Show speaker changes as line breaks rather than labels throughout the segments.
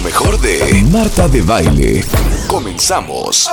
mejor de Marta de Baile. Comenzamos.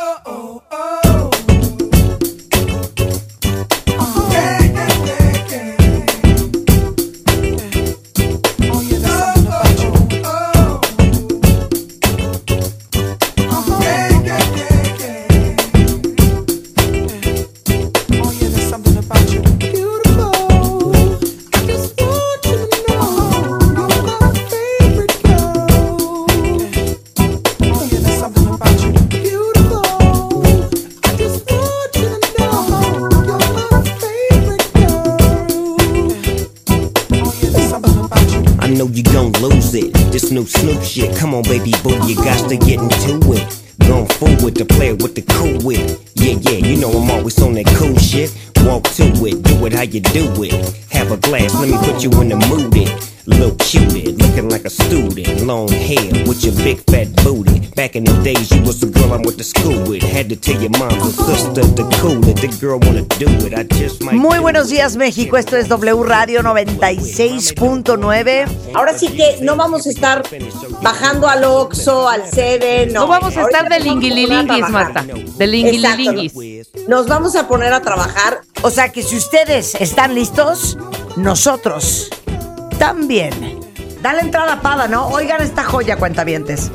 New Snoop shit, come on baby boo, you got to get into it. Going forward to play with the cool wit. Yeah, you know I'm always on that cool shit. Walk to it, do it how you do it. Have a glass, let me put you in the mood it. Little cutie, looking like a student. Long hair with your big fat booty. Back in the days you was the girl I went to school with. Had to tell your mom or sister to cool it. The girl wanna do it, I just might.
Muy buenos días México, esto es W Radio 96.9.
Ahora sí que no vamos a estar bajando al Oxxo, al Seven.
No vamos a estar de linguililinguis, Marta. De linguililinguis.
Nos vamos a poner a trabajar.
O sea que si ustedes están listos, nosotros también. Dale entrada a Pada, ¿no? Oigan esta joya, cuentavientes.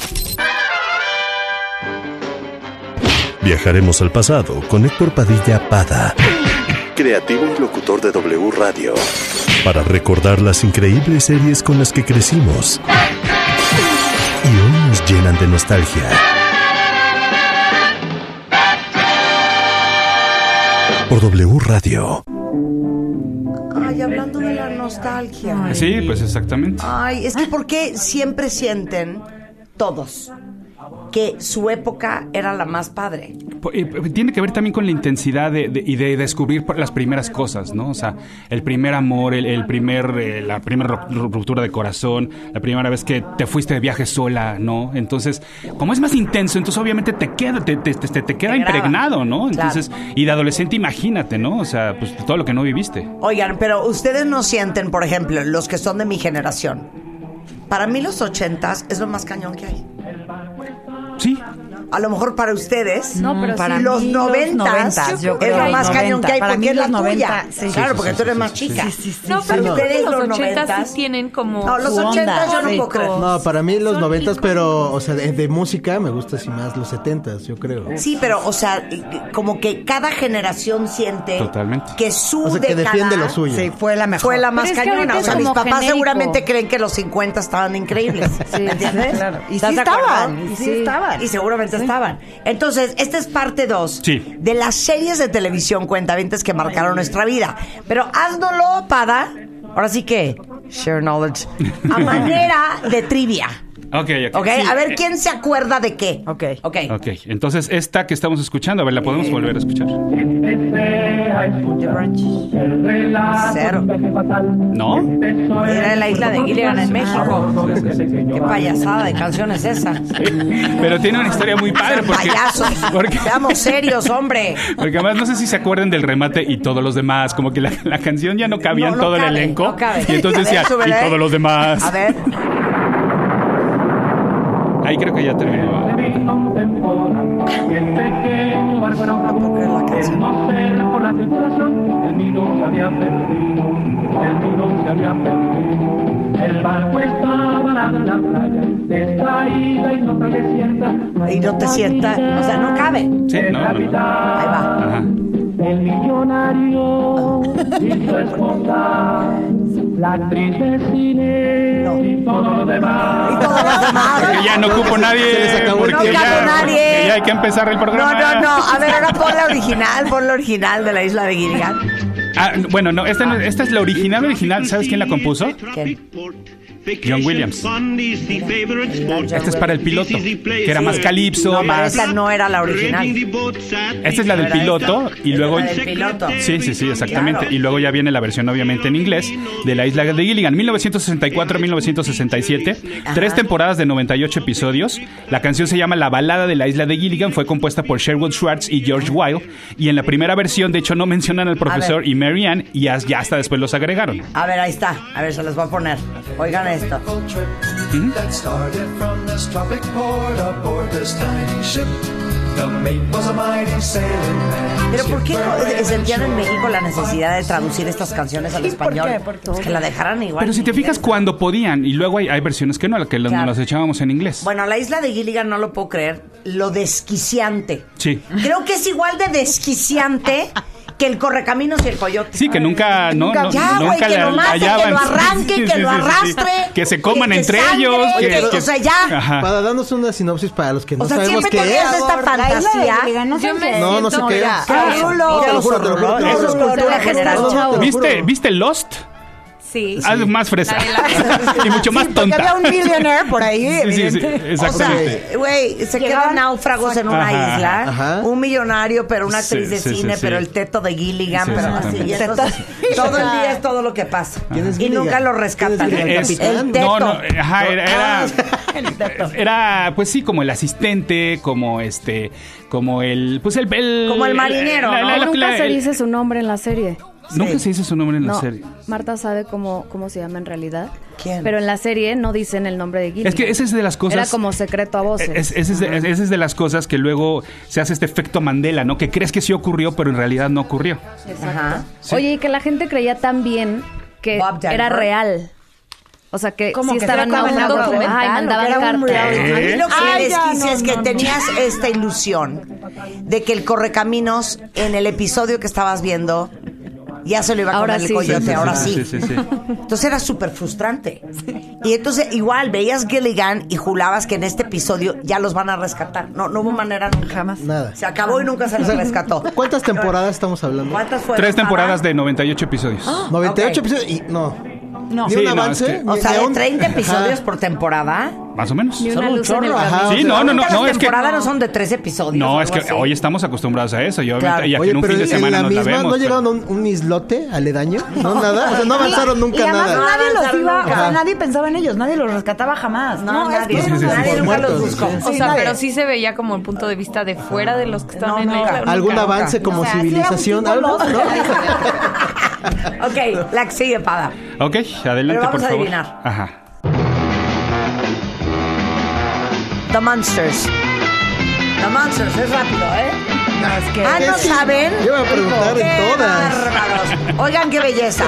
Viajaremos al pasado con Héctor Padilla Pada, creativo y locutor de W Radio, para recordar las increíbles series con las que crecimos y hoy nos llenan de nostalgia. Por W Radio.
Ay, hablando de la nostalgia.
Sí, pues exactamente.
Ay, es que ¿por qué siempre sienten todos que su época era la más padre?
Tiene que ver también con la intensidad de descubrir las primeras cosas, ¿no? O sea, el primer amor, la primera ruptura de corazón, la primera vez que te fuiste de viaje sola, ¿no? Entonces, como es más intenso, entonces obviamente te queda impregnado, ¿no? Entonces, claro. Y de adolescente imagínate, ¿no? O sea, pues todo lo que no viviste.
Oigan, pero ustedes no sienten, por ejemplo, los que son de mi generación, para mí los 80s es lo más cañón que hay.
Sí.
A lo mejor para ustedes,
no, pero
para
sí,
los 90s es lo más cañón que hay porque es la tuya. Sí, claro, porque tú eres más chica.
No, pero ustedes los 80s sí tienen como.
No, los 80s yo no puedo creer.
No, para mí los 90s, pero, o sea, de música me gusta así más los 70s, yo creo.
Sí, pero, o sea, como que cada generación siente
totalmente
que su
o sea, que
década
defiende lo suyo.
Sí, fue la mejor. Fue la más cañona. O sea, mis papás seguramente creen que los 50 estaban increíbles. ¿Me entiendes? Claro. Y sí estaban. Y sí estaban. Y seguramente estaban. Entonces, esta es parte 2 de las series de televisión cuentavientes que marcaron nuestra vida. Pero haznoslo, Pada. Ahora sí que, share knowledge. A manera de trivia.
Ok.
Sí, a ver, ¿quién se acuerda de qué? Ok.
Entonces, esta que estamos escuchando, a ver, ¿la podemos volver a escuchar?
Cero.
¿No?
Era en la isla de Gilligan en México. Qué payasada de canción es esa.
Pero tiene una historia muy padre.
Payasos. Seamos serios, hombre.
Porque además no sé si se acuerdan del remate y todos los demás. Como que la canción ya no cabía en todo el elenco.
No cabe.
Y entonces decía, y todos los demás.
A ver.
Ahí creo que ya terminó.
Y no te sientas, o sea, no cabe.
Sí, no.
Ahí va.
Ajá.
El millonario y su esposa, la actriz de cine y todo lo demás.
Y todos los demás.
Porque ya no ocupo nadie.
Se les acabó el
porque
tiempo. No cabe nadie.
Porque ya hay que empezar el programa.
No. A ver, ahora pon la original de la isla de Gilligan.
Bueno, no, esta es la original. ¿Sabes quién la compuso?
¿Quién?
John Williams. Este es para el piloto, que era más calipso,
no,
más.
Esa no era la original.
Esta es la del piloto y luego.
La del piloto.
Sí, exactamente.
Claro.
Y luego ya viene la versión obviamente en inglés de la isla de Gilligan, 1964-1967. 3 temporadas de 98 episodios. La canción se llama La balada de la isla de Gilligan. Fue compuesta por Sherwood Schwartz y George Weil. Y en la primera versión, de hecho, no mencionan al profesor y Mary Ann y ya hasta después los agregaron.
A ver, ahí está. A ver, se los voy a poner. Oigan esto. Pero ¿por qué sentían en México la necesidad de traducir estas canciones al español? Pues que la dejaran igual.
Pero si te fijas cuando podían, y luego hay versiones que no, que nos las echábamos en inglés.
Bueno, La Isla de Gilligan no lo puedo creer, lo desquiciante.
Sí.
Creo que es igual de desquiciante que el Correcaminos y el Coyote.
Sí, que nunca
que lo mate, que lo arranque, que lo arrastre.
Que se coman entre ellos.
O sea, ya.
Ajá. Para darnos una sinopsis para los que no sabemos qué es.
O sea, siempre esta fantasía.
No sé qué es.
Te lo juro. Eso es cultura general.
¿Viste Lost?
Sí.
Algo más fresa. Y mucho más tonta.
Porque había un millionaire por ahí.
Sí, exactamente.
O sea, güey, se quedan náufragos en una isla. Ajá. Un millonario, pero una actriz de cine, pero el teto de Gilligan, pero así. Y entonces, todo el día es todo lo que pasa. Y nunca lo rescatan. El teto.
No, ajá, era, pues sí, como el asistente, como como el
marinero, ¿no?
Nunca se dice su nombre en la serie.
Nunca se dice su nombre en la serie.
Marta sabe cómo se llama en realidad.
¿Quién?
Pero en la serie no dicen el nombre de Gilligan.
Es que esa es de las cosas...
Era como secreto a voces.
Esa es de las cosas que luego se hace este efecto Mandela, ¿no? Que crees que sí ocurrió, pero en realidad no ocurrió.
Exacto. Sí. Oye, y que la gente creía tan bien que era real. O sea, que sí estaban mandando cartas.
A mí lo que me desquicia es que tenías esta ilusión de que el Correcaminos, en el episodio que estabas viendo, ya se lo iba a comer el coyote, ahora sí. Entonces era súper frustrante. Y entonces igual veías Gilligan y jurabas que en este episodio ya los van a rescatar. No hubo manera nunca.
Jamás. Nada.
Se acabó y nunca se los rescató.
¿Cuántas temporadas estamos hablando?
¿Cuántas fueron?
3 temporadas de 98 episodios.
98 episodios y no. Ni un avance.
O sea, de 30 episodios por temporada.
Más o menos.
Ni una luz en el
Sí, no,
las
es que
temporadas no son de 3 episodios.
No, es que hoy estamos acostumbrados a eso. Y aquí
Oye,
en un
pero
fin de semana
en la
nos la vemos.
¿No llegaron a un islote aledaño? No, nada. O sea, no avanzaron nunca nada.
Nadie los iba, o sea, nadie pensaba en ellos, nadie los rescataba jamás.
Nadie nunca los buscó.
O sea, pero sí se veía como el punto de vista de fuera de los que estaban en la isla.
¿Algún avance como civilización? ¿Algo?
Ok, la que sigue, Pada.
Ok, adelante, por favor.
Pero vamos a adivinar.
Ajá.
The Monsters. The Monsters, es rápido, ¿eh? ¿No saben?
Yo voy a preguntar en todas.
Bárbaros. Oigan qué belleza.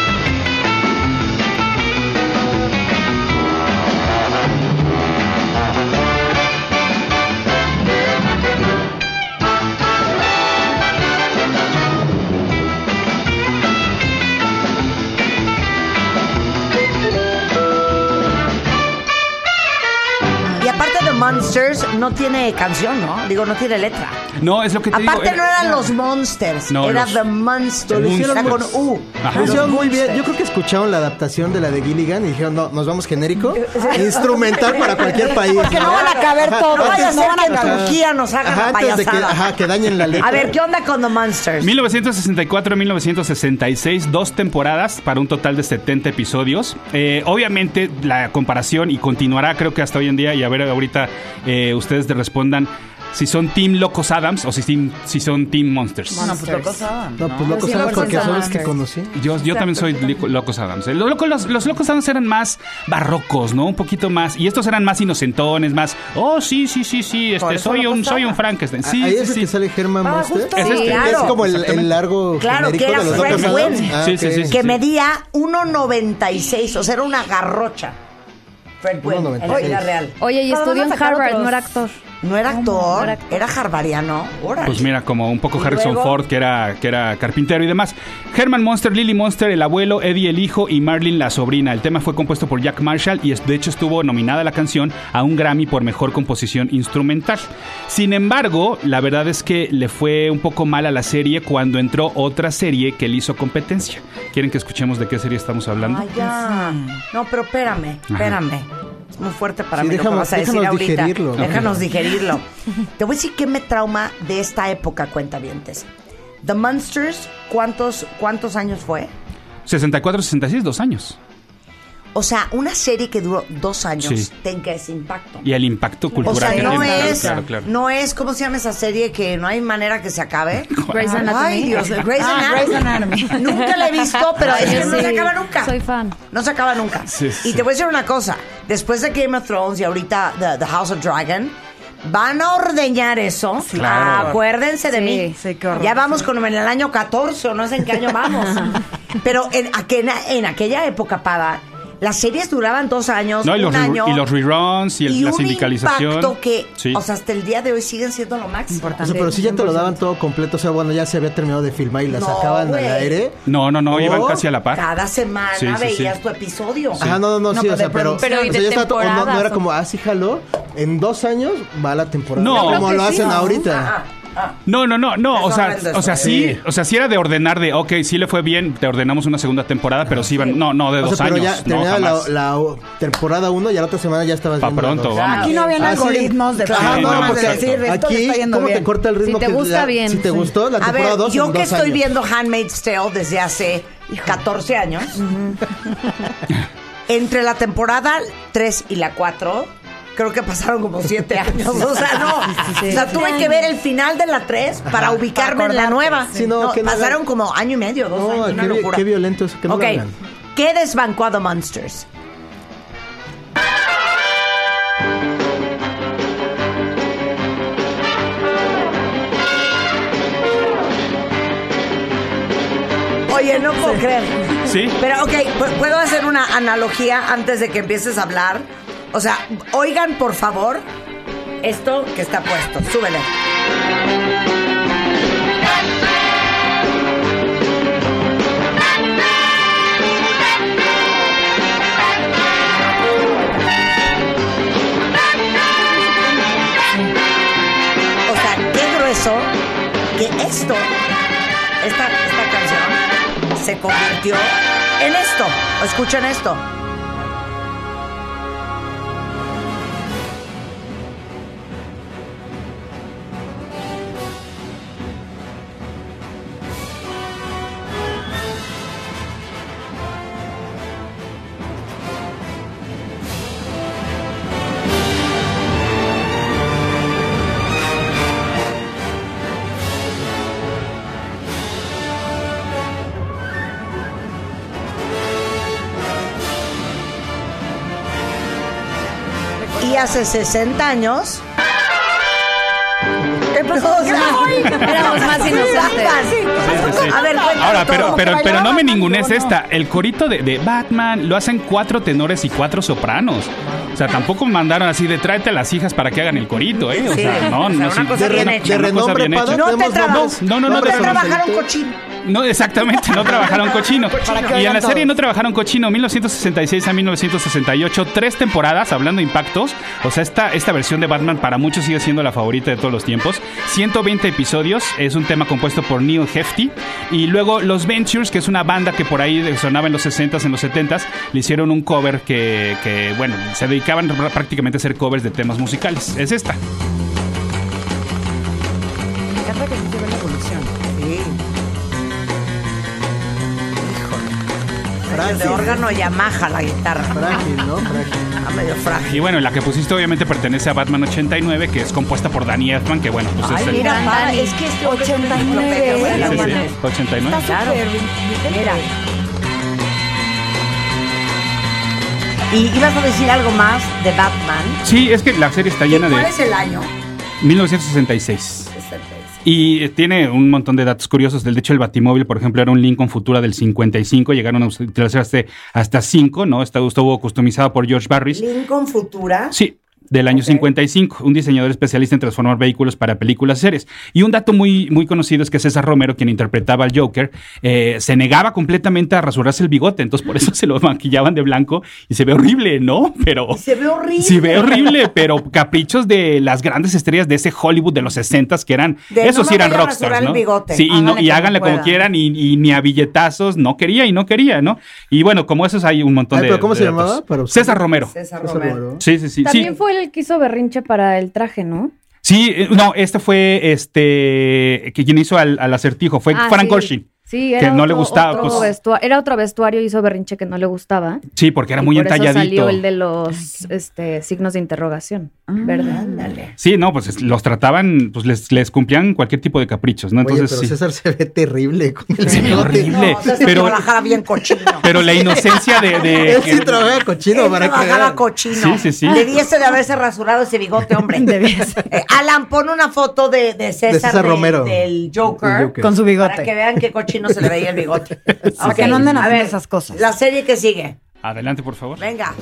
Monsters no tiene canción, ¿no? Digo, no tiene letra.
No, es lo que te digo.
Aparte no eran los Monsters, era The Monsters.
Lo hicieron
con U.
Lo hicieron muy bien. Yo creo que escucharon la adaptación de la de Gilligan y dijeron, no, nos vamos genérico. Instrumental para cualquier país.
Porque no van a caber todos. No vaya a ser que en Turquía nos hagan la payasada.
Que dañen la letra.
A ver, ¿qué onda con The Monsters?
1964-1966, 2 temporadas para un total de 70 episodios. Obviamente la comparación, y continuará creo que hasta hoy en día, y a ver ahorita ustedes te respondan si son Team Locos Adams o si son Team Monsters.
Bueno, pues Locos Adams.
No, pues Locos Adams porque son los que conocí.
Yo también soy Locos Adams. Los Locos Adams eran más barrocos, ¿no? Un poquito más. Y estos eran más inocentones, más. Oh, sí. Soy un Frankenstein. Sí,
ahí es el que sale Herman Monster.
Es
como el largo genérico de los Locos Adams.
Sí. Que medía 1.96. O sea, era una garrocha. Fred Gwynne, en la vida real.
Oye, y estudió en Harvard, no era actor.
¿No era actor? ¿Era harvardiano?
Pues mira, como un poco Harrison Ford, que era carpintero y demás. Herman Monster, Lily Monster, el abuelo, Eddie el hijo y Marlene la sobrina. El tema fue compuesto por Jack Marshall y de hecho estuvo nominada la canción a un Grammy por mejor composición instrumental. Sin embargo, la verdad es que le fue un poco mal a la serie cuando entró otra serie que le hizo competencia. ¿Quieren que escuchemos de qué serie estamos hablando?
Ah, ya. No, pero espérame. Es muy fuerte para mí lo que vas a decir ahorita. Déjanos digerirlo. Te voy a decir qué me trauma de esta época, cuentavientes. The Monsters, ¿cuántos años fue?
64, 66, 2 años.
O sea, una serie que duró 2 años tenga ese impacto.
Y el impacto cultural.
O sea,
que
no
tiene.
es,
Claro.
no es, ¿cómo se llama esa serie que no hay manera que se acabe?
Grey's Anatomy.
Ay, Dios, Grey's Anatomy. Nunca la he visto, pero es que no se acaba nunca.
Soy fan.
No se acaba nunca.
Sí.
Y te voy a decir una cosa. Después de Game of Thrones y ahorita The House of Dragon, van a ordeñar eso.
Claro.
Acuérdense de mí.
Sí, qué horror.
Ya vamos como en el año 14 o no sé en qué año vamos. Pero en aquella época, Pada, las series duraban 2 años,
No, y
un año.
Y los reruns y la sindicalización.
Y un impacto que, o sea, hasta el día de hoy siguen siendo lo máximo.
O sea, pero si ya te lo daban todo completo, o sea, bueno, ya se había terminado de filmar y la sacaban al aire.
No, iban casi a la par.
Cada semana veías tu episodio.
Ajá, no, sí, o sea, pero
y de
ya está, no era
temporadas,
como, sí, jaló, en 2 años va la temporada.
No,
como lo hacen ahorita.
No, o sea, sí era de ordenar de, ok, sí le fue bien, te ordenamos una segunda temporada, pero sí iban, no de 2
pero
años.
ya terminaba la temporada 1 y a la otra semana ya estabas viendo.
Pronto, vamos.
Aquí no habían algoritmos de
decir,
aquí, ¿cómo te corta el ritmo?
Si te gusta bien.
Si te gustó la temporada 2
yo que estoy viendo Handmaid's Tale desde hace 14 años, entre la temporada 3 y la 4... creo que pasaron como 7 años. O sea, no. O sea, tuve que ver el final de la 3 para ubicarme en la nueva.
Sí,
pasaron como año y medio, 2 años. Una locura.
Qué violento eso. Que no lo hagan.
¿Qué desbancó a The Monsters? Oye, no puedo creer.
Sí.
Pero, ¿puedo hacer una analogía antes de que empieces a hablar? O sea, oigan, por favor, esto que está puesto. Súbele. O sea, qué grueso que esta canción se convirtió en esto. Escuchen esto. Y hace 60 años...
Éramos más inocentes.
A ver,
ahora, pero no me ningunees esta. El corito de Batman lo hacen 4 tenores y 4 sopranos. O sea, tampoco mandaron así de tráete a las hijas para que hagan el corito, ¿eh? O sea, no,
una cosa bien hecha.
De renombre, Pada,
no trabajaron cochino.
No, exactamente, no trabajaron cochino. Y en la serie no trabajaron cochino. 1966 a 1968, 3 temporadas, hablando de impactos. O sea, esta versión de Batman para muchos sigue siendo la favorita de todos los tiempos. 120 episodios, es un tema compuesto por Neil Hefti. Y luego Los Ventures, que es una banda que por ahí sonaba en los 60s, en los 70s, le hicieron un cover que bueno, se dedicaban prácticamente a hacer covers de temas musicales. Es esta.
Me encanta que se ve la evolución. Sí. Híjole. De órgano Yamaha la guitarra.
Frágil, ¿no? Frágil.
Medio frágil.
Y bueno, la que pusiste obviamente pertenece a Batman 89, que es compuesta por Danny Elfman, que bueno, pues es el...
Mira, es que este 89.
Sí, 89.
Claro. Mira. ¿Y ibas a decir algo más de Batman?
Sí, es que la serie está llena de...
¿Cuál es el año?
1966. Y tiene un montón de datos curiosos. De hecho, el Batimóvil, por ejemplo, era un Lincoln Futura del 55. Llegaron a utilizarse hasta 5, ¿no? Estuvo customizado por George Barris.
¿Lincoln Futura?
Sí. Del año 55, un diseñador especialista en transformar vehículos para películas y series. Y un dato muy, muy conocido es que César Romero, quien interpretaba al Joker, se negaba completamente a rasurarse el bigote, entonces por eso se lo maquillaban de blanco y se ve horrible, ¿no? Pero
se ve horrible.
Se ve horrible, pero caprichos de las grandes estrellas de ese Hollywood de los 60s que eran, esos sí eran rockstars, ¿no? Sí, y háganle como quieran y ni a billetazos, no quería, ¿no? Y bueno, como esos hay un montón de...
¿Pero cómo se llamaba?
César Romero.
César Romero.
Sí.
También fue el que hizo berrinche para el traje, ¿no?
Sí, no, este fue quien hizo al Acertijo, fue Frank Gorshin.
Sí,
que no le gustaba.
Era otro vestuario, hizo berrinche que no le gustaba.
Sí, porque era muy entalladito.
Por eso salió el de los signos de interrogación. ¿Verdad?
Ándale.
Sí, no, pues los trataban, pues les cumplían cualquier tipo de caprichos, ¿no? Entonces,
pero César se ve terrible con el
bigote. Horrible.
No, pero trabajaba bien cochino.
Pero la inocencia de
él sí trabajaba cochino.
Él trabajaba cochino.
Sí.
Debiese de haberse rasurado ese bigote, hombre. Alan, pon una foto de César
Romero.
Del Joker.
Con su bigote.
Para que vean qué cochino se le veía el bigote.
Para que no anden a ver esas cosas.
La serie que sigue.
Adelante, por favor.
Venga.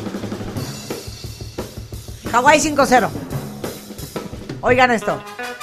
Hawái 5-0. Oigan esto.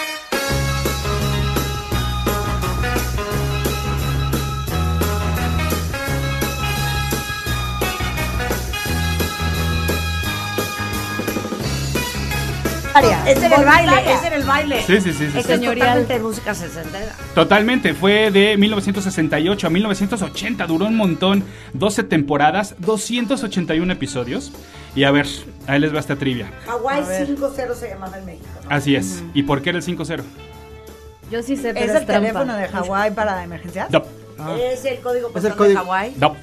Es en el baile.
Sí.
Es totalmente de música sesentera.
Totalmente, fue de 1968 a 1980, duró un montón, 12 temporadas, 281 episodios. Y a ver, ahí les va esta trivia.
Hawái 5-0 se llamaba en México, ¿no?
Así es. ¿Y por qué era el 5-0?
Yo sí sé, pero
¿Es el teléfono de Hawái para emergencias?
No.
¿Es el código postal de Hawái?
No.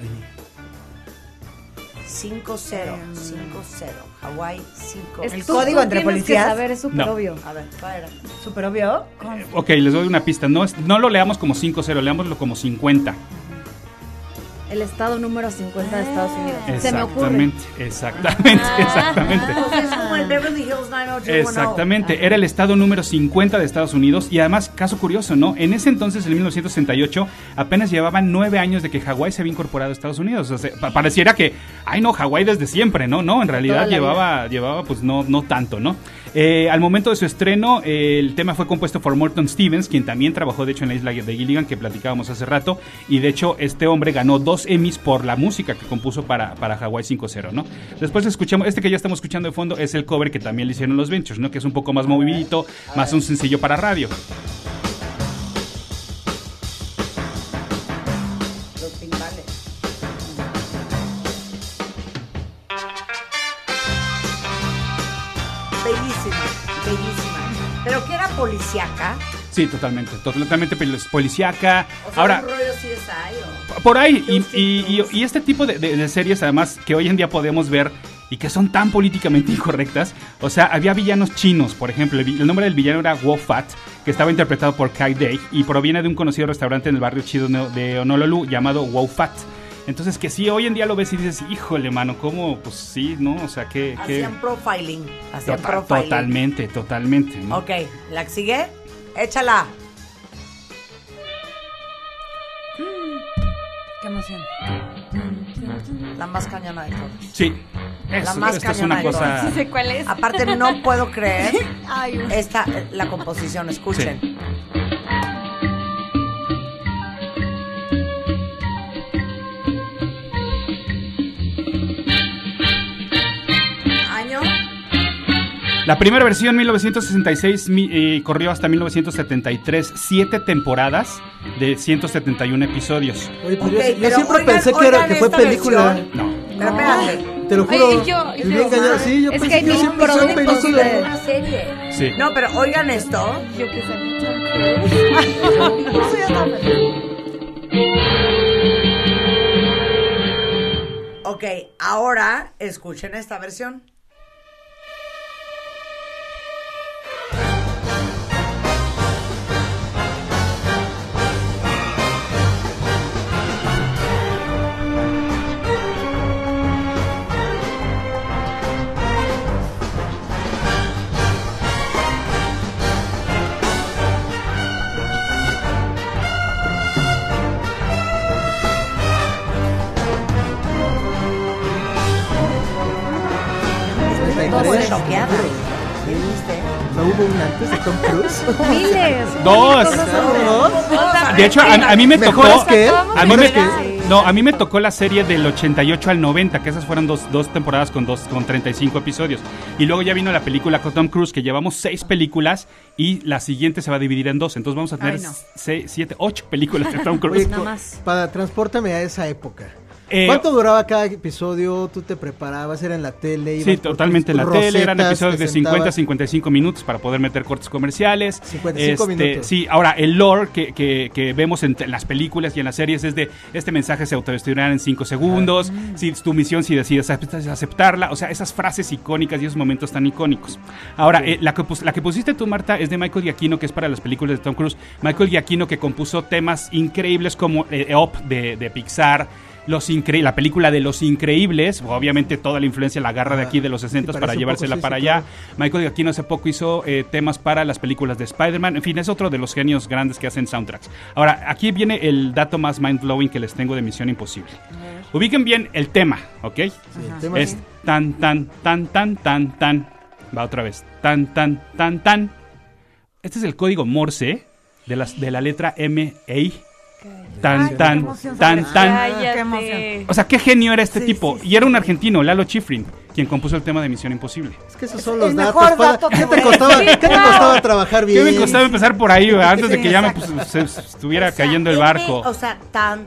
5-0. Hawái 5.
¿El código entre policías?
A ver, es súper obvio.
A ver, ¿cuál era?
¿Súper obvio?
Ok, les doy una pista. No lo leamos como 5-0, leámoslo como 50.
El estado número 50 de Estados Unidos. Se me ocurre.
Exactamente.
Pues es como el Beverly Hills 90210.
Exactamente, era el estado número 50 de Estados Unidos. Y además, caso curioso, ¿no? En ese entonces, en 1968, apenas llevaban 9 años de que Hawái se había incorporado a Estados Unidos. O sea, pareciera que, Hawái desde siempre, ¿no? No, en realidad llevaba pues no tanto, ¿no? Al momento de su estreno, el tema fue compuesto por Morton Stevens, quien también trabajó, de hecho, en la isla de Gilligan, que platicábamos hace rato. Y de hecho, este hombre ganó 2 Emmys por la música que compuso para Hawái 5-0, ¿no? Después escuchamos, que ya estamos escuchando de fondo, es el cover que también le hicieron los Ventures, ¿no? Que es un poco más movidito, más un sencillo para radio.
Los timbales. Bellísima. ¿Pero qué era policíaca?
Sí, totalmente policíaca.
O sea,
ahora,
un rollo CSI
por ahí, y este tipo de series, además, que hoy en día podemos ver y que son tan políticamente incorrectas. O sea, había villanos chinos, por ejemplo. El nombre del villano era Wo Fat, que estaba interpretado por Kai Day y proviene de un conocido restaurante en el barrio chido de Honolulu llamado Wo Fat. Entonces, que sí, hoy en día lo ves y dices, híjole, mano, ¿cómo? Pues sí, ¿no? O sea, que...
Hacían profiling.
Totalmente, ¿no?
Ok, ¿la sigue? Échala.
Qué emoción.
La más cañona de todas.
Sí.
La más
esta es una cosa...
Sí sé cuál es.
Aparte, no puedo creer la composición. Escuchen.
Sí. La primera versión, 1966, corrió hasta 1973, 7 temporadas de 171 episodios.
Oye, yo siempre pensé que fue película.
No.
Pero espérate.
Te lo juro.
Oye, yo
siempre fue película.
Una serie.
Sí.
No, pero oigan esto.
Yo qué sé.
Ok, ahora escuchen esta versión. Choqueada. ¿Qué viste?
¿No hubo un antes de Tom Cruise?
Miles.
Dos. De hecho, a mí me tocó... A mí me tocó la serie del 88 al 90, que esas fueron dos temporadas con 35 episodios. Y luego ya vino la película con Tom Cruise, que llevamos 6 películas y la siguiente se va a dividir en 2. Entonces vamos a tener 8 películas de Tom Cruise.
Oye, transpórtame a esa época. ¿Cuánto duraba cada episodio? ¿Tú te preparabas? ¿Era en la tele?
Sí, totalmente en la tele. Eran episodios de 50 a 55 minutos para poder meter cortes comerciales.
55 minutos.
Sí, ahora el lore que vemos en las películas y en las series es de este mensaje se autodestruirá en 5 segundos. Si es tu misión, si decides aceptarla. O sea, esas frases icónicas y esos momentos tan icónicos. Ahora, la que pusiste tú, Marta, es de Michael Giacchino, que es para las películas de Tom Cruise. Michael Giacchino, que compuso temas increíbles como Up de Pixar, la película de Los Increíbles, obviamente toda la influencia la agarra de aquí de los 60 para llevársela para allá. Michael Giacchino hace poco hizo temas para las películas de Spider-Man. En fin, es otro de los genios grandes que hacen soundtracks. Ahora, aquí viene el dato más mind-blowing que les tengo de Misión Imposible. Ubiquen bien el tema, ¿ok? Sí, el tema es tan, tan, tan, tan, tan, tan. Va otra vez. Tan, tan, tan, tan. Este es el código Morse de la letra M-A. Tan, tan, tan, tan. O sea, qué genio era este tipo. Y era un argentino, Lalo Schifrin, quien compuso el tema de Misión Imposible.
Es que esos son los datos. ¿Qué te costaba trabajar bien?
¿Qué me costaba empezar por ahí, antes de que ya se estuviera cayendo el barco?
O sea, tan.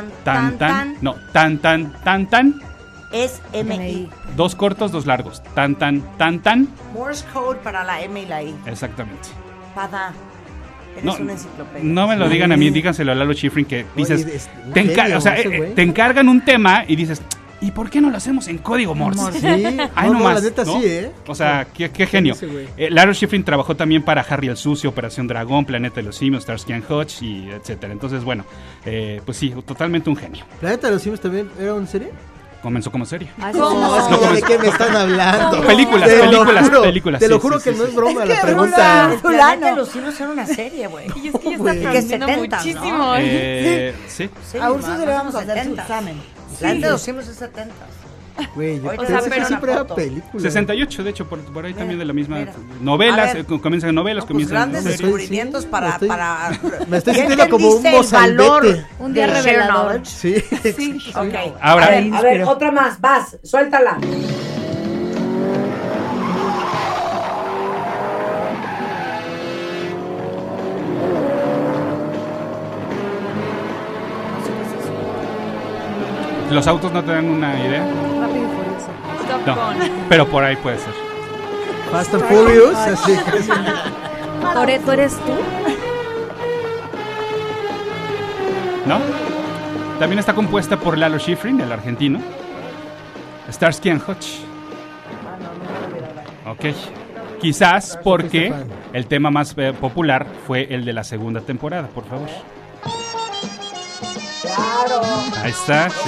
No, tan.
Es M-I.
2 cortos, 2 largos. Tan.
Morse code para la M y la I.
Exactamente.
Pada. Eres una enciclopedia.
No me lo digan a mí, díganselo a Lalo Schifrin, que dices, te encargan un tema y dices, ¿y por qué no lo hacemos en código Morse?
Sí, la neta sí,
O sea, qué genio. Lalo Schifrin trabajó también para Harry el Sucio, Operación Dragón, Planeta de los Simios, Starsky and Hutch, y etcétera. Entonces, bueno, pues sí, totalmente un genio.
¿Planeta de los Simios también era una serie?
Comenzó como serie.
¿De qué me están hablando?
Películas.
Te lo juro que no es broma la pregunta.
El Planeta de los Simios era una serie, güey.
Y es que ya está aprendiendo muchísimo.
Sí.
A Ursus le vamos a hacer su examen. Planeta de los Simios es 70.
Güey, pero siempre era película.
68, de hecho, por ahí también de la misma. Novelas, comienzan en novelas, comienzan
grandes descubrimientos para
me estoy sintiendo como un mozalbete.
Un día revelador.
Sí.
Ok.
Ahora,
a ver, otra más, vas, suéltala.
¿Los autos no te dan una idea?
Rápido y Furioso.
No, pero por ahí puede ser.
Fast and Furious, así.
¿Toretto eres tú?
¿No? También está compuesta por Lalo Schifrin, el argentino. Starsky and Hutch. Ok. Quizás porque el tema más popular fue el de la segunda temporada, por favor.
Claro.
Ahí está, sí.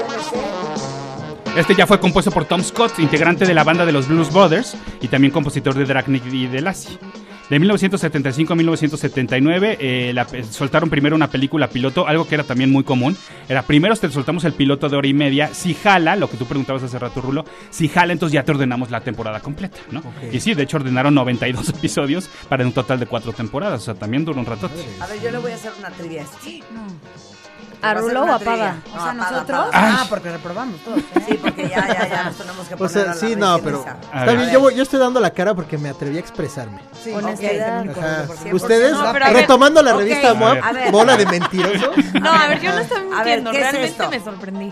Este ya fue compuesto por Tom Scott, integrante de la banda de los Blues Brothers y también compositor de Dragnet y de Lassie. De 1975 a 1979 soltaron primero una película piloto, algo que era también muy común. Era primero te soltamos el piloto de hora y media, si jala, lo que tú preguntabas hace rato, Rulo, si jala, entonces ya te ordenamos la temporada completa, ¿no? Okay. Y sí, de hecho ordenaron 92 episodios para un total de 4 temporadas, o sea, también duró un ratote.
A ver, yo le voy a hacer una trivia.
¿A Rulo o a Pada?
O sea, nosotros.
Porque reprobamos todos.
Sí, porque ya nos tenemos que poner.
O sea, sí, no, pero está bien, yo estoy dando la cara porque me atreví a expresarme.
Sí, honestidad.
Ustedes, retomando la revista MOAB, bola de mentirosos.
No, a ver, yo no estoy mintiendo, realmente me sorprendí.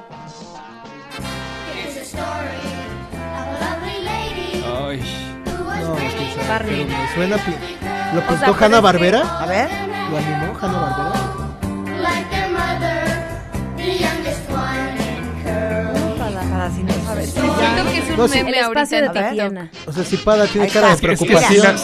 Ay.
No, es que Barney. Me suena. ¿Lo pintó Hanna-Barbera?
A ver.
¿Lo animó Hanna-Barbera?
Siento que es un meme ahorita de Tatiana.
O sea, si Pada tiene cara de preocupación.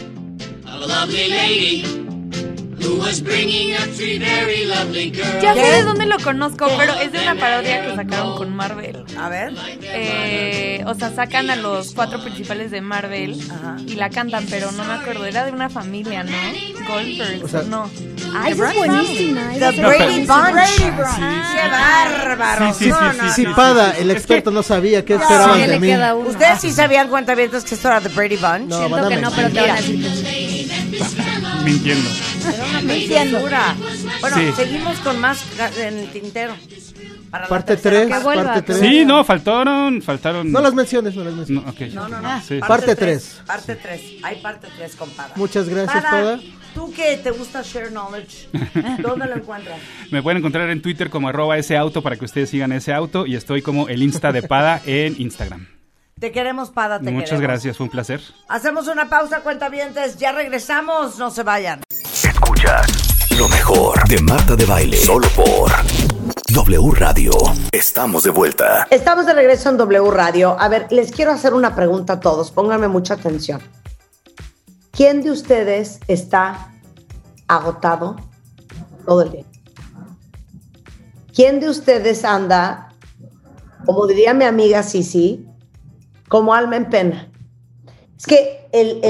Ya sé de dónde lo conozco, pero es de una parodia que sacaron con Marvel.
A ver.
O sea, sacan a los 4 principales de Marvel y la cantan, pero no me acuerdo. Era de una familia, ¿no? Goldberg, o sea, no.
Ay, esa es buenísima.
The Brady Bunch. ¡Qué bárbaro!
Sí, Pada, el experto, no sabía. ¿Qué esperaban de mí?
¿Ustedes sí sabían, cuentavientos, que esto era The Brady Bunch?
No,
siento que no, pero te van a decir
mintiendo.
Era una mintiendo. Bueno, seguimos con más en el tintero.
Parte 3.
Sí, no, faltaron.
No las menciones.
No, okay.
No.
Sí. Parte 3.
Parte 3. Hay parte 3 con Pada.
Muchas gracias, Pada.
Tú que te gusta share knowledge, ¿dónde lo encuentras?
Me pueden encontrar en Twitter como @eseauto para que ustedes sigan ese auto y estoy como el Insta de Pada en Instagram.
Te queremos, Pada,
Muchas gracias, fue un placer.
Hacemos una pausa, cuentavientes, ya regresamos, no se vayan.
Escuchas lo mejor de Marta de Baile, solo por W Radio. Estamos de vuelta.
Estamos de regreso en W Radio. A ver, les quiero hacer una pregunta a todos, pónganme mucha atención. ¿Quién de ustedes está agotado todo el día? ¿Quién de ustedes anda, como diría mi amiga Sisi, como alma en pena? Es que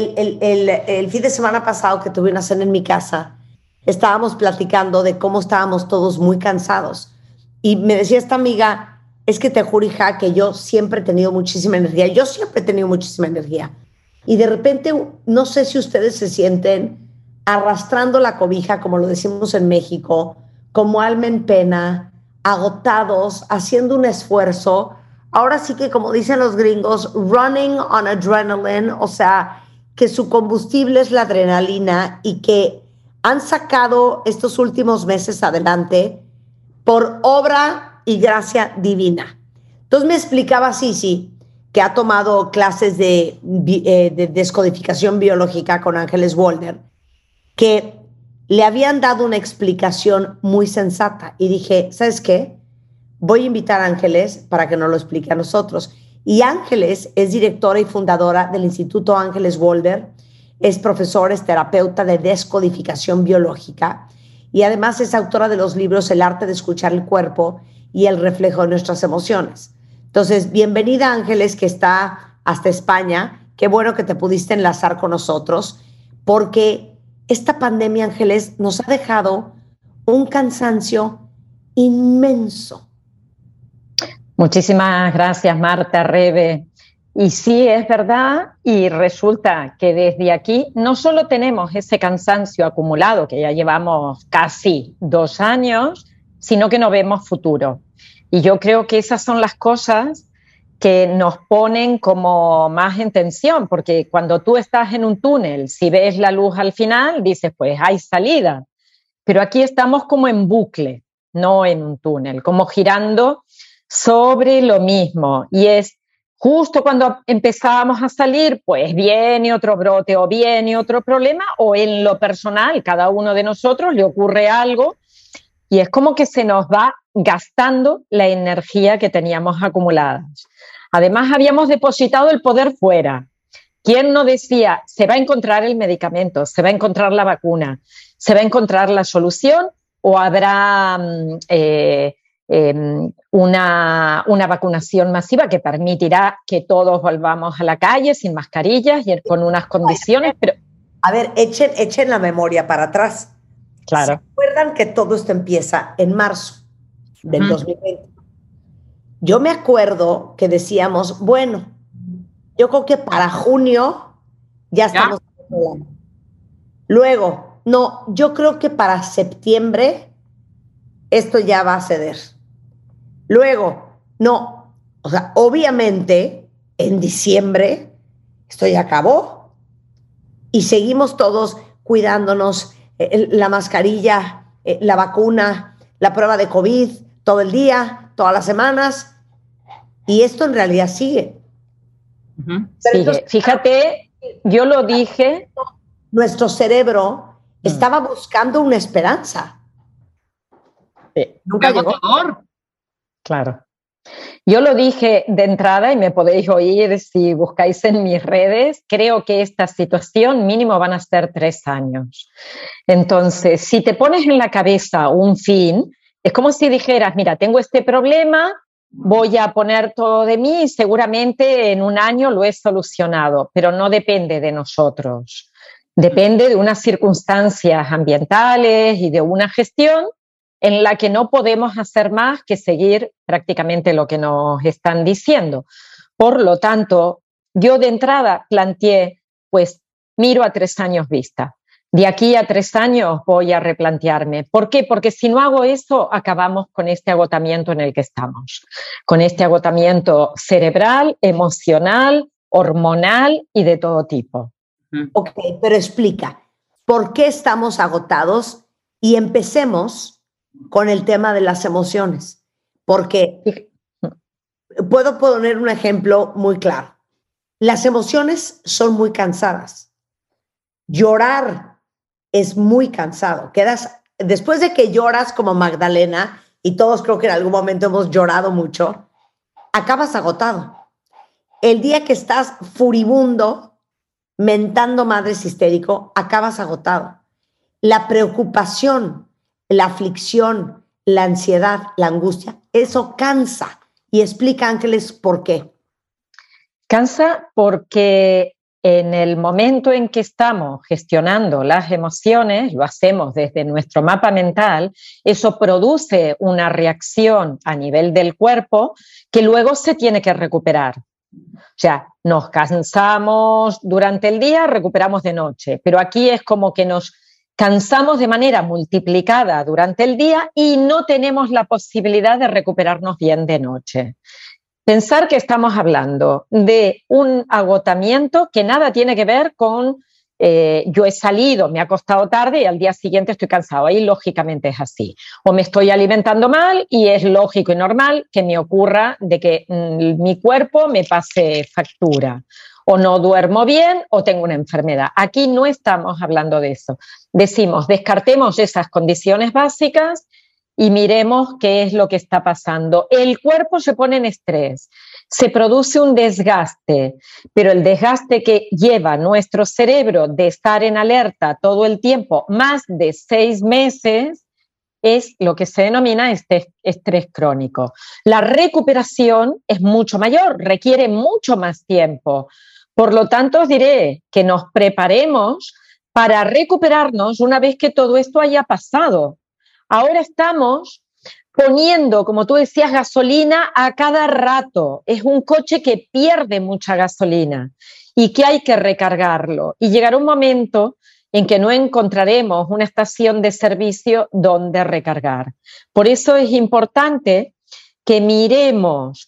el fin de semana pasado que tuve una cena en mi casa, estábamos platicando de cómo estábamos todos muy cansados. Y me decía esta amiga, es que te juro, hija, que yo siempre he tenido muchísima energía. Yo siempre he tenido muchísima energía. Y de repente, no sé si ustedes se sienten arrastrando la cobija, como lo decimos en México, como alma en pena, agotados, haciendo un esfuerzo. Ahora sí que, como dicen los gringos, running on adrenaline, o sea, que su combustible es la adrenalina y que han sacado estos últimos meses adelante por obra y gracia divina. Entonces me explicaba Sisi, que ha tomado clases de descodificación biológica con Ángeles Walder, que le habían dado una explicación muy sensata. Y dije, ¿sabes qué? Voy a invitar a Ángeles para que nos lo explique a nosotros. Y Ángeles es directora y fundadora del Instituto Ángeles Walder, es profesora, es terapeuta de descodificación biológica y además es autora de los libros El arte de escuchar el cuerpo y El reflejo de nuestras emociones. Entonces, bienvenida Ángeles, que está hasta España. Qué bueno que te pudiste enlazar con nosotros, porque esta pandemia, Ángeles, nos ha dejado un cansancio inmenso.
Muchísimas gracias, Marta, Rebe. Y sí, es verdad, y resulta que desde aquí no solo tenemos ese cansancio acumulado, que ya llevamos casi 2 años, sino que no vemos futuro. Y yo creo que esas son las cosas que nos ponen como más en tensión, porque cuando tú estás en un túnel, si ves la luz al final, dices, pues hay salida. Pero aquí estamos como en bucle, no en un túnel, como girando sobre lo mismo. Y es justo cuando empezábamos a salir, pues viene otro brote o viene otro problema, o en lo personal, cada uno de nosotros le ocurre algo y es como que se nos va gastando la energía que teníamos acumulada. Además, habíamos depositado el poder fuera. ¿Quién no decía, se va a encontrar el medicamento, se va a encontrar la vacuna, se va a encontrar la solución o habrá una vacunación masiva que permitirá que todos volvamos a la calle sin mascarillas y con unas condiciones? Pero
a ver, echen la memoria para atrás.
Claro.
¿Se acuerdan que todo esto empieza en marzo del 2020? Yo me acuerdo que decíamos, bueno, yo creo que para junio ya estamos controlando. Luego, no, yo creo que para septiembre esto ya va a ceder. Luego, no, o sea, obviamente en diciembre esto ya acabó y seguimos todos cuidándonos, la mascarilla, la vacuna, la prueba de COVID, todo el día, todas las semanas, y esto en realidad sigue.
Sigue. Entonces, fíjate, yo lo dije.
Nuestro cerebro estaba buscando una esperanza.
Sí.
Nunca llegó.
Claro. Yo lo dije de entrada y me podéis oír si buscáis en mis redes. Creo que esta situación mínimo van a ser 3 años. Entonces, si te pones en la cabeza un fin, es como si dijeras, mira, tengo este problema, voy a poner todo de mí y seguramente en 1 año lo he solucionado, pero no depende de nosotros. Depende de unas circunstancias ambientales y de una gestión en la que no podemos hacer más que seguir prácticamente lo que nos están diciendo. Por lo tanto, yo de entrada planteé, pues miro a 3 años vista. De aquí a 3 años voy a replantearme. ¿Por qué? Porque si no hago eso, acabamos con este agotamiento en el que estamos. Con este agotamiento cerebral, emocional, hormonal y de todo tipo.
Ok, pero explica, ¿por qué estamos agotados? Y empecemos con el tema de las emociones. Porque puedo poner un ejemplo muy claro. Las emociones son muy cansadas. Llorar es muy cansado. Después de que lloras como Magdalena, y todos creo que en algún momento hemos llorado mucho, acabas agotado. El día que estás furibundo, mentando madres histérico, acabas agotado. La preocupación, la aflicción, la ansiedad, la angustia, eso cansa. Y explica, Ángeles, ¿por qué?
Cansa porque en el momento en que estamos gestionando las emociones, lo hacemos desde nuestro mapa mental, eso produce una reacción a nivel del cuerpo que luego se tiene que recuperar. O sea, nos cansamos durante el día, recuperamos de noche, pero aquí es como que nos cansamos de manera multiplicada durante el día y no tenemos la posibilidad de recuperarnos bien de noche. Pensar que estamos hablando de un agotamiento que nada tiene que ver con yo he salido, me he acostado tarde y al día siguiente estoy cansado. Ahí lógicamente es así. O me estoy alimentando mal y es lógico y normal que me ocurra de que mi cuerpo me pase factura. O no duermo bien o tengo una enfermedad. Aquí no estamos hablando de eso. Decimos, descartemos esas condiciones básicas y miremos qué es lo que está pasando. El cuerpo se pone en estrés, se produce un desgaste, pero el desgaste que lleva nuestro cerebro de estar en alerta todo el tiempo, más de 6 meses, es lo que se denomina estrés crónico. La recuperación es mucho mayor, requiere mucho más tiempo. Por lo tanto, os diré que nos preparemos para recuperarnos una vez que todo esto haya pasado. Ahora estamos poniendo, como tú decías, gasolina a cada rato. Es un coche que pierde mucha gasolina y que hay que recargarlo. Y llegará un momento en que no encontraremos una estación de servicio donde recargar. Por eso es importante que miremos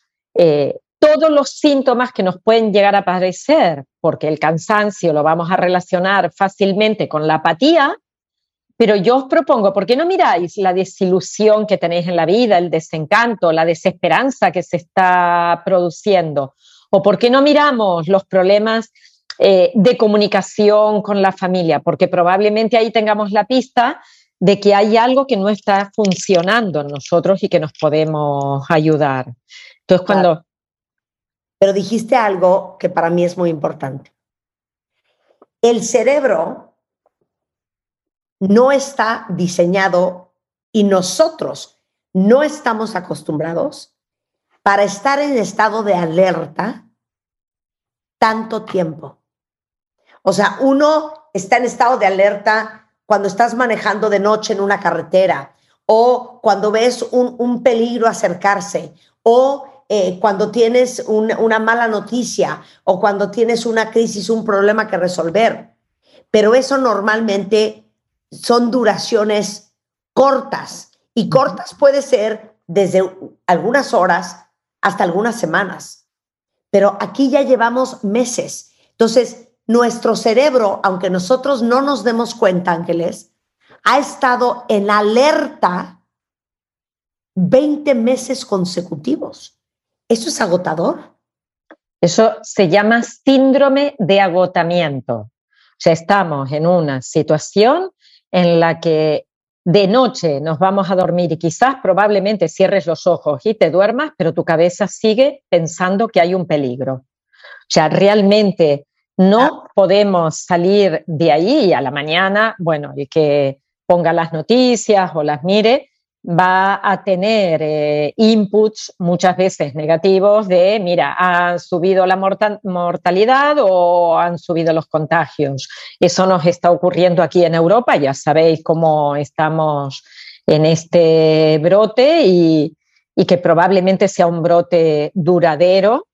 todos los síntomas que nos pueden llegar a aparecer, porque el cansancio lo vamos a relacionar fácilmente con la apatía. Pero yo os propongo, ¿por qué no miráis la desilusión que tenéis en la vida, el desencanto, la desesperanza que se está produciendo? ¿O por qué no miramos los problemas de comunicación con la familia? Porque probablemente ahí tengamos la pista de que hay algo que no está funcionando en nosotros y que nos podemos ayudar. Entonces,
claro. Pero dijiste algo que para mí es muy importante. El cerebro no está diseñado y nosotros no estamos acostumbrados para estar en estado de alerta tanto tiempo. O sea, uno está en estado de alerta cuando estás manejando de noche en una carretera o cuando ves un peligro acercarse o cuando tienes una mala noticia o cuando tienes una crisis, un problema que resolver. Pero eso normalmente son duraciones cortas y cortas puede ser desde algunas horas hasta algunas semanas, pero aquí ya llevamos meses. Entonces, nuestro cerebro, aunque nosotros no nos demos cuenta, Ángeles, ha estado en alerta 20 meses consecutivos. ¿Eso es agotador?
Eso se llama síndrome de agotamiento. O sea, estamos en una situación en la que de noche nos vamos a dormir y quizás probablemente cierres los ojos y te duermas, pero tu cabeza sigue pensando que hay un peligro. O sea, realmente no podemos salir de ahí y a la mañana, bueno, el que ponga las noticias o las mire va a tener inputs muchas veces negativos de, mira, ha subido la mortalidad o han subido los contagios. Eso nos está ocurriendo aquí en Europa, ya sabéis cómo estamos en este brote y que probablemente sea un brote duradero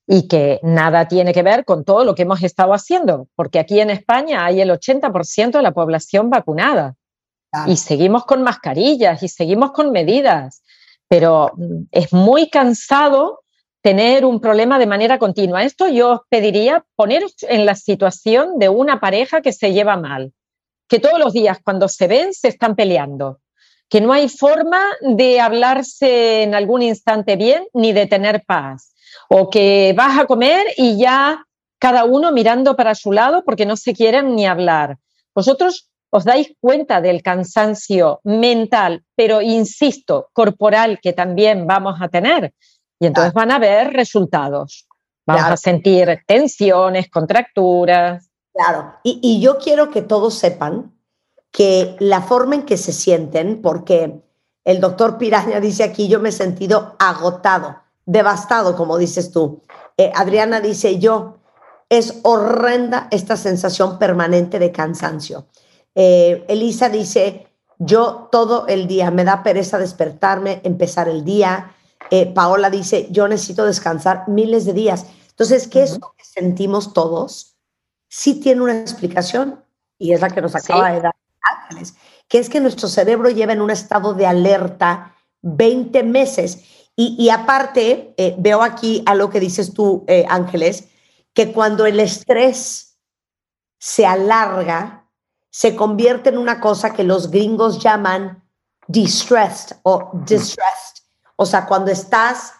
y que nada tiene que ver con todo lo que hemos estado haciendo, porque aquí en España hay el 80% de la población vacunada. Y seguimos con mascarillas y seguimos con medidas, pero es muy cansado tener un problema de manera continua. Esto yo os pediría poneros en la situación de una pareja que se lleva mal, que todos los días cuando se ven se están peleando, que no hay forma de hablarse en algún instante bien ni de tener paz, o que vas a comer y ya cada uno mirando para su lado porque no se quieren ni hablar. Vosotros os dais cuenta del cansancio mental, pero insisto, corporal, que también vamos a tener. Y entonces van a haber resultados. Vamos a sentir tensiones, contracturas.
Claro. Y yo quiero que todos sepan que la forma en que se sienten, porque el doctor Piraña dice aquí, yo me he sentido agotado, devastado, como dices tú. Adriana dice, es horrenda esta sensación permanente de cansancio. Elisa dice, yo todo el día, me da pereza despertarme, empezar el día. Paola dice, yo necesito descansar miles de días. Entonces, ¿qué es lo que sentimos todos? Sí tiene una explicación, y es la que nos acaba de dar Ángeles, que es que nuestro cerebro lleva en un estado de alerta 20 meses. Y aparte, veo aquí a lo que dices tú, Ángeles, que cuando el estrés se alarga, se convierte en una cosa que los gringos llaman distressed o distressed. O sea, cuando estás,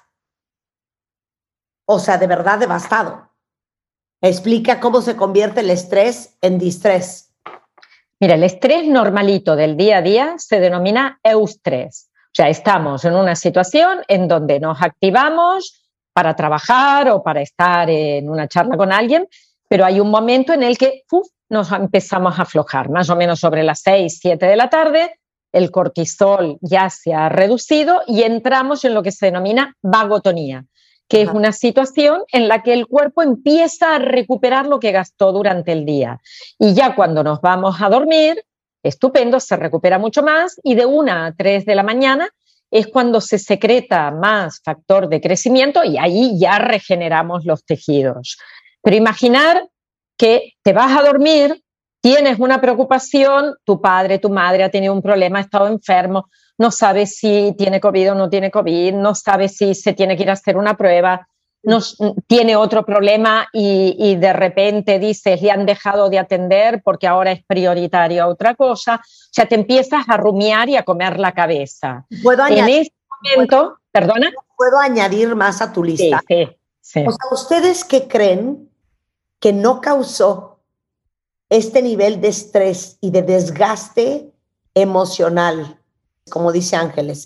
de verdad devastado. Explica cómo se convierte el estrés en distress.
Mira, el estrés normalito del día a día se denomina eustrés. O sea, estamos en una situación en donde nos activamos para trabajar o para estar en una charla con alguien, pero hay un momento en el que nos empezamos a aflojar, más o menos sobre las 6, 7 de la tarde, el cortisol ya se ha reducido y entramos en lo que se denomina vagotonía, que es una situación en la que el cuerpo empieza a recuperar lo que gastó durante el día. Y ya cuando nos vamos a dormir, estupendo, se recupera mucho más y de 1 a 3 de la mañana es cuando se secreta más factor de crecimiento y ahí ya regeneramos los tejidos. Pero imaginar que te vas a dormir, tienes una preocupación, tu padre, tu madre ha tenido un problema, ha estado enfermo, no sabes si tiene COVID o no tiene COVID, no sabes si se tiene que ir a hacer una prueba, no, tiene otro problema y de repente dices, le han dejado de atender porque ahora es prioritaria otra cosa. O sea, te empiezas a rumiar y a comer la cabeza.
¿Puedo añadir,
en este momento, perdona?
¿Puedo añadir más a tu lista?
Sí.
O sea, ¿ustedes qué creen que no causó este nivel de estrés y de desgaste emocional, como dice Ángeles,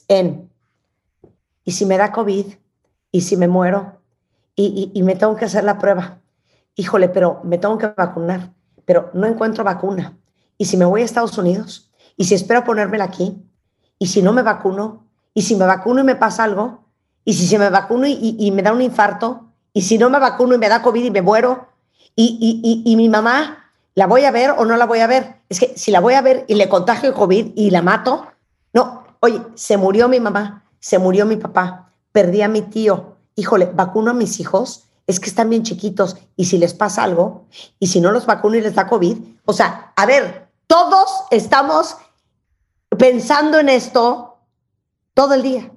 ¿y si me da COVID? ¿Y si me muero? Y me tengo que hacer la prueba. Híjole, pero me tengo que vacunar, pero no encuentro vacuna. ¿Y si me voy a Estados Unidos? ¿Y si espero ponérmela aquí? ¿Y si no me vacuno? ¿Y si me vacuno y me pasa algo? ¿Y si se me vacuno y me da un infarto? ¿Y si no me vacuno y me da COVID y me muero? ¿Y mi mamá, la voy a ver o no la voy a ver? Es que si la voy a ver y le contagio el COVID y la mato, no, oye, se murió mi mamá, se murió mi papá, perdí a mi tío, híjole, vacuno a mis hijos, es que están bien chiquitos, y si les pasa algo, y si no los vacuno y les da COVID, o sea, a ver, todos estamos pensando en esto todo el día.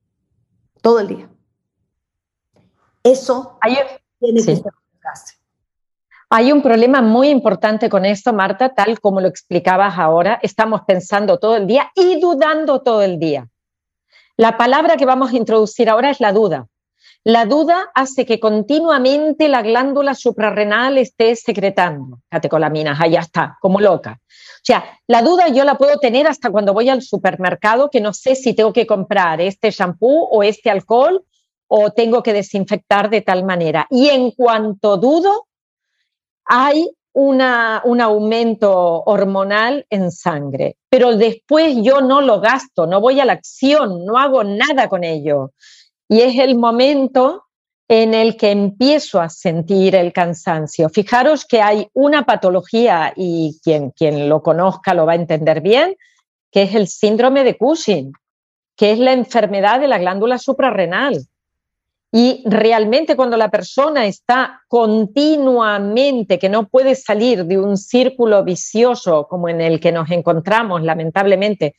Eso tiene que ser un desgaste.
Hay un problema muy importante con esto, Marta, tal como lo explicabas ahora. Estamos pensando todo el día y dudando todo el día. La palabra que vamos a introducir ahora es la duda. La duda hace que continuamente la glándula suprarrenal esté secretando catecolaminas, allá está, como loca. O sea, la duda yo la puedo tener hasta cuando voy al supermercado, que no sé si tengo que comprar este shampoo o este alcohol o tengo que desinfectar de tal manera. Y en cuanto dudo, hay un aumento hormonal en sangre, pero después yo no lo gasto, no voy a la acción, no hago nada con ello. Y es el momento en el que empiezo a sentir el cansancio. Fijaros que hay una patología, y quien lo conozca lo va a entender bien, que es el síndrome de Cushing, que es la enfermedad de la glándula suprarrenal. Y realmente cuando la persona está continuamente, que no puede salir de un círculo vicioso como en el que nos encontramos, lamentablemente,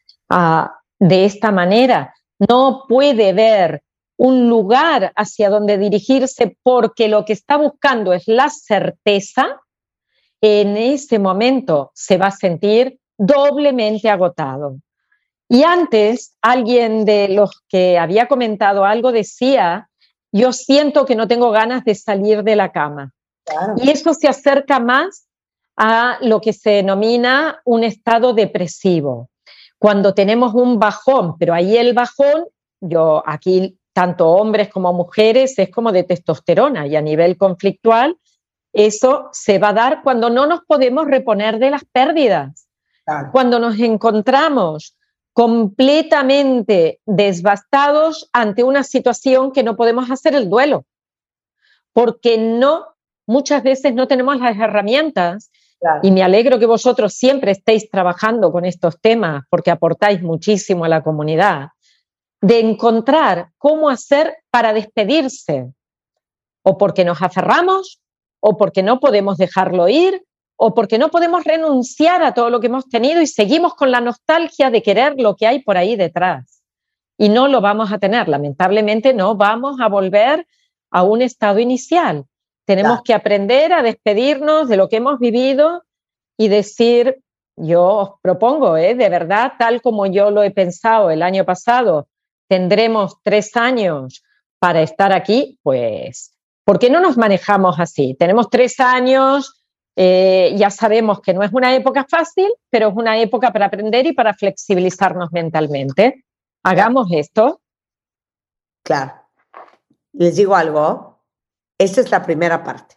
de esta manera, no puede ver un lugar hacia donde dirigirse porque lo que está buscando es la certeza, en ese momento se va a sentir doblemente agotado. Y antes, alguien de los que había comentado algo decía, yo siento que no tengo ganas de salir de la cama. Claro. Y eso se acerca más a lo que se denomina un estado depresivo. Cuando tenemos un bajón, pero ahí el bajón, yo aquí tanto hombres como mujeres, es como de testosterona y a nivel conflictual, eso se va a dar cuando no nos podemos reponer de las pérdidas. Claro. Cuando nos encontramos completamente devastados ante una situación que no podemos hacer el duelo, porque muchas veces no tenemos las herramientas. Claro. Y me alegro que vosotros siempre estéis trabajando con estos temas porque aportáis muchísimo a la comunidad, de encontrar cómo hacer para despedirse, o porque nos aferramos, o porque no podemos dejarlo ir, o porque no podemos renunciar a todo lo que hemos tenido y seguimos con la nostalgia de querer lo que hay por ahí detrás. Y no lo vamos a tener, lamentablemente no vamos a volver a un estado inicial. Tenemos que aprender a despedirnos de lo que hemos vivido y decir, yo os propongo, de verdad, tal como yo lo he pensado el año pasado, tendremos 3 años para estar aquí, pues, ¿por qué no nos manejamos así? Tenemos 3 años, ya sabemos que no es una época fácil, pero es una época para aprender y para flexibilizarnos mentalmente. Hagamos esto.
Claro. Les digo algo. Esta es la primera parte.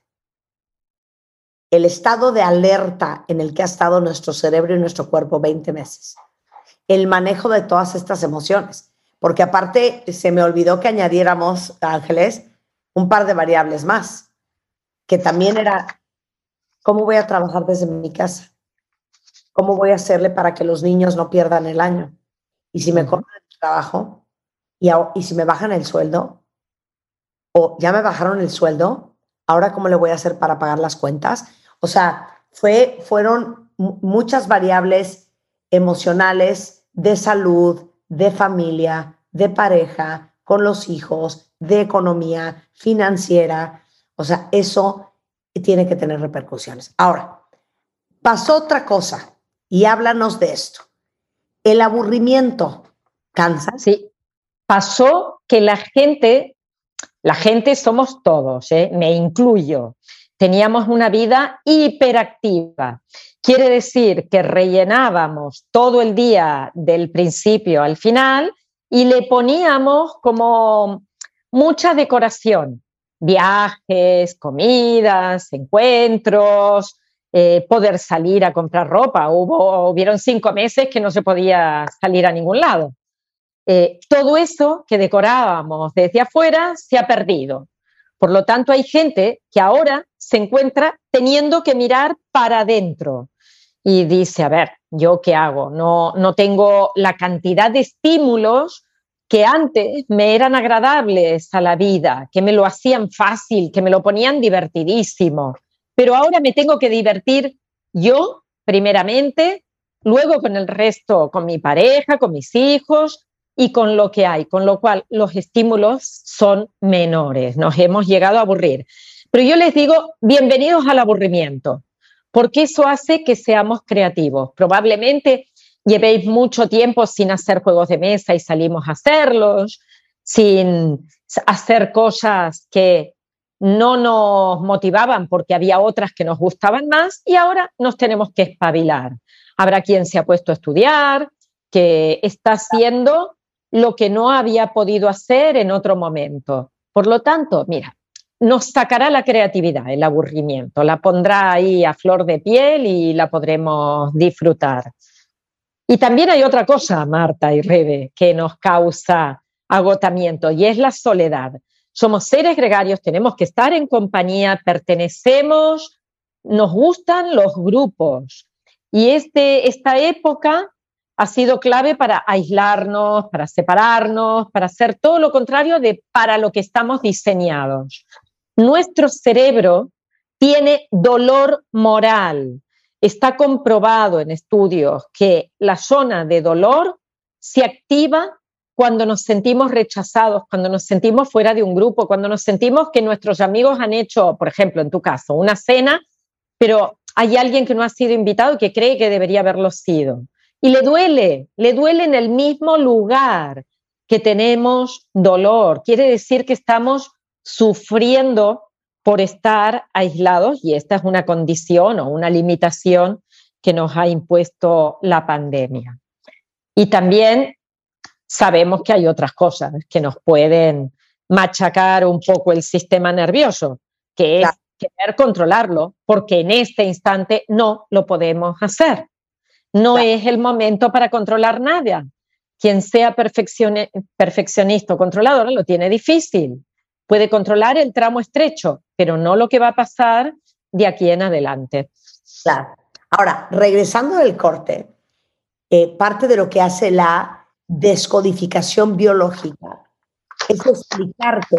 El estado de alerta en el que ha estado nuestro cerebro y nuestro cuerpo 20 meses. El manejo de todas estas emociones. Porque aparte se me olvidó que añadiéramos, Ángeles, un par de variables más. Que también era, ¿cómo voy a trabajar desde mi casa? ¿Cómo voy a hacerle para que los niños no pierdan el año? Y si me cortan el trabajo y si me bajan el sueldo, o ya me bajaron el sueldo, ¿ahora cómo le voy a hacer para pagar las cuentas? O sea, fueron muchas variables emocionales, de salud, de familia, de pareja, con los hijos, de economía, financiera. O sea, eso tiene que tener repercusiones. Ahora, pasó otra cosa y háblanos de esto. El aburrimiento cansa.
Sí, pasó que la gente somos todos, me incluyo. Teníamos una vida hiperactiva. Quiere decir que rellenábamos todo el día del principio al final y le poníamos como mucha decoración. Viajes, comidas, encuentros, poder salir a comprar ropa. Hubieron 5 meses que no se podía salir a ningún lado. Todo eso que decorábamos desde afuera se ha perdido. Por lo tanto, hay gente que ahora se encuentra teniendo que mirar para adentro y dice, a ver, ¿yo qué hago? No tengo la cantidad de estímulos que antes me eran agradables a la vida, que me lo hacían fácil, que me lo ponían divertidísimo. Pero ahora me tengo que divertir yo, primeramente, luego con el resto, con mi pareja, con mis hijos y con lo que hay, con lo cual los estímulos son menores, nos hemos llegado a aburrir. Pero yo les digo, bienvenidos al aburrimiento, porque eso hace que seamos creativos. Probablemente llevéis mucho tiempo sin hacer juegos de mesa y salimos a hacerlos, sin hacer cosas que no nos motivaban porque había otras que nos gustaban más y ahora nos tenemos que espabilar. Habrá quien se ha puesto a estudiar, que está haciendo lo que no había podido hacer en otro momento. Por lo tanto, mira, nos sacará la creatividad, el aburrimiento, la pondrá ahí a flor de piel y la podremos disfrutar. Y también hay otra cosa, Marta y Rebe, que nos causa agotamiento y es la soledad. Somos seres gregarios, tenemos que estar en compañía, pertenecemos, nos gustan los grupos. Y esta época ha sido clave para aislarnos, para separarnos, para hacer todo lo contrario para lo que estamos diseñados. Nuestro cerebro tiene dolor moral. Está comprobado en estudios que la zona de dolor se activa cuando nos sentimos rechazados, cuando nos sentimos fuera de un grupo, cuando nos sentimos que nuestros amigos han hecho, por ejemplo, en tu caso, una cena, pero hay alguien que no ha sido invitado y que cree que debería haberlo sido. Y le duele en el mismo lugar que tenemos dolor. Quiere decir que estamos sufriendo por estar aislados, y esta es una condición o una limitación que nos ha impuesto la pandemia. Y también sabemos que hay otras cosas que nos pueden machacar un poco el sistema nervioso, que es querer controlarlo, porque en este instante no lo podemos hacer. No es el momento para controlar nada. Quien sea perfeccionista o controlador lo tiene difícil. Puede controlar el tramo estrecho, pero no lo que va a pasar de aquí en adelante.
Claro. Ahora, regresando del corte, parte de lo que hace la descodificación biológica es explicarte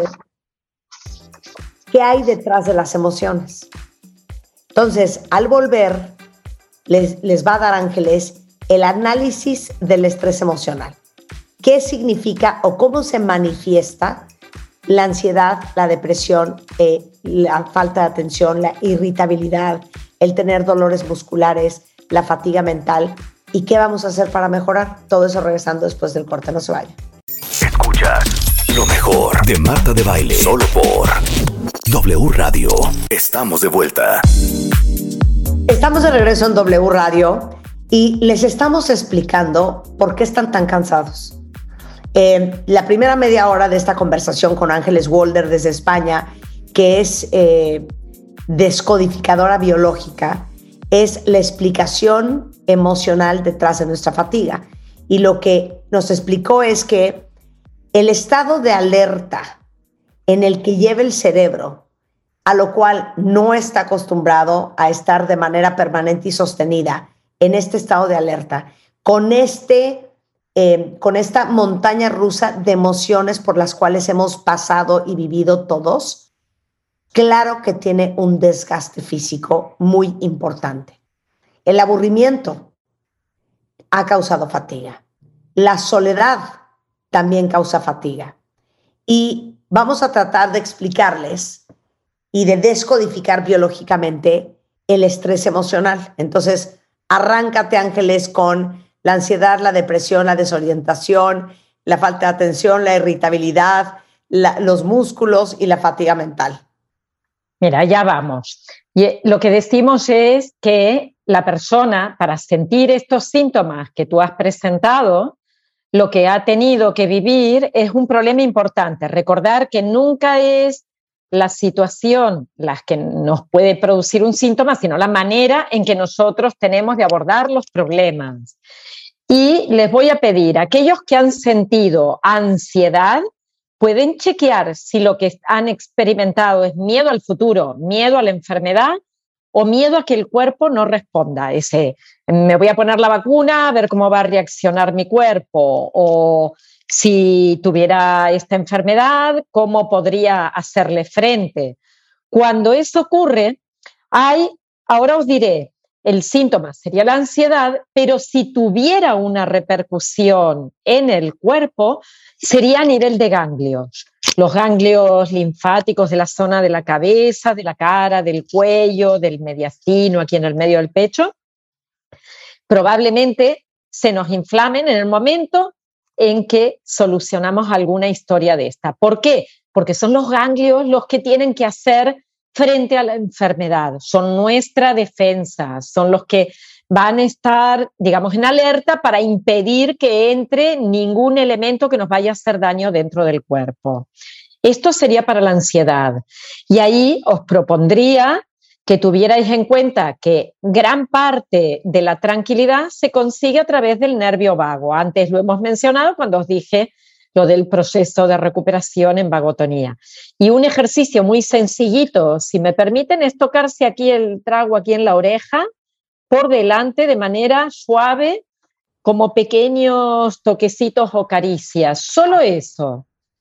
qué hay detrás de las emociones. Entonces, al volver, les va a dar Ángeles el análisis del estrés emocional. ¿Qué significa o cómo se manifiesta la ansiedad, la depresión, la falta de atención, la irritabilidad, el tener dolores musculares, la fatiga mental? ¿Y qué vamos a hacer para mejorar? Todo eso regresando después del corte. No se vayan.
Escuchas lo mejor de Marta de Baile, solo por W Radio. Estamos de vuelta.
Estamos de regreso en W Radio y les estamos explicando por qué están tan cansados. La primera media hora de esta conversación con Ángeles Wolder desde España, que es descodificadora biológica, es la explicación emocional detrás de nuestra fatiga. Y lo que nos explicó es que el estado de alerta en el que lleva el cerebro, a lo cual no está acostumbrado a estar de manera permanente y sostenida en este estado de alerta, con esta montaña rusa de emociones por las cuales hemos pasado y vivido todos, claro que tiene un desgaste físico muy importante. El aburrimiento ha causado fatiga. La soledad también causa fatiga. Y vamos a tratar de explicarles y de descodificar biológicamente el estrés emocional. Entonces, arráncate, Ángeles, con la ansiedad, la depresión, la desorientación, la falta de atención, la irritabilidad, los músculos y la fatiga mental.
Mira, ya vamos. Y lo que decimos es que la persona, para sentir estos síntomas que tú has presentado, lo que ha tenido que vivir es un problema importante. Recordar que nunca es la situación la que nos puede producir un síntoma, sino la manera en que nosotros tenemos de abordar los problemas. Y les voy a pedir, aquellos que han sentido ansiedad, pueden chequear si lo que han experimentado es miedo al futuro, miedo a la enfermedad o miedo a que el cuerpo no responda. Me voy a poner la vacuna a ver cómo va a reaccionar mi cuerpo, o si tuviera esta enfermedad, ¿cómo podría hacerle frente? Cuando eso ocurre, ahora os diré, el síntoma sería la ansiedad, pero si tuviera una repercusión en el cuerpo, sería a nivel de ganglios. Los ganglios linfáticos de la zona de la cabeza, de la cara, del cuello, del mediastino, aquí en el medio del pecho, probablemente se nos inflamen en el momento en que solucionamos alguna historia de esta. ¿Por qué? Porque son los ganglios los que tienen que hacer frente a la enfermedad, son nuestra defensa, son los que van a estar, digamos, en alerta para impedir que entre ningún elemento que nos vaya a hacer daño dentro del cuerpo. Esto sería para la ansiedad. Y ahí os propondría que tuvierais en cuenta que gran parte de la tranquilidad se consigue a través del nervio vago. Antes lo hemos mencionado cuando os dije lo del proceso de recuperación en vagotonía. Y un ejercicio muy sencillito, si me permiten, es tocarse aquí el trago aquí en la oreja, por delante, de manera suave, como pequeños toquecitos o caricias, solo eso.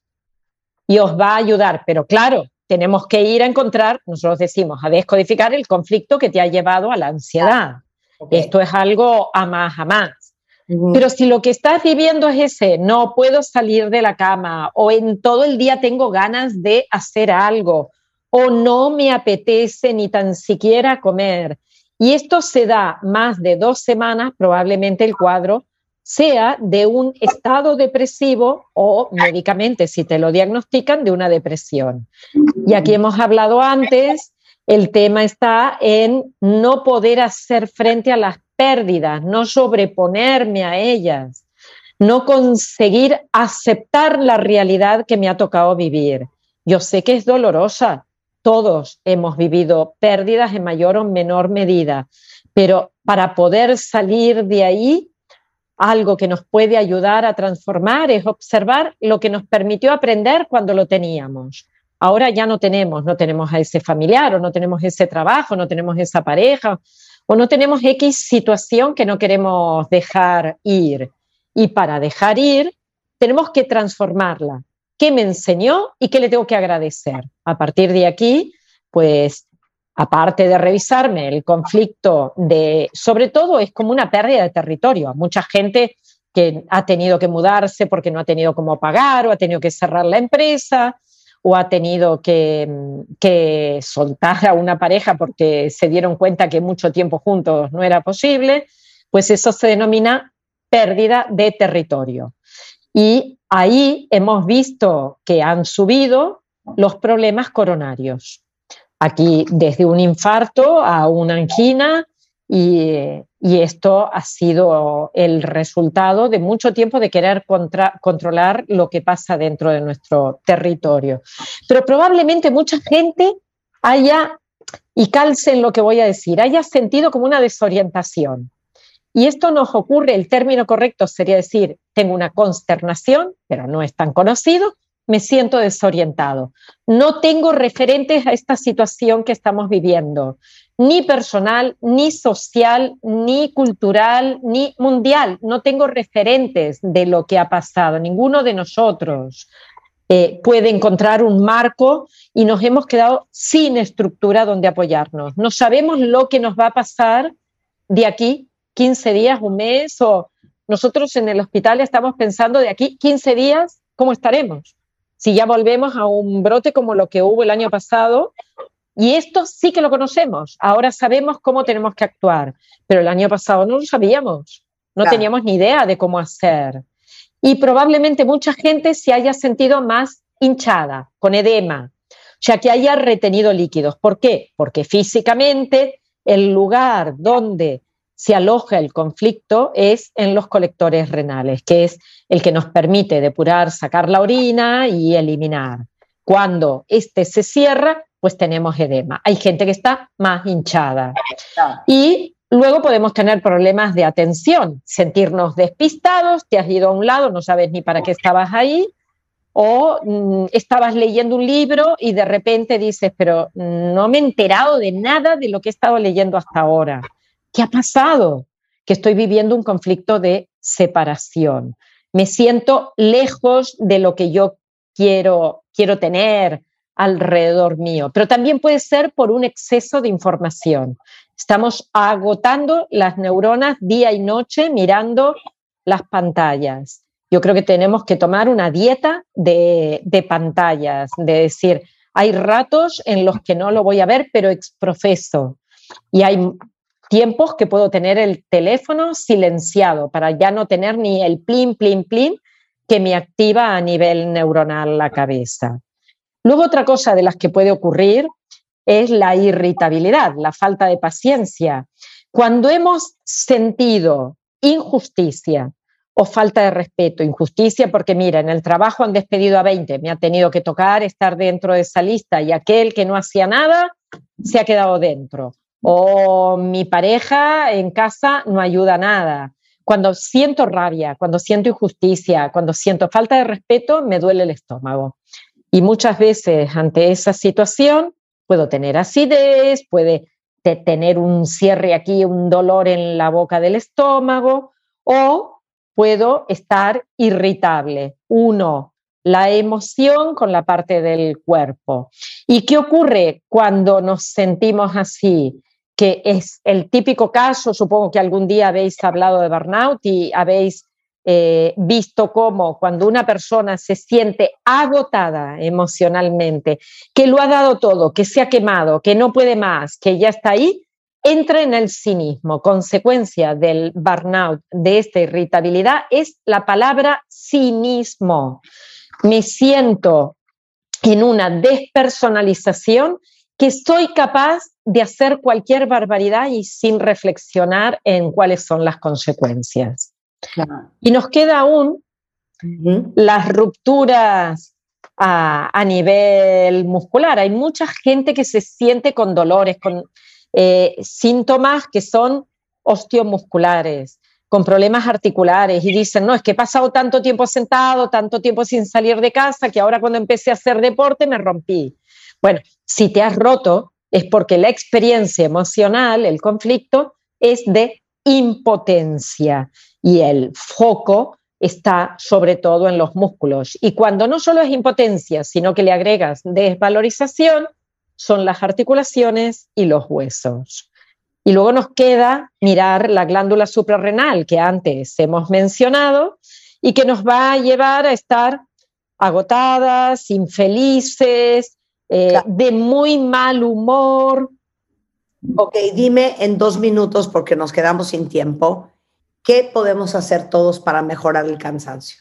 Y os va a ayudar, pero claro, tenemos que ir a encontrar, nosotros decimos, a descodificar el conflicto que te ha llevado a la ansiedad. Okay. Esto es algo a más. Pero si lo que estás viviendo es ese, no puedo salir de la cama, o en todo el día tengo ganas de hacer algo, o no me apetece ni tan siquiera comer, y esto se da más de 2 semanas, probablemente el cuadro sea de un estado depresivo o médicamente, si te lo diagnostican, de una depresión. Y aquí hemos hablado antes, el tema está en no poder hacer frente a las pérdidas, no sobreponerme a ellas, no conseguir aceptar la realidad que me ha tocado vivir. Yo sé que es dolorosa, todos hemos vivido pérdidas en mayor o menor medida, pero para poder salir de ahí, algo que nos puede ayudar a transformar es observar lo que nos permitió aprender cuando lo teníamos. Ahora ya no tenemos a ese familiar, o no tenemos ese trabajo, no tenemos esa pareja, o no tenemos X situación que no queremos dejar ir. Y para dejar ir, tenemos que transformarla. ¿Qué me enseñó y qué le tengo que agradecer? A partir de aquí, pues, aparte de revisarme el conflicto sobre todo es como una pérdida de territorio. Mucha gente que ha tenido que mudarse porque no ha tenido cómo pagar, o ha tenido que cerrar la empresa, o ha tenido que soltar a una pareja porque se dieron cuenta que mucho tiempo juntos no era posible, pues eso se denomina pérdida de territorio. Y ahí hemos visto que han subido los problemas coronarios. Aquí desde un infarto a una angina, y esto ha sido el resultado de mucho tiempo de querer controlar lo que pasa dentro de nuestro territorio. Pero probablemente mucha gente haya, y calce en lo que voy a decir, haya sentido como una desorientación. Y esto nos ocurre, el término correcto sería decir, tengo una consternación, pero no es tan conocido, me siento desorientado. No tengo referentes a esta situación que estamos viviendo, ni personal, ni social, ni cultural, ni mundial. No tengo referentes de lo que ha pasado. Ninguno de nosotros puede encontrar un marco y nos hemos quedado sin estructura donde apoyarnos. No sabemos lo que nos va a pasar de aquí 15 días, un mes, o nosotros en el hospital estamos pensando de aquí 15 días, ¿cómo estaremos? Si ya volvemos a un brote como lo que hubo el año pasado, y esto sí que lo conocemos, ahora sabemos cómo tenemos que actuar, pero el año pasado no lo sabíamos, no teníamos ni idea de cómo hacer. Y probablemente mucha gente se haya sentido más hinchada, con edema, o sea, que haya retenido líquidos. ¿Por qué? Porque físicamente el lugar donde se aloja el conflicto es en los colectores renales, que es el que nos permite depurar, sacar la orina y eliminar. Cuando este se cierra, pues tenemos edema. Hay gente que está más hinchada. Y luego podemos tener problemas de atención, sentirnos despistados, te has ido a un lado, no sabes ni para qué estabas ahí, o estabas leyendo un libro y de repente dices, pero no me he enterado de nada de lo que he estado leyendo hasta ahora. ¿Qué ha pasado? Que estoy viviendo un conflicto de separación. Me siento lejos de lo que yo quiero tener alrededor mío. Pero también puede ser por un exceso de información. Estamos agotando las neuronas día y noche mirando las pantallas. Yo creo que tenemos que tomar una dieta de pantallas, de decir, hay ratos en los que no lo voy a ver, pero exprofeso. Y hay tiempos que puedo tener el teléfono silenciado para ya no tener ni el plin, plin, plin que me activa a nivel neuronal la cabeza. Luego otra cosa de las que puede ocurrir es la irritabilidad, la falta de paciencia. Cuando hemos sentido injusticia o falta de respeto, injusticia porque mira, en el trabajo han despedido a 20, me ha tenido que tocar estar dentro de esa lista y aquel que no hacía nada se ha quedado dentro. O mi pareja en casa no ayuda a nada. Cuando siento rabia, cuando siento injusticia, cuando siento falta de respeto, me duele el estómago. Y muchas veces ante esa situación puedo tener acidez, puede tener un cierre aquí, un dolor en la boca del estómago, o puedo estar irritable. 1, la emoción con la parte del cuerpo. ¿Y qué ocurre cuando nos sentimos así? Que es el típico caso, supongo que algún día habéis hablado de burnout y habéis visto cómo cuando una persona se siente agotada emocionalmente, que lo ha dado todo, que se ha quemado, que no puede más, que ya está ahí, entra en el cinismo. Consecuencia del burnout, de esta irritabilidad, es la palabra cinismo. Me siento en una despersonalización que soy capaz de hacer cualquier barbaridad y sin reflexionar en cuáles son las consecuencias. Claro. Y nos queda aún las rupturas a nivel muscular. Hay mucha gente que se siente con dolores, con síntomas que son osteomusculares, con problemas articulares y dicen, no, es que he pasado tanto tiempo sentado, tanto tiempo sin salir de casa, que ahora cuando empecé a hacer deporte me rompí. Bueno, si te has roto es porque la experiencia emocional, el conflicto, es de impotencia y el foco está sobre todo en los músculos. Y cuando no solo es impotencia, sino que le agregas desvalorización, son las articulaciones y los huesos. Y luego nos queda mirar la glándula suprarrenal que antes hemos mencionado y que nos va a llevar a estar agotadas, infelices, de muy mal humor.
Ok, dime en 2 minutos, porque nos quedamos sin tiempo, ¿qué podemos hacer todos para mejorar el cansancio?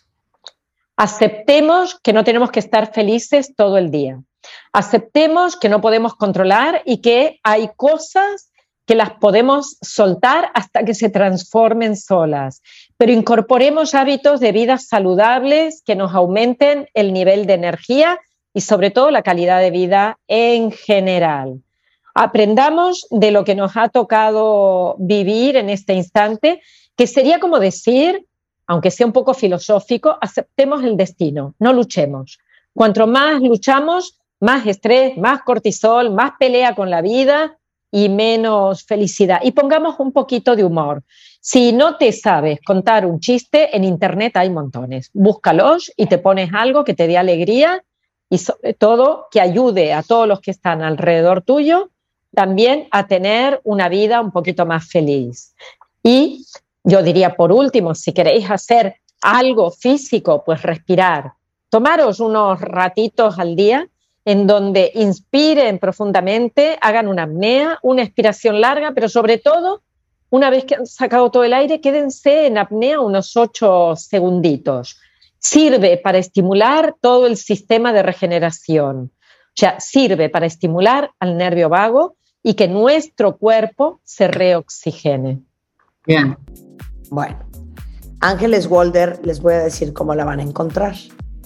Aceptemos que no tenemos que estar felices todo el día. Aceptemos que no podemos controlar y que hay cosas que las podemos soltar hasta que se transformen solas. Pero incorporemos hábitos de vida saludables que nos aumenten el nivel de energía y sobre todo la calidad de vida en general. Aprendamos de lo que nos ha tocado vivir en este instante, que sería como decir, aunque sea un poco filosófico, aceptemos el destino, no luchemos. Cuanto más luchamos, más estrés, más cortisol, más pelea con la vida y menos felicidad. Y pongamos un poquito de humor. Si no te sabes contar un chiste, en internet hay montones. Búscalos y te pones algo que te dé alegría y sobre todo que ayude a todos los que están alrededor tuyo también a tener una vida un poquito más feliz. Y yo diría, por último, si queréis hacer algo físico, pues respirar. Tomaros unos ratitos al día en donde inspiren profundamente, hagan una apnea, una expiración larga, pero sobre todo, una vez que han sacado todo el aire, quédense en apnea unos 8 segunditos. Sirve para estimular todo el sistema de regeneración. O sea, sirve para estimular al nervio vago y que nuestro cuerpo se reoxigene.
Bien. Bueno, Ángeles Walder, les voy a decir cómo la van a encontrar.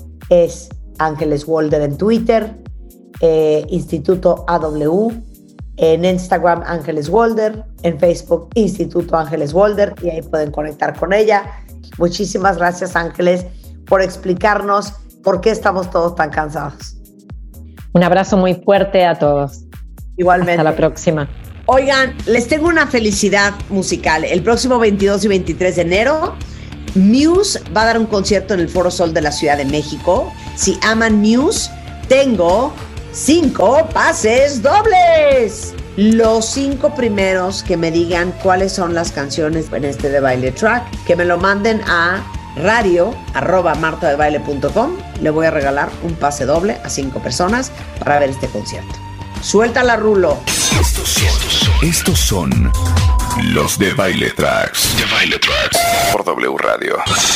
Es Ángeles Walder en Twitter, Instituto AW, en Instagram Ángeles Walder, en Facebook Instituto Ángeles Walder, y ahí pueden conectar con ella. Muchísimas gracias, Ángeles, por explicarnos por qué estamos todos tan cansados.
Un abrazo muy fuerte a todos.
Igualmente.
Hasta la próxima.
Oigan, les tengo una felicidad musical. El próximo 22 y 23 de enero, Muse va a dar un concierto en el Foro Sol de la Ciudad de México. Si aman Muse, tengo 5 pases dobles. Los 5 primeros que me digan cuáles son las canciones en este de Baile Track, que me lo manden a radio@martadebaile.com. Le voy a regalar un pase doble a 5 personas para ver este concierto. Suéltala, Rulo.
Estos son los de Baile Tracks. De Baile Tracks por W Radio.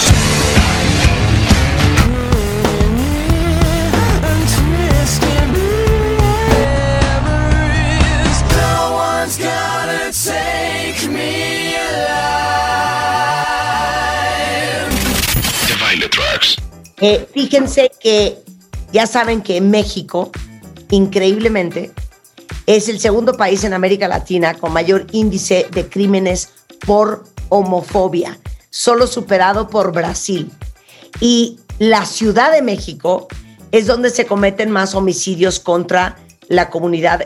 De Baile Tracks.
Fíjense que ya saben que México, increíblemente, es el segundo país en América Latina con mayor índice de crímenes por homofobia, solo superado por Brasil. Y la Ciudad de México es donde se cometen más homicidios contra la comunidad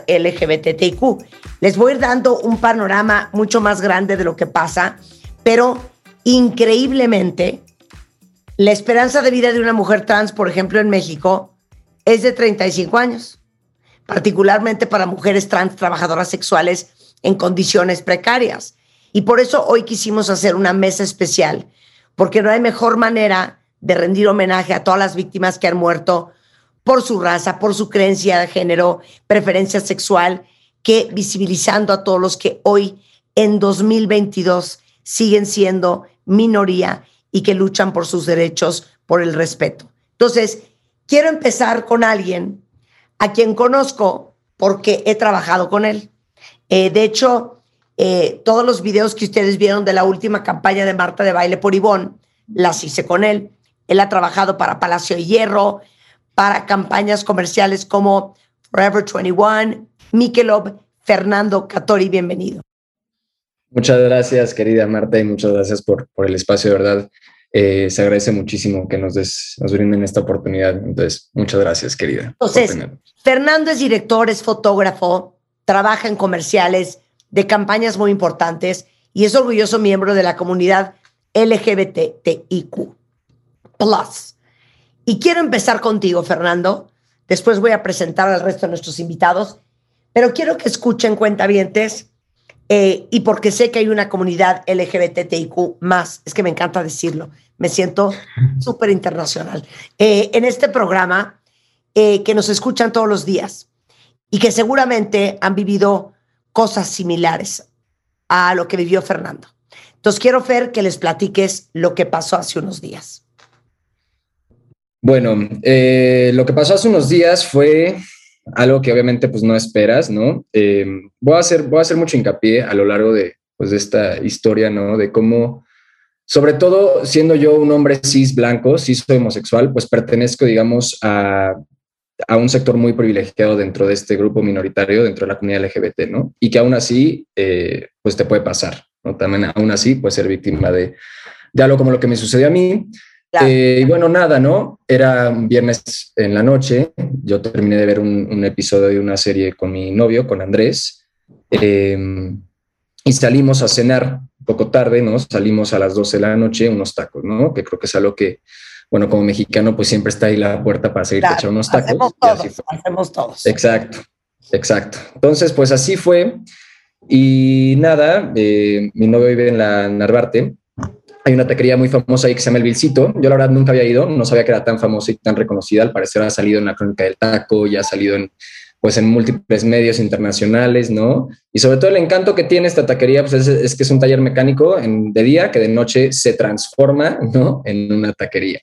LGBTIQ. Les voy a ir dando un panorama mucho más grande de lo que pasa, pero increíblemente, la esperanza de vida de una mujer trans, por ejemplo, en México, es de 35 años, particularmente para mujeres trans trabajadoras sexuales en condiciones precarias. Y por eso hoy quisimos hacer una mesa especial, porque no hay mejor manera de rendir homenaje a todas las víctimas que han muerto por su raza, por su creencia de género, preferencia sexual, que visibilizando a todos los que hoy, en 2022, siguen siendo minoría y que luchan por sus derechos, por el respeto. Entonces, quiero empezar con alguien a quien conozco porque he trabajado con él. De hecho, todos los videos que ustedes vieron de la última campaña de Marta de Baile por Ivonne, las hice con él. Él ha trabajado para Palacio de Hierro, para campañas comerciales como Forever 21, Michelob. Fernando Catori, bienvenido.
Muchas gracias, querida Marta, y muchas gracias por el espacio, de verdad. Se agradece muchísimo que nos brinden esta oportunidad. Entonces, muchas gracias, querida.
Entonces, Fernando es director, es fotógrafo, trabaja en comerciales de campañas muy importantes y es orgulloso miembro de la comunidad LGBTIQ+. Y quiero empezar contigo, Fernando. Después voy a presentar al resto de nuestros invitados, pero quiero que escuchen, cuentavientes, y porque sé que hay una comunidad LGBTIQ+, es que me encanta decirlo, me siento súper internacional, en este programa, que nos escuchan todos los días y que seguramente han vivido cosas similares a lo que vivió Fernando. Entonces quiero, Fer, que les platiques lo que pasó hace unos días.
Bueno, lo que pasó hace unos días fue algo que obviamente pues no esperas, ¿no? Voy a hacer mucho hincapié a lo largo de esta historia, ¿no? De cómo, sobre todo siendo yo un hombre cis blanco, cis homosexual, pues pertenezco, digamos, a un sector muy privilegiado dentro de este grupo minoritario, dentro de la comunidad LGBT, ¿no? Y que aún así, pues te puede pasar, ¿no? También aún así puedes ser víctima de algo como lo que me sucedió a mí. Claro. Y bueno, nada, ¿no? Era un viernes en la noche, yo terminé de ver un episodio de una serie con mi novio, con Andrés, y salimos a cenar un poco tarde, ¿no? Salimos a las 12 de la noche, unos tacos, ¿no? Que creo que es algo que, bueno, como mexicano, pues siempre está ahí la puerta para seguir echando unos tacos.
Hacemos todos.
Exacto. Entonces, pues así fue. Y nada, mi novio vive en la Narvarte. Hay una taquería muy famosa ahí que se llama El Vilcito. Yo la verdad nunca había ido, no sabía que era tan famosa y tan reconocida. Al parecer ha salido en la Crónica del Taco, ya ha salido en múltiples medios internacionales, ¿no? Y sobre todo el encanto que tiene esta taquería, pues es que es un taller mecánico de día que de noche se transforma, ¿no? En una taquería.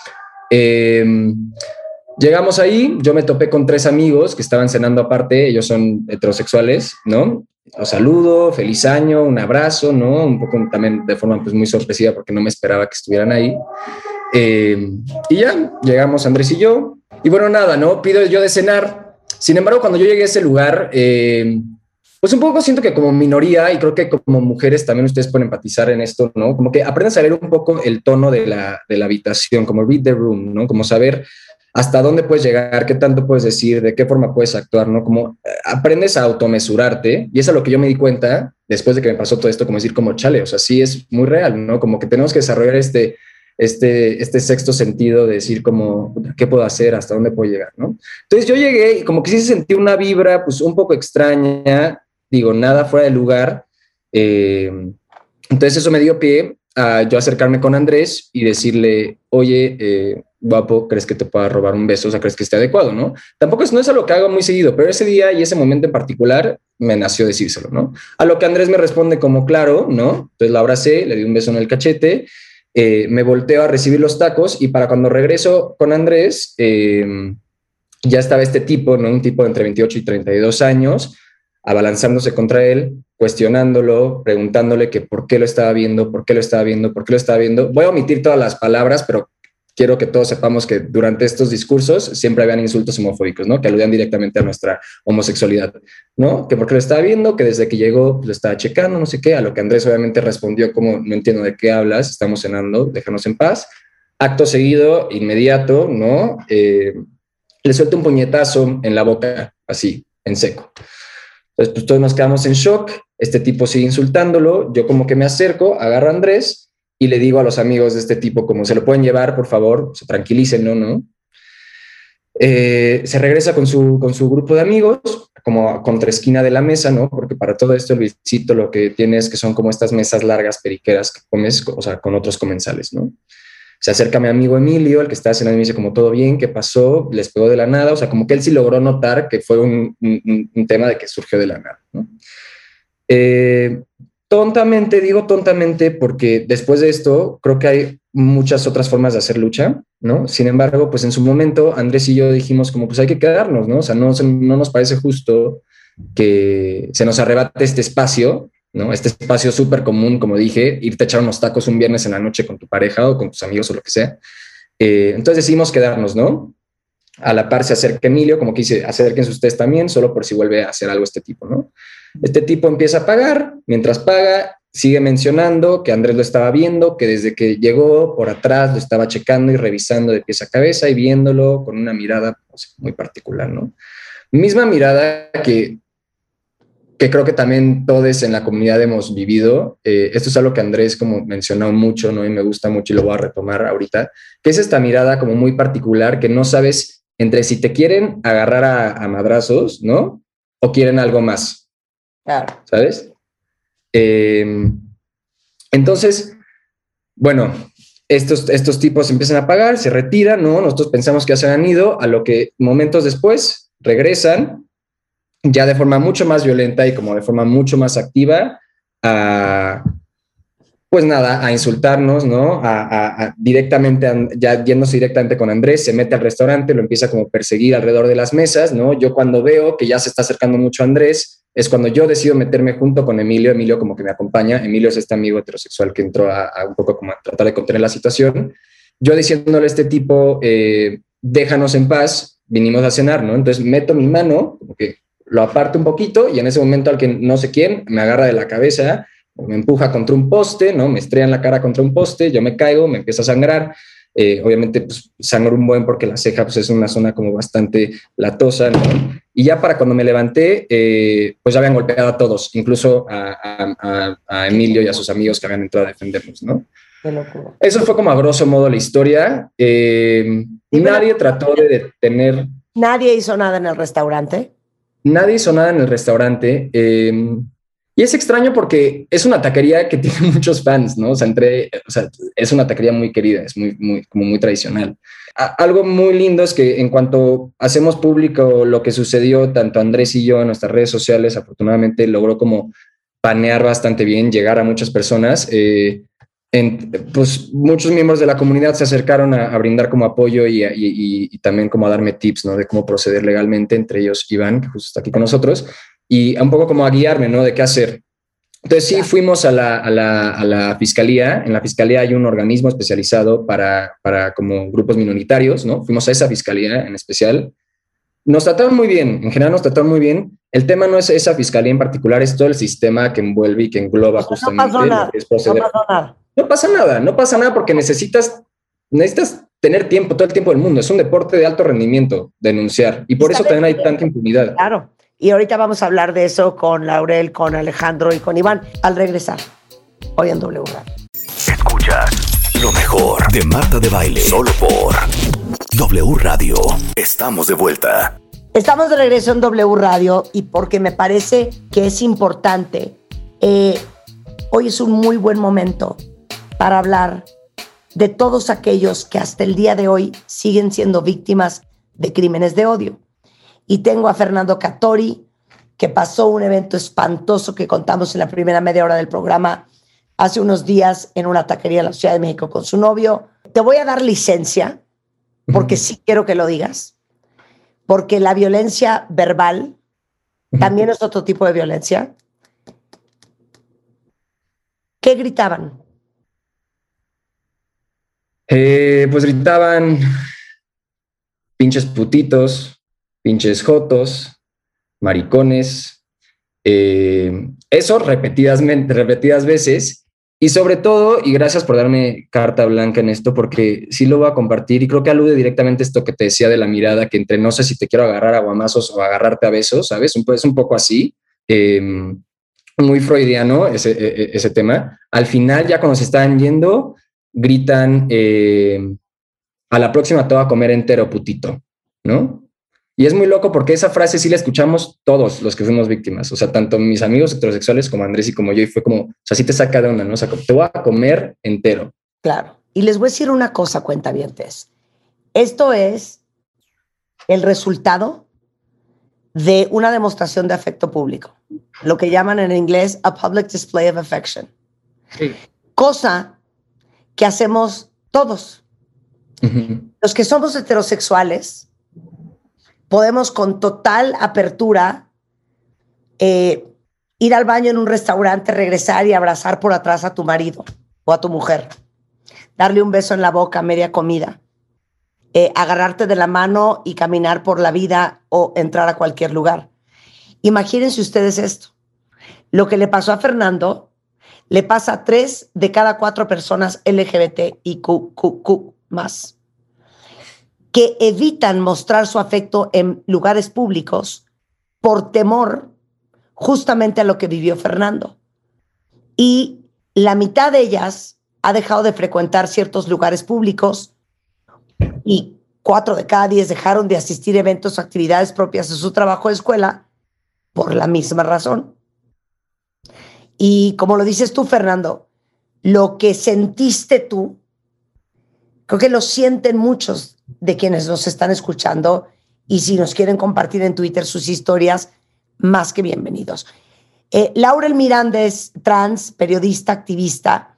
Llegamos ahí, yo me topé con 3 amigos que estaban cenando aparte, ellos son heterosexuales, ¿no? Los saludo, feliz año, un abrazo, ¿no? Un poco también de forma pues muy sorpresiva porque no me esperaba que estuvieran ahí. Y ya, llegamos Andrés y yo. Y bueno, nada, ¿no? Pido yo de cenar. Sin embargo, cuando yo llegué a ese lugar, pues un poco siento que como minoría, y creo que como mujeres también ustedes pueden empatizar en esto, ¿no? Como que aprendes a leer un poco el tono de la habitación, como read the room, ¿no? Como saber hasta dónde puedes llegar, qué tanto puedes decir, de qué forma puedes actuar, ¿no? Como aprendes a automesurarte, y eso es lo que yo me di cuenta después de que me pasó todo esto, como decir, como chale, o sea, sí es muy real, ¿no? Como que tenemos que desarrollar este sexto sentido de decir como, ¿qué puedo hacer? ¿Hasta dónde puedo llegar? ¿No? Entonces yo llegué y como que sí sentí una vibra pues un poco extraña, digo, nada fuera de lugar. Entonces eso me dio pie a yo acercarme con Andrés y decirle, oye, guapo, ¿crees que te pueda robar un beso? O sea, ¿crees que esté adecuado? ¿No? Tampoco no es algo que hago muy seguido, pero ese día y ese momento en particular me nació decírselo, ¿no? A lo que Andrés me responde como, claro, ¿no? Entonces la abracé, le di un beso en el cachete, me volteo a recibir los tacos y para cuando regreso con Andrés, ya estaba este tipo, ¿no? Un tipo de entre 28 y 32 años, abalanzándose contra él, cuestionándolo, preguntándole que por qué lo estaba viendo, por qué lo estaba viendo, por qué lo estaba viendo. Voy a omitir todas las palabras, pero quiero que todos sepamos que durante estos discursos siempre habían insultos homofóbicos, ¿no? Que aludían directamente a nuestra homosexualidad, ¿no? Que porque lo estaba viendo, que desde que llegó pues, lo estaba checando, no sé qué, a lo que Andrés obviamente respondió como, no entiendo de qué hablas, estamos cenando, déjanos en paz. Acto seguido, inmediato, ¿no? Le suelta un puñetazo en la boca, así, en seco. Entonces, pues todos nos quedamos en shock, este tipo sigue insultándolo, yo como que me acerco, agarro a Andrés y le digo a los amigos de este tipo, como se lo pueden llevar, por favor, se tranquilicen, ¿no? Se regresa con su grupo de amigos, como contra esquina de la mesa, ¿no? Porque para todo esto el Luisito lo que tiene es que son como estas mesas largas periqueras que comes, o sea, con otros comensales, ¿no? Se acerca mi amigo Emilio, el que estaba cenando, y me dice como, ¿todo bien? ¿Qué pasó? Les pegó de la nada, o sea, como que él sí logró notar que fue un tema de que surgió de la nada, ¿no? Tontamente, digo tontamente porque después de esto creo que hay muchas otras formas de hacer lucha, ¿no? Sin embargo, pues en su momento Andrés y yo dijimos como pues hay que quedarnos, ¿no? O sea, no nos parece justo que se nos arrebate este espacio, ¿no? Este espacio súper común, como dije, irte a echar unos tacos un viernes en la noche con tu pareja o con tus amigos o lo que sea. Entonces decidimos quedarnos, ¿no? A la par se acerca Emilio, como que dice, acérquense ustedes también, solo por si vuelve a hacer algo este tipo, ¿no? Este tipo empieza a pagar, mientras paga, sigue mencionando que Andrés lo estaba viendo, que desde que llegó por atrás lo estaba checando y revisando de pies a cabeza y viéndolo con una mirada muy particular, ¿no? Misma mirada que creo que también todos en la comunidad hemos vivido. Esto es algo que Andrés como mencionó mucho, ¿no? Y me gusta mucho y lo voy a retomar ahorita, que es esta mirada como muy particular que no sabes entre si te quieren agarrar a madrazos, ¿no? O quieren algo más. Claro. ¿Sabes? Entonces, bueno, estos tipos empiezan a pagar, se retiran, ¿no? Nosotros pensamos que ya se han ido, a lo que momentos después regresan, ya de forma mucho más violenta y como de forma mucho más activa, pues nada, a insultarnos, ¿no? Directamente, ya yéndose directamente con Andrés, se mete al restaurante, lo empieza como a perseguir alrededor de las mesas, ¿no? Yo cuando veo que ya se está acercando mucho a Andrés, es cuando yo decido meterme junto con Emilio. Emilio como que me acompaña. Emilio es este amigo heterosexual que entró a un poco como a tratar de contener la situación. Yo diciéndole a este tipo, déjanos en paz, vinimos a cenar, ¿no? Entonces meto mi mano, como que lo aparto un poquito y en ese momento al que no sé quién me agarra de la cabeza, me empuja contra un poste, ¿no? Me estrella en la cara contra un poste, yo me caigo, me empieza a sangrar. Obviamente, pues sangro un buen porque la ceja pues, es una zona como bastante latosa, ¿no? Y ya para cuando me levanté, pues ya habían golpeado a todos, incluso a Emilio y a sus amigos que habían entrado a defendernos, ¿no?
Qué locura.
Eso fue como a grosso modo la historia. Nadie trató de detener.
¿Nadie hizo nada en el restaurante?
Nadie hizo nada en el restaurante. Y es extraño porque es una taquería que tiene muchos fans, ¿no? O sea, es una taquería muy querida, es como muy tradicional. Algo muy lindo es que en cuanto hacemos público lo que sucedió, tanto Andrés y yo en nuestras redes sociales, afortunadamente logró como panear bastante bien, llegar a muchas personas. Pues muchos miembros de la comunidad se acercaron a brindar como apoyo y también como a darme tips, ¿no? De cómo proceder legalmente, entre ellos Iván, que justo está aquí con nosotros, y un poco como a guiarme, ¿no? De qué hacer. Entonces sí, fuimos a la fiscalía. En la fiscalía hay un organismo especializado para como grupos minoritarios, ¿no? Fuimos a esa fiscalía en especial. Nos trataron muy bien, en general nos trataron muy bien. El tema no es esa fiscalía en particular, es todo el sistema que envuelve y que engloba justamente lo que es proceder. No pasa nada porque necesitas tener tiempo, todo el tiempo del mundo. Es un deporte de alto rendimiento, denunciar. Y por eso también hay tanta impunidad.
Claro. Y ahorita vamos a hablar de eso con Laurel, con Alejandro y con Iván al regresar. Hoy en W Radio.
Escuchas lo mejor de Marta de Baile. Solo por W Radio. Estamos de vuelta.
Estamos de regreso en W Radio y porque me parece que es importante. Hoy es un muy buen momento para hablar de todos aquellos que hasta el día de hoy siguen siendo víctimas de crímenes de odio. Y tengo a Fernando Catori, que pasó un evento espantoso que contamos en la primera media hora del programa hace unos días en una taquería en la Ciudad de México con su novio. Te voy a dar licencia, porque sí quiero que lo digas, porque la violencia verbal también es otro tipo de violencia. ¿Qué gritaban?
Pues gritaban pinches putitos, pinches jotos, maricones, eso repetidas veces, y sobre todo, y gracias por darme carta blanca en esto, porque sí lo voy a compartir, y creo que alude directamente a esto que te decía de la mirada, que entre no sé si te quiero agarrar a guamazos o agarrarte a besos, ¿sabes? Es un poco así. muy freudiano ese tema. Al final, ya cuando se están yendo, gritan, a la próxima te voy a comer entero, putito, ¿no? Y es muy loco porque esa frase sí la escuchamos todos los que fuimos víctimas, o sea, tanto mis amigos heterosexuales como Andrés y como yo, y fue como, o sea, sí te saca de una, ¿no? O sea, te voy a comer entero.
Claro. Y les voy a decir una cosa, cuentavientes. Esto es el resultado de una demostración de afecto público, lo que llaman en inglés a public display of affection. Sí. Cosa que hacemos todos. Los que somos heterosexuales podemos con total apertura ir al baño en un restaurante, regresar y abrazar por atrás a tu marido o a tu mujer, darle un beso en la boca a media comida, agarrarte de la mano y caminar por la vida o entrar a cualquier lugar. Imagínense ustedes esto. Lo que le pasó a Fernando le pasa a 3 de cada 4 personas LGBTIQ más, que evitan mostrar su afecto en lugares públicos por temor justamente a lo que vivió Fernando. Y la mitad de ellas ha dejado de frecuentar ciertos lugares públicos y 4 de cada 10 dejaron de asistir a eventos o actividades propias de su trabajo de escuela por la misma razón. Y como lo dices tú, Fernando, lo que sentiste tú, creo que lo sienten muchos de quienes nos están escuchando, y si nos quieren compartir en Twitter sus historias, más que bienvenidos. Laurel Miranda es trans, periodista, activista,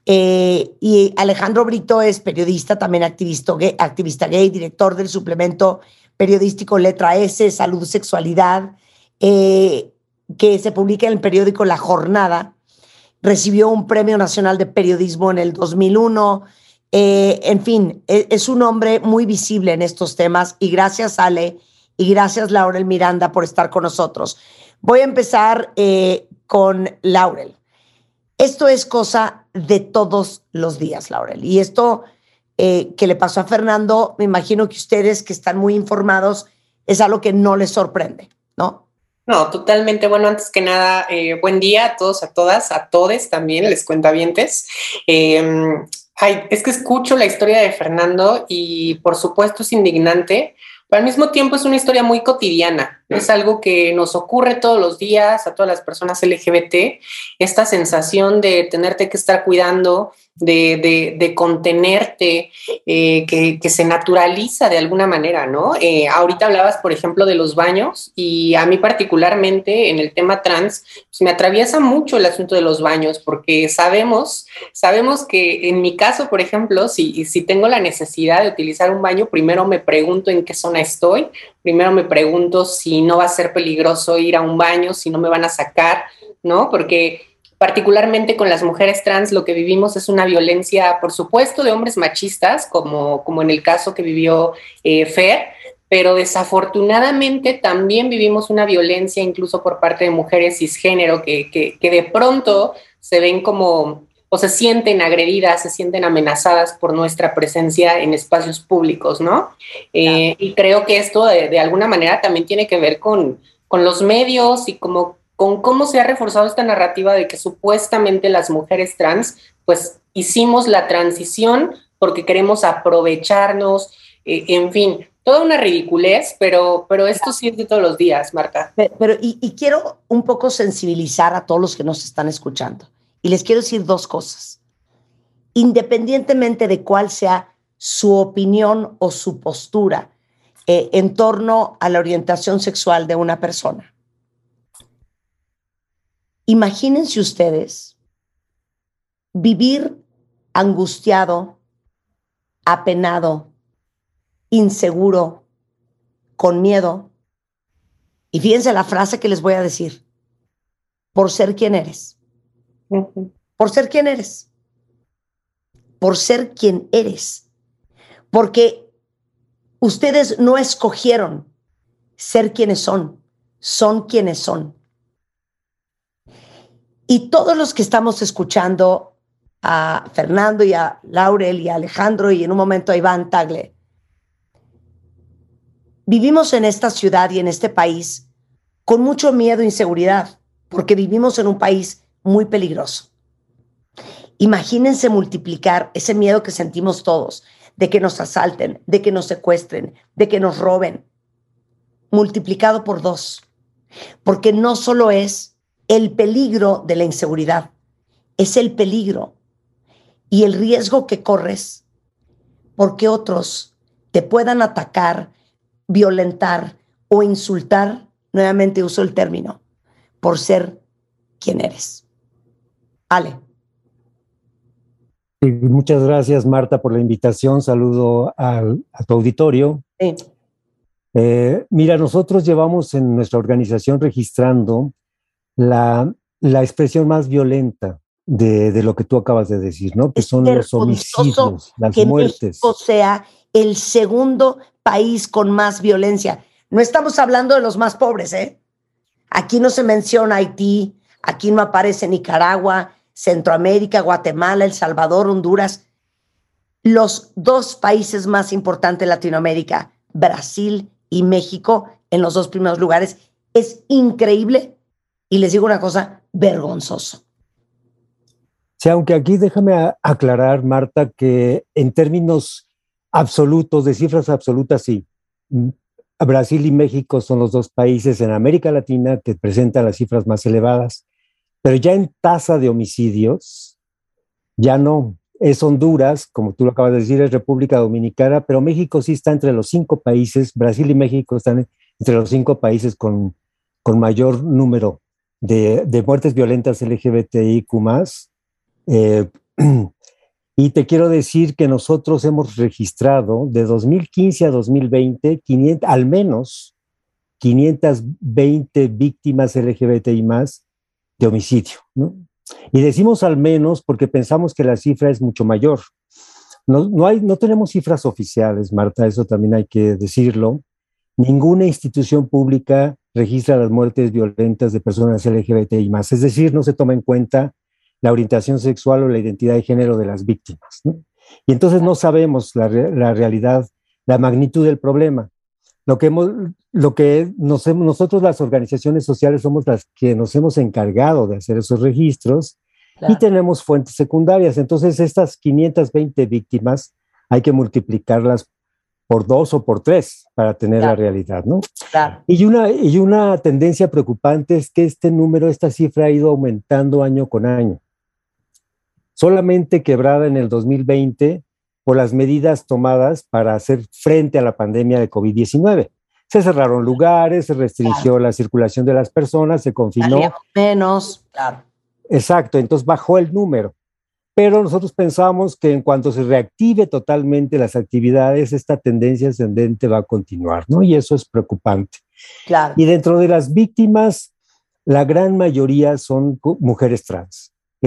y Alejandro Brito es periodista, también activista gay, director del suplemento periodístico Letra S, Salud, Sexualidad, que se publica en el periódico La Jornada. Recibió un Premio Nacional de Periodismo en el 2001. En fin, es un hombre muy visible en estos temas, y gracias, Ale, y gracias, Laurel Miranda, por estar con nosotros. Voy a empezar con Laurel. Esto es cosa de todos los días, Laurel. Y esto que le pasó a Fernando, me imagino que ustedes, que están muy informados, es algo que no les sorprende, ¿no?
No, totalmente. Bueno, antes que nada, buen día a todos, a todas, a todes también, les cuentavientes. Es que escucho la historia de Fernando y por supuesto es indignante, pero al mismo tiempo es una historia muy cotidiana. Es algo que nos ocurre todos los días a todas las personas LGBT, esta sensación de tenerte que estar cuidando, de contenerte, que se naturaliza de alguna manera, ¿no? Ahorita hablabas, por ejemplo, de los baños, y a mí particularmente en el tema trans, pues me atraviesa mucho el asunto de los baños, porque sabemos que en mi caso, por ejemplo, si tengo la necesidad de utilizar un baño, primero me pregunto en qué zona estoy, primero me pregunto si no va a ser peligroso ir a un baño, si no me van a sacar, ¿no? Porque particularmente con las mujeres trans lo que vivimos es una violencia, por supuesto, de hombres machistas, como en el caso que vivió Fer, pero desafortunadamente también vivimos una violencia incluso por parte de mujeres cisgénero que de pronto se ven como, o se sienten agredidas, se sienten amenazadas por nuestra presencia en espacios públicos, ¿no? Y creo que esto de alguna manera también tiene que ver con los medios y con cómo se ha reforzado esta narrativa de que supuestamente las mujeres trans, pues hicimos la transición porque queremos aprovecharnos, en fin, toda una ridiculez, pero esto sí es de todos los días, Marta.
Pero quiero un poco sensibilizar a todos los que nos están escuchando. Y les quiero decir 2 cosas. Independientemente de cuál sea su opinión o su postura en torno a la orientación sexual de una persona, imagínense ustedes vivir angustiado, apenado, inseguro, con miedo. Y fíjense la frase que les voy a decir: por ser quien eres. Por ser quien eres. Por ser quien eres. Porque ustedes no escogieron ser quienes son quienes son. Y todos los que estamos escuchando a Fernando y a Laurel y a Alejandro y en un momento a Iván Tagle, vivimos en esta ciudad y en este país con mucho miedo e inseguridad. porque vivimos en un país muy peligroso. Imagínense multiplicar ese miedo que sentimos todos, de que nos asalten, de que nos secuestren, de que nos roben, multiplicado por 2. Porque no solo es el peligro de la inseguridad, es el peligro y el riesgo que corres porque otros te puedan atacar, violentar o insultar, nuevamente uso el término, por ser quien eres. Ale.
Sí, muchas gracias, Marta, por la invitación. Saludo a tu auditorio.
Sí.
Mira, nosotros llevamos en nuestra organización registrando la expresión más violenta de lo que tú acabas de decir, ¿no? Que son los homicidios, las muertes.
México sea el segundo país con más violencia. No estamos hablando de los más pobres, ¿eh? Aquí no se menciona Haití, aquí no aparece Nicaragua, Centroamérica, Guatemala, El Salvador, Honduras. Los 2 países más importantes de Latinoamérica, Brasil y México, en los 2 primeros lugares. Es increíble y les digo una cosa, vergonzoso.
Sí, aunque aquí déjame aclarar, Marta, que en términos absolutos, de cifras absolutas, sí. Brasil y México son los 2 países en América Latina que presentan las cifras más elevadas, pero ya en tasa de homicidios, ya no. Es Honduras, como tú lo acabas de decir, es República Dominicana, pero México sí está entre los 5 países, Brasil y México están entre los 5 países con mayor número de muertes violentas LGBTIQ+. Y te quiero decir que nosotros hemos registrado de 2015 a 2020 al menos 520 víctimas LGBTI+ de homicidio, ¿no? Y decimos al menos porque pensamos que la cifra es mucho mayor. No tenemos cifras oficiales, Marta, eso también hay que decirlo. Ninguna institución pública registra las muertes violentas de personas LGBTI+, es decir, no se toma en cuenta la orientación sexual o la identidad de género de las víctimas, ¿no? Y entonces no sabemos la realidad, la magnitud del problema. Nosotros las organizaciones sociales somos las que nos hemos encargado de hacer esos registros, claro, y tenemos fuentes secundarias. Entonces estas 520 víctimas hay que multiplicarlas por 2 o por 3 para tener, claro, la realidad, ¿no?
Claro.
Y una tendencia preocupante es que esta cifra ha ido aumentando año con año. Solamente quebrada en el 2020 por las medidas tomadas para hacer frente a la pandemia de COVID-19. Se cerraron lugares, se restringió, claro, la circulación de las personas, se confinó.
Menos, claro.
Exacto, entonces bajó el número. Pero nosotros pensamos que en cuanto se reactive totalmente las actividades, esta tendencia ascendente va a continuar, ¿no? Y eso es preocupante.
Claro.
Y dentro de las víctimas, la gran mayoría son mujeres trans. El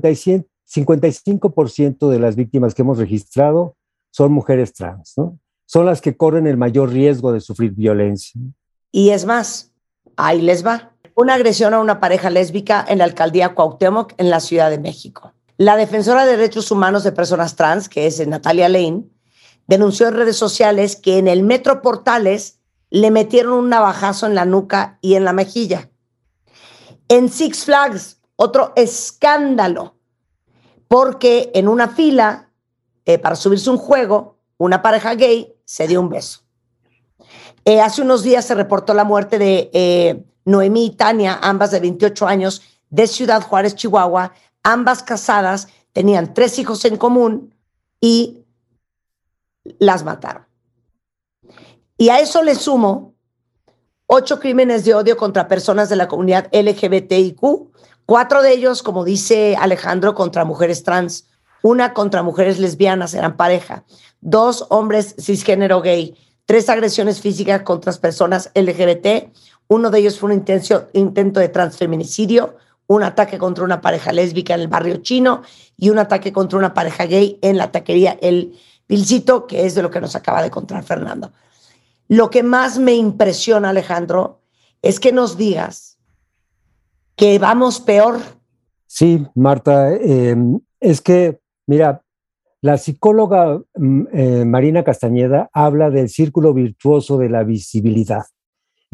55% de las víctimas que hemos registrado son mujeres trans, ¿no? Son las que corren el mayor riesgo de sufrir violencia.
Y es más, ahí les va. Una agresión a una pareja lésbica en la alcaldía Cuauhtémoc, en la Ciudad de México. La defensora de derechos humanos de personas trans, que es Natalia Lane, denunció en redes sociales que en el Metro Portales le metieron un navajazo en la nuca y en la mejilla. En Six Flags, otro escándalo, porque en una fila para subirse un juego, una pareja gay se dio un beso. Hace unos días se reportó la muerte de Noemí y Tania, ambas de 28 años, de Ciudad Juárez, Chihuahua, ambas casadas, tenían 3 hijos en común y las mataron. Y a eso le sumo 8 crímenes de odio contra personas de la comunidad LGBTIQ, 4 de ellos, como dice Alejandro, contra mujeres trans, 1 contra mujeres lesbianas, eran pareja, 2 hombres cisgénero gay, 3 agresiones físicas contra personas LGBT, 1 de ellos fue un intento de transfeminicidio, un ataque contra una pareja lésbica en el barrio chino y un ataque contra una pareja gay en la taquería El Pilcito, que es de lo que nos acaba de contar Fernando. Lo que más me impresiona, Alejandro, es que nos digas que vamos peor.
Sí, Marta, es que, mira, la psicóloga Marina Castañeda habla del círculo virtuoso de la visibilidad.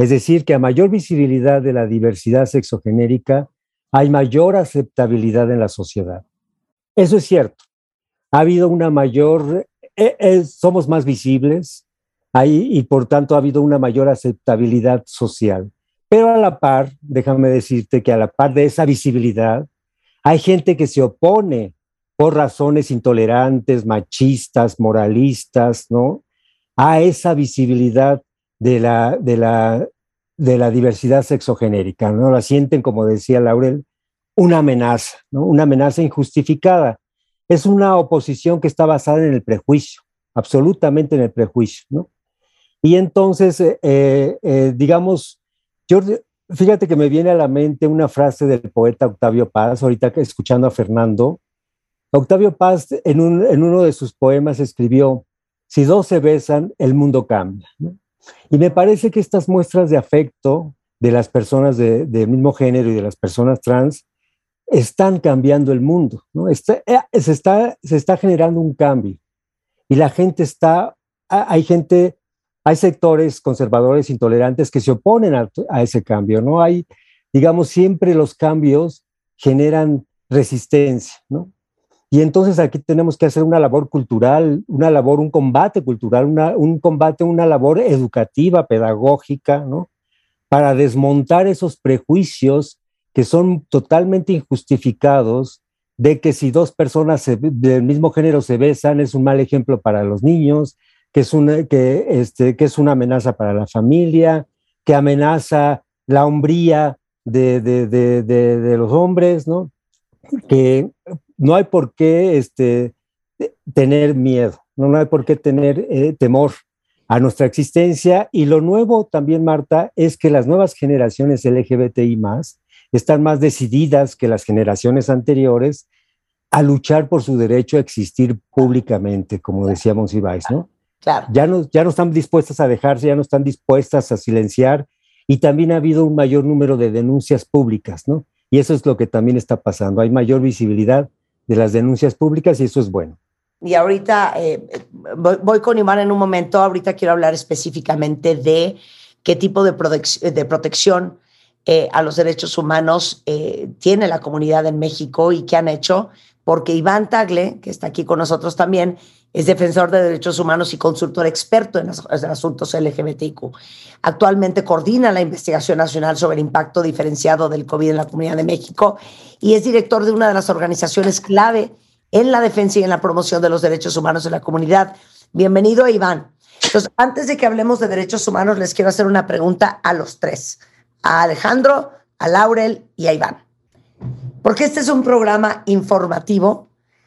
Es decir, que a mayor visibilidad de la diversidad sexogenérica, hay mayor aceptabilidad en la sociedad. Eso es cierto. Ha habido una mayor, somos más visibles y por tanto ha habido una mayor aceptabilidad social. Pero a la par, déjame decirte que a la par de esa visibilidad, hay gente que se opone por razones intolerantes, machistas, moralistas, ¿no?, a esa visibilidad de la diversidad sexogenérica, ¿no? La sienten, como decía Laurel, una amenaza, ¿no? Una amenaza injustificada. Es una oposición que está basada en el prejuicio, absolutamente en el prejuicio, ¿no? Y entonces, digamos, fíjate que me viene a la mente una frase del poeta Octavio Paz, ahorita escuchando a Fernando. Octavio Paz en uno de sus poemas escribió: si dos se besan, el mundo cambia, ¿no? Y me parece que estas muestras de afecto de las personas de mismo género y de las personas trans están cambiando el mundo, ¿no? Se está generando un cambio y la gente hay sectores conservadores intolerantes que se oponen a ese cambio, ¿no? Digamos, siempre los cambios generan resistencia, ¿no? Y entonces aquí tenemos que hacer una labor cultural, un combate cultural, una labor educativa, pedagógica, ¿no?, para desmontar esos prejuicios que son totalmente injustificados de que si dos personas del mismo género se besan es un mal ejemplo para los niños, que es una amenaza para la familia, que amenaza la hombría de los hombres, ¿no? Que no hay por qué tener miedo, no hay por qué tener temor a nuestra existencia. Y lo nuevo también, Marta, es que las nuevas generaciones LGBTI+, están más decididas que las generaciones anteriores a luchar por su derecho a existir públicamente, como decía Monsiváis, ¿no?
Claro.
Ya no están dispuestas a dejarse, ya no están dispuestas a silenciar, y también ha habido un mayor número de denuncias públicas, ¿no? Y eso es lo que también está pasando. Hay mayor visibilidad de las denuncias públicas y eso es bueno.
Y ahorita voy con Iván en un momento. Ahorita quiero hablar específicamente de qué tipo de protección a los derechos humanos tiene la comunidad en México y qué han hecho, porque Iván Tagle, que está aquí con nosotros también, es defensor de derechos humanos y consultor experto en asuntos LGBTIQ. Actualmente coordina la investigación nacional sobre el impacto diferenciado del COVID en la Comunidad de México y es director de una de las organizaciones clave en la defensa y en la promoción de los derechos humanos en la comunidad. Bienvenido, Iván. Entonces, antes de que hablemos de derechos humanos, les quiero hacer una pregunta a los tres, a Alejandro, a Laurel y a Iván. Porque este es un programa informativo,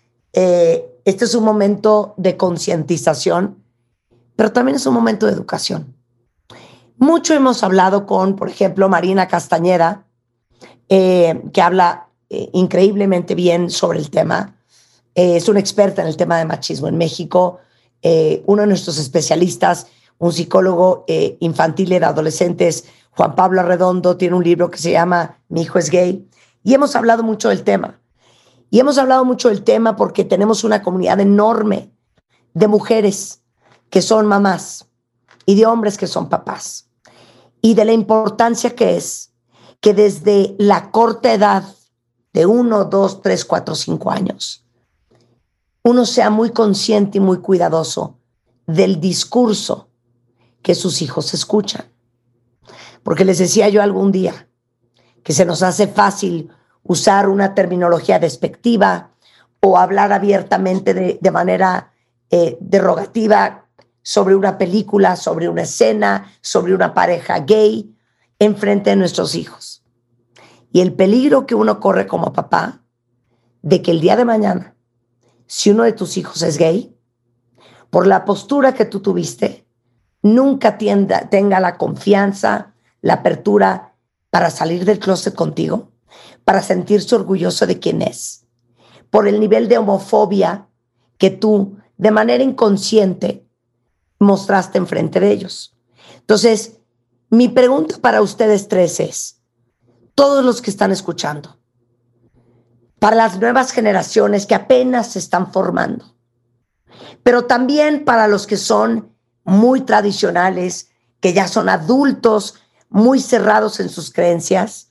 este es un momento de concientización, pero también es un momento de educación. Mucho hemos hablado con, por ejemplo, Marina Castañeda, que habla increíblemente bien sobre el tema. Es una experta en el tema de machismo en México. Uno de nuestros especialistas, un psicólogo infantil y de adolescentes, Juan Pablo Arredondo, tiene un libro que se llama Mi hijo es gay. Y hemos hablado mucho del tema. Y hemos hablado mucho del tema porque tenemos una comunidad enorme de mujeres que son mamás y de hombres que son papás. Y de la importancia que es que desde la corta edad de 1, 2, 3, 4, 5 años, uno sea muy consciente y muy cuidadoso del discurso que sus hijos escuchan. Porque les decía yo algún día que se nos hace fácil usar una terminología despectiva o hablar abiertamente de manera derogativa sobre una película, sobre una escena, sobre una pareja gay en frente de nuestros hijos. Y el peligro que uno corre como papá de que el día de mañana, si uno de tus hijos es gay, por la postura que tú tuviste, nunca tenga la confianza, la apertura para salir del closet contigo, para sentirse orgulloso de quién es, por el nivel de homofobia que tú, de manera inconsciente, mostraste enfrente de ellos. Entonces, mi pregunta para ustedes tres es, todos los que están escuchando, para las nuevas generaciones que apenas se están formando, pero también para los que son muy tradicionales, que ya son adultos,
muy cerrados en sus creencias,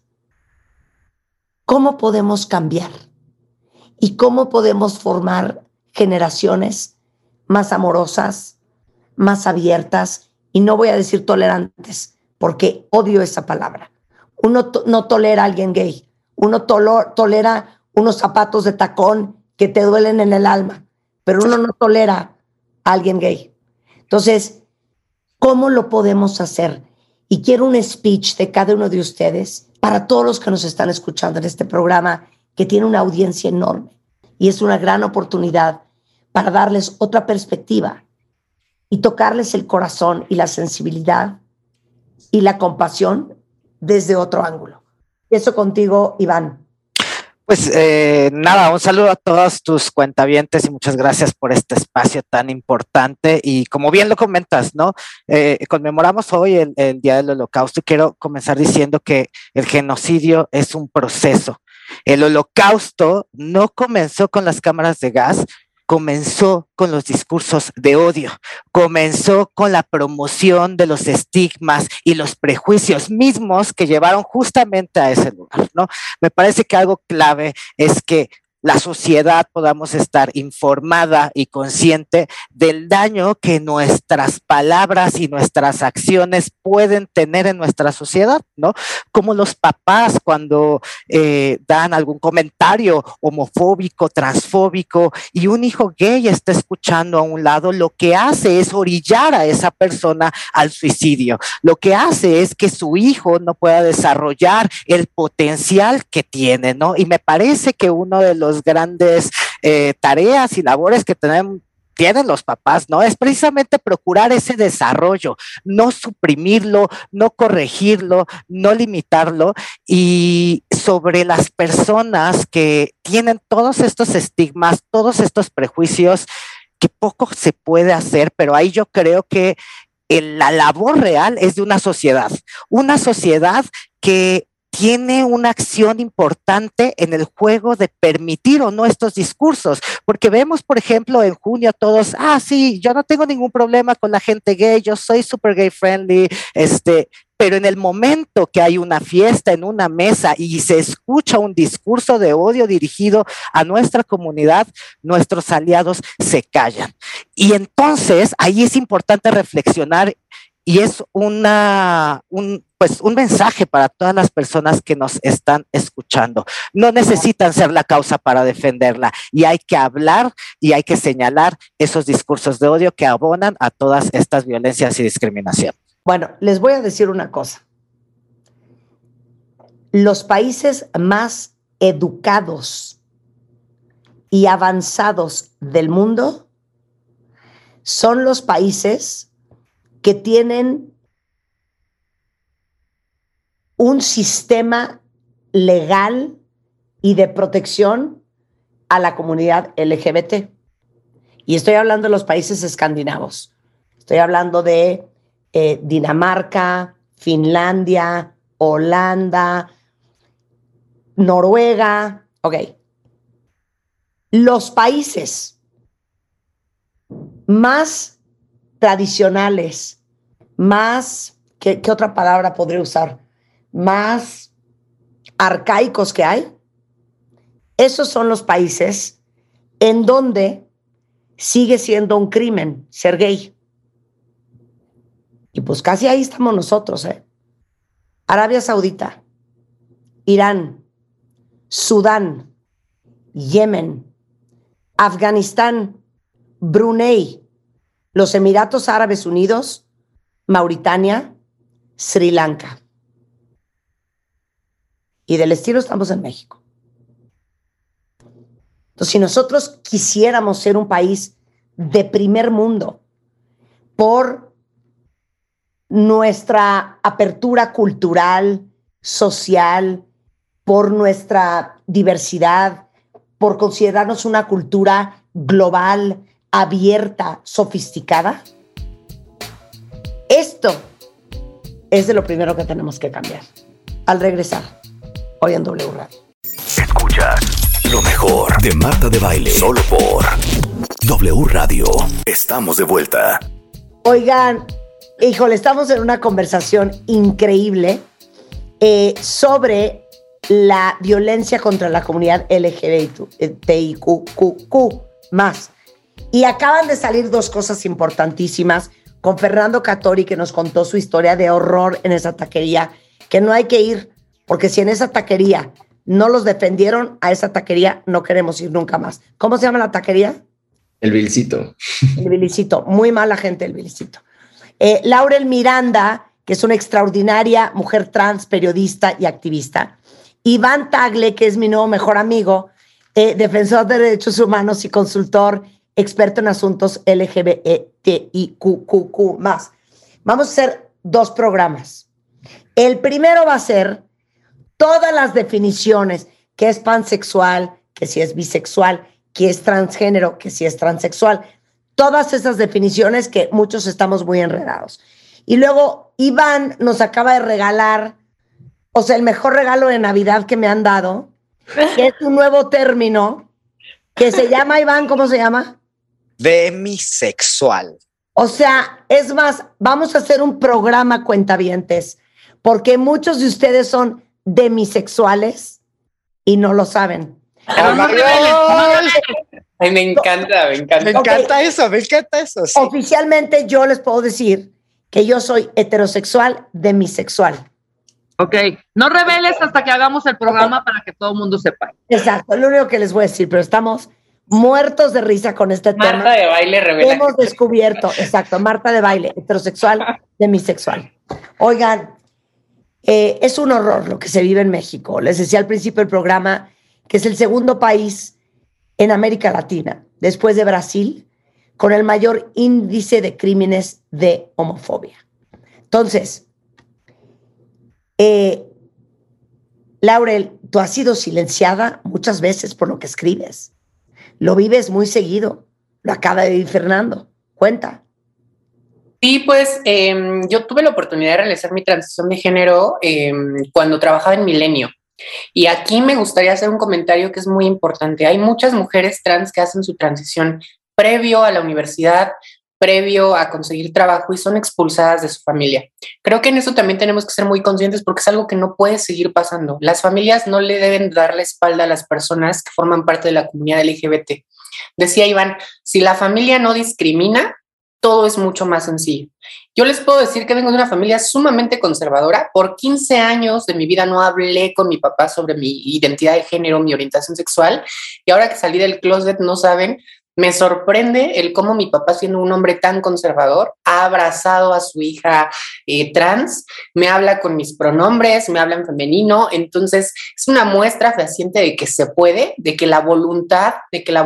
¿cómo podemos cambiar? ¿Y cómo podemos formar generaciones más amorosas, más abiertas? Y no voy a decir tolerantes, porque odio esa palabra. Uno no tolera a alguien gay. Uno tolera unos zapatos de tacón que te duelen en el alma, pero uno no tolera a alguien gay. Entonces, ¿cómo lo podemos hacer? Y quiero un speech de cada uno de ustedes para todos los que nos están escuchando en este programa, que tiene una audiencia enorme. Y es una gran oportunidad para darles otra perspectiva y tocarles el corazón y la sensibilidad y la compasión desde otro ángulo. Eso contigo, Iván.
Pues nada, un saludo a todos tus cuentavientes y muchas gracias por este espacio tan importante. Y como bien lo comentas, ¿no? Conmemoramos hoy el Día del Holocausto y quiero comenzar diciendo que el genocidio es un proceso. El Holocausto no comenzó con las cámaras de gas, comenzó con los discursos de odio, comenzó con la promoción de los estigmas y los prejuicios mismos que llevaron justamente a ese lugar, ¿no? Me parece que algo clave es que la sociedad podamos estar informada y consciente del daño que nuestras palabras y nuestras acciones pueden tener en nuestra sociedad, ¿no? Como los papás cuando dan algún comentario homofóbico, transfóbico y un hijo gay está escuchando a un lado, lo que hace es orillar a esa persona al suicidio. Lo que hace es que su hijo no pueda desarrollar el potencial que tiene, ¿no? Y me parece que uno de los grandes tareas y labores que tienen los papás, ¿no? Es precisamente procurar ese desarrollo, no suprimirlo, no corregirlo, no limitarlo. Y sobre las personas que tienen todos estos estigmas, todos estos prejuicios, que poco se puede hacer, pero ahí yo creo que la labor real es de una sociedad que tiene una acción importante en el juego de permitir o no estos discursos, porque vemos, por ejemplo, en junio todos, sí, yo no tengo ningún problema con la gente gay, yo soy super gay friendly, pero en el momento que hay una fiesta en una mesa y se escucha un discurso de odio dirigido a nuestra comunidad, nuestros aliados se callan. Y entonces ahí es importante reflexionar. Y es un mensaje para todas las personas que nos están escuchando. No necesitan ser la causa para defenderla y hay que hablar y hay que señalar esos discursos de odio que abonan a todas estas violencias y discriminación.
Bueno, les voy a decir una cosa. Los países más educados y avanzados del mundo son los países que tienen un sistema legal y de protección a la comunidad LGBT. Y estoy hablando de los países escandinavos. Estoy hablando de Dinamarca, Finlandia, Holanda, Noruega. Ok. Los países más tradicionales, más, ¿qué otra palabra podría usar? Más arcaicos que hay. Esos son los países en donde sigue siendo un crimen ser gay. Y pues casi ahí estamos nosotros, ¿eh? Arabia Saudita, Irán, Sudán, Yemen, Afganistán, Brunei, los Emiratos Árabes Unidos, Mauritania, Sri Lanka. Y del estilo estamos en México. Entonces, si nosotros quisiéramos ser un país de primer mundo por nuestra apertura cultural, social, por nuestra diversidad, por considerarnos una cultura global, abierta, sofisticada, esto es de lo primero que tenemos que cambiar. Al regresar, hoy en W Radio.
Escuchas lo mejor de Marta de Baile, solo por W Radio. Estamos de vuelta.
Oigan,
Híjole, estamos en una conversación increíble sobre la violencia contra la comunidad LGBTIQ+. Y acaban de salir dos cosas importantísimas con Fernando Catori, que nos contó su historia de horror en esa taquería, que no hay que ir, porque si en esa taquería no los defendieron, a esa taquería no queremos ir nunca más. ¿Cómo se llama la taquería?
El Vilicito.
El Vilicito. Muy mala gente el Vilicito. Laurel Miranda, que es una extraordinaria mujer trans, periodista y activista. Iván Tagle, que es mi nuevo mejor amigo, defensor de derechos humanos y consultor, experto en asuntos LGBTIQ+. Vamos a hacer 2 programas. El primero va a ser todas las definiciones, que es pansexual, que si es bisexual, que es transgénero, que si es transexual. Todas esas definiciones que muchos estamos muy enredados. Y luego Iván nos acaba de regalar, o sea, el mejor regalo de Navidad que me han dado, que es un nuevo término que se llama, Iván, ¿cómo se llama?
Demisexual.
O sea, es más, vamos a hacer un programa, cuentavientes, porque muchos de ustedes son demisexuales y no lo saben.
Pero no reveles. Ay, me encanta.
Me encanta eso. Sí.
Oficialmente yo les puedo decir que yo soy heterosexual, demisexual.
Ok, no reveles hasta que hagamos el programa para que todo el mundo sepa.
Exacto, lo único que les voy a decir, pero estamos muertos de risa con este tema.
Marta de Baile revela.
Hemos descubierto, exacto, Marta de Baile, heterosexual, demisexual. Oigan, es un horror lo que se vive en México. Les decía al principio del programa que es el segundo país en América Latina, después de Brasil, con el mayor índice de crímenes de homofobia. Entonces, Laurel, tú has sido silenciada muchas veces por lo que escribes. Lo vives muy seguido. Lo acaba de vivir Fernando. Cuenta.
Sí, pues yo tuve la oportunidad de realizar mi transición de género cuando trabajaba en Milenio. Y aquí me gustaría hacer un comentario que es muy importante. Hay muchas mujeres trans que hacen su transición previo a la universidad, previo a conseguir trabajo y son expulsadas de su familia. Creo que en eso también tenemos que ser muy conscientes porque es algo que no puede seguir pasando. Las familias no le deben dar la espalda a las personas que forman parte de la comunidad LGBT. Decía Iván, si la familia no discrimina, todo es mucho más sencillo. Yo les puedo decir que vengo de una familia sumamente conservadora. Por 15 años de mi vida no hablé con mi papá sobre mi identidad de género, mi orientación sexual. Y ahora que salí del closet, no saben, me sorprende el cómo mi papá, siendo un hombre tan conservador, ha abrazado a su hija trans, me habla con mis pronombres, me habla en femenino. Entonces es una muestra fehaciente de que se puede, de que la voluntad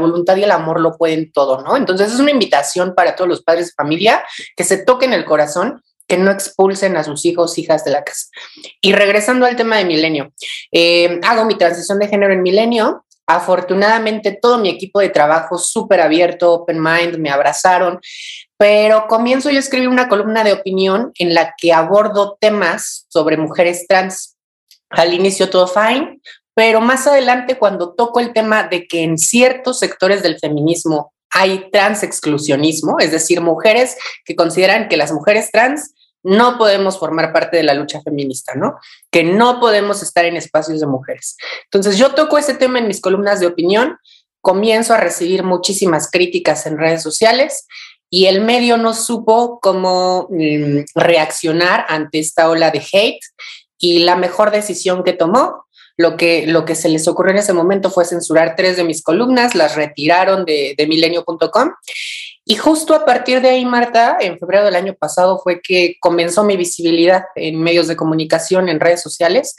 y el amor lo pueden todo, ¿no? Entonces es una invitación para todos los padres de familia que se toquen el corazón, que no expulsen a sus hijos, hijas de la casa. Y regresando al tema de Milenio, hago mi transición de género en Milenio. Afortunadamente todo mi equipo de trabajo súper abierto, open mind, me abrazaron, pero comienzo yo a escribir una columna de opinión en la que abordo temas sobre mujeres trans. Al inicio todo fine, pero más adelante cuando toco el tema de que en ciertos sectores del feminismo hay transexclusionismo, es decir, mujeres que consideran que las mujeres trans no podemos formar parte de la lucha feminista, ¿no? Que no podemos estar en espacios de mujeres. Entonces yo toco ese tema en mis columnas de opinión, comienzo a recibir muchísimas críticas en redes sociales y el medio no supo cómo reaccionar ante esta ola de hate y la mejor decisión que tomó, lo que se les ocurrió en ese momento fue censurar 3 de mis columnas, las retiraron de milenio.com. Y justo a partir de ahí, Marta, en febrero del año pasado fue que comenzó mi visibilidad en medios de comunicación, en redes sociales.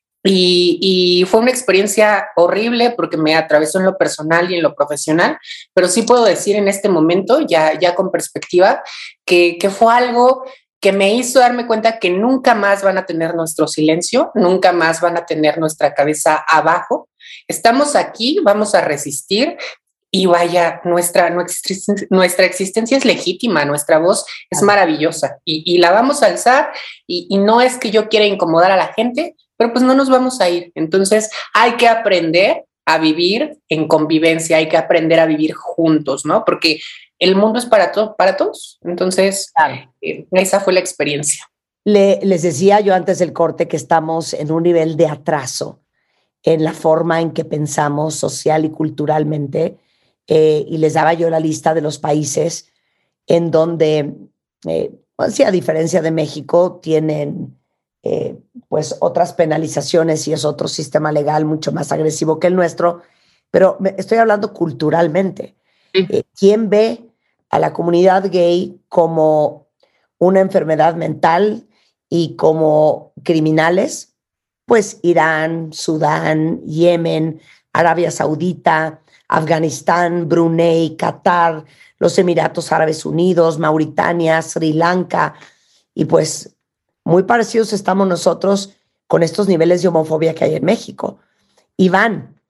Y fue una experiencia horrible porque me atravesó en lo personal y en lo profesional, pero sí puedo decir en este momento, ya con perspectiva, que fue algo que me hizo darme cuenta que nunca más van a tener nuestro silencio, nunca más van a tener nuestra cabeza abajo. Estamos aquí, vamos a resistir. Y vaya, nuestra existencia es legítima, nuestra voz es maravillosa y la vamos a alzar y no es que yo quiera incomodar a la gente, pero pues no nos vamos a ir. Entonces hay que aprender a vivir en convivencia, hay que aprender a vivir juntos, ¿no? Porque el mundo es para todos. Entonces, esa fue la experiencia.
Les decía yo antes del corte que estamos en un nivel de atraso en la forma en que pensamos social y culturalmente, y les daba yo la lista de los países en donde, pues, a diferencia de México, tienen pues otras penalizaciones y es otro sistema legal mucho más agresivo que el nuestro, pero estoy hablando culturalmente. ¿Quién ve a la comunidad gay como una enfermedad mental y como criminales? Pues Irán, Sudán, Yemen, Arabia Saudita, Afganistán, Brunei, Qatar, los Emiratos Árabes Unidos, Mauritania, Sri Lanka, y pues muy parecidos estamos nosotros con estos niveles de homofobia que hay en México. Iván,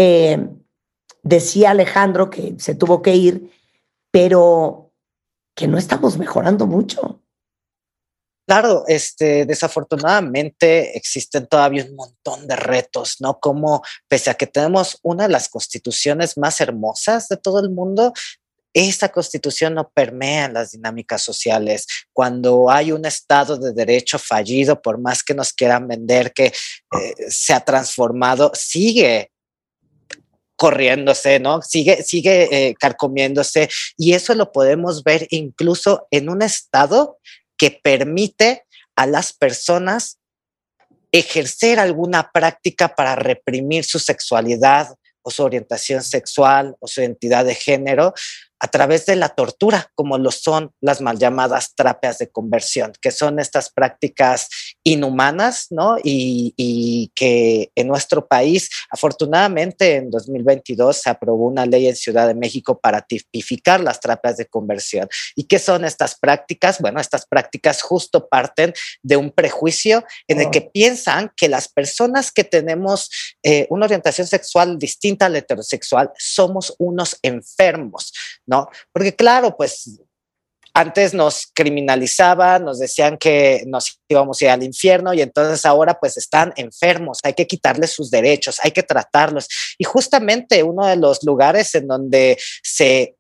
decía Alejandro que se tuvo que ir, pero que no estamos mejorando mucho.
Claro, desafortunadamente existen todavía un montón de retos, ¿no? Como pese a que tenemos una de las constituciones más hermosas de todo el mundo, esta constitución no permea en las dinámicas sociales. Cuando hay un Estado de Derecho fallido, por más que nos quieran vender que se ha transformado, sigue corriéndose, ¿no? Sigue carcomiéndose, y eso lo podemos ver incluso en un Estado que permite a las personas ejercer alguna práctica para reprimir su sexualidad o su orientación sexual o su identidad de género a través de la tortura, como lo son las mal llamadas terapias de conversión, que son estas prácticas inhumanas, ¿no? Y que en nuestro país, afortunadamente, en 2022 se aprobó una ley en Ciudad de México para tipificar las terapias de conversión. ¿Y qué son estas prácticas? Bueno, estas prácticas justo parten de un prejuicio en el que piensan que las personas que tenemos una orientación sexual distinta a la heterosexual somos unos enfermos, ¿no? Porque claro, pues antes nos criminalizaban, nos decían que nos íbamos a ir al infierno, y entonces ahora pues están enfermos, hay que quitarles sus derechos, hay que tratarlos. Y justamente uno de los lugares en donde se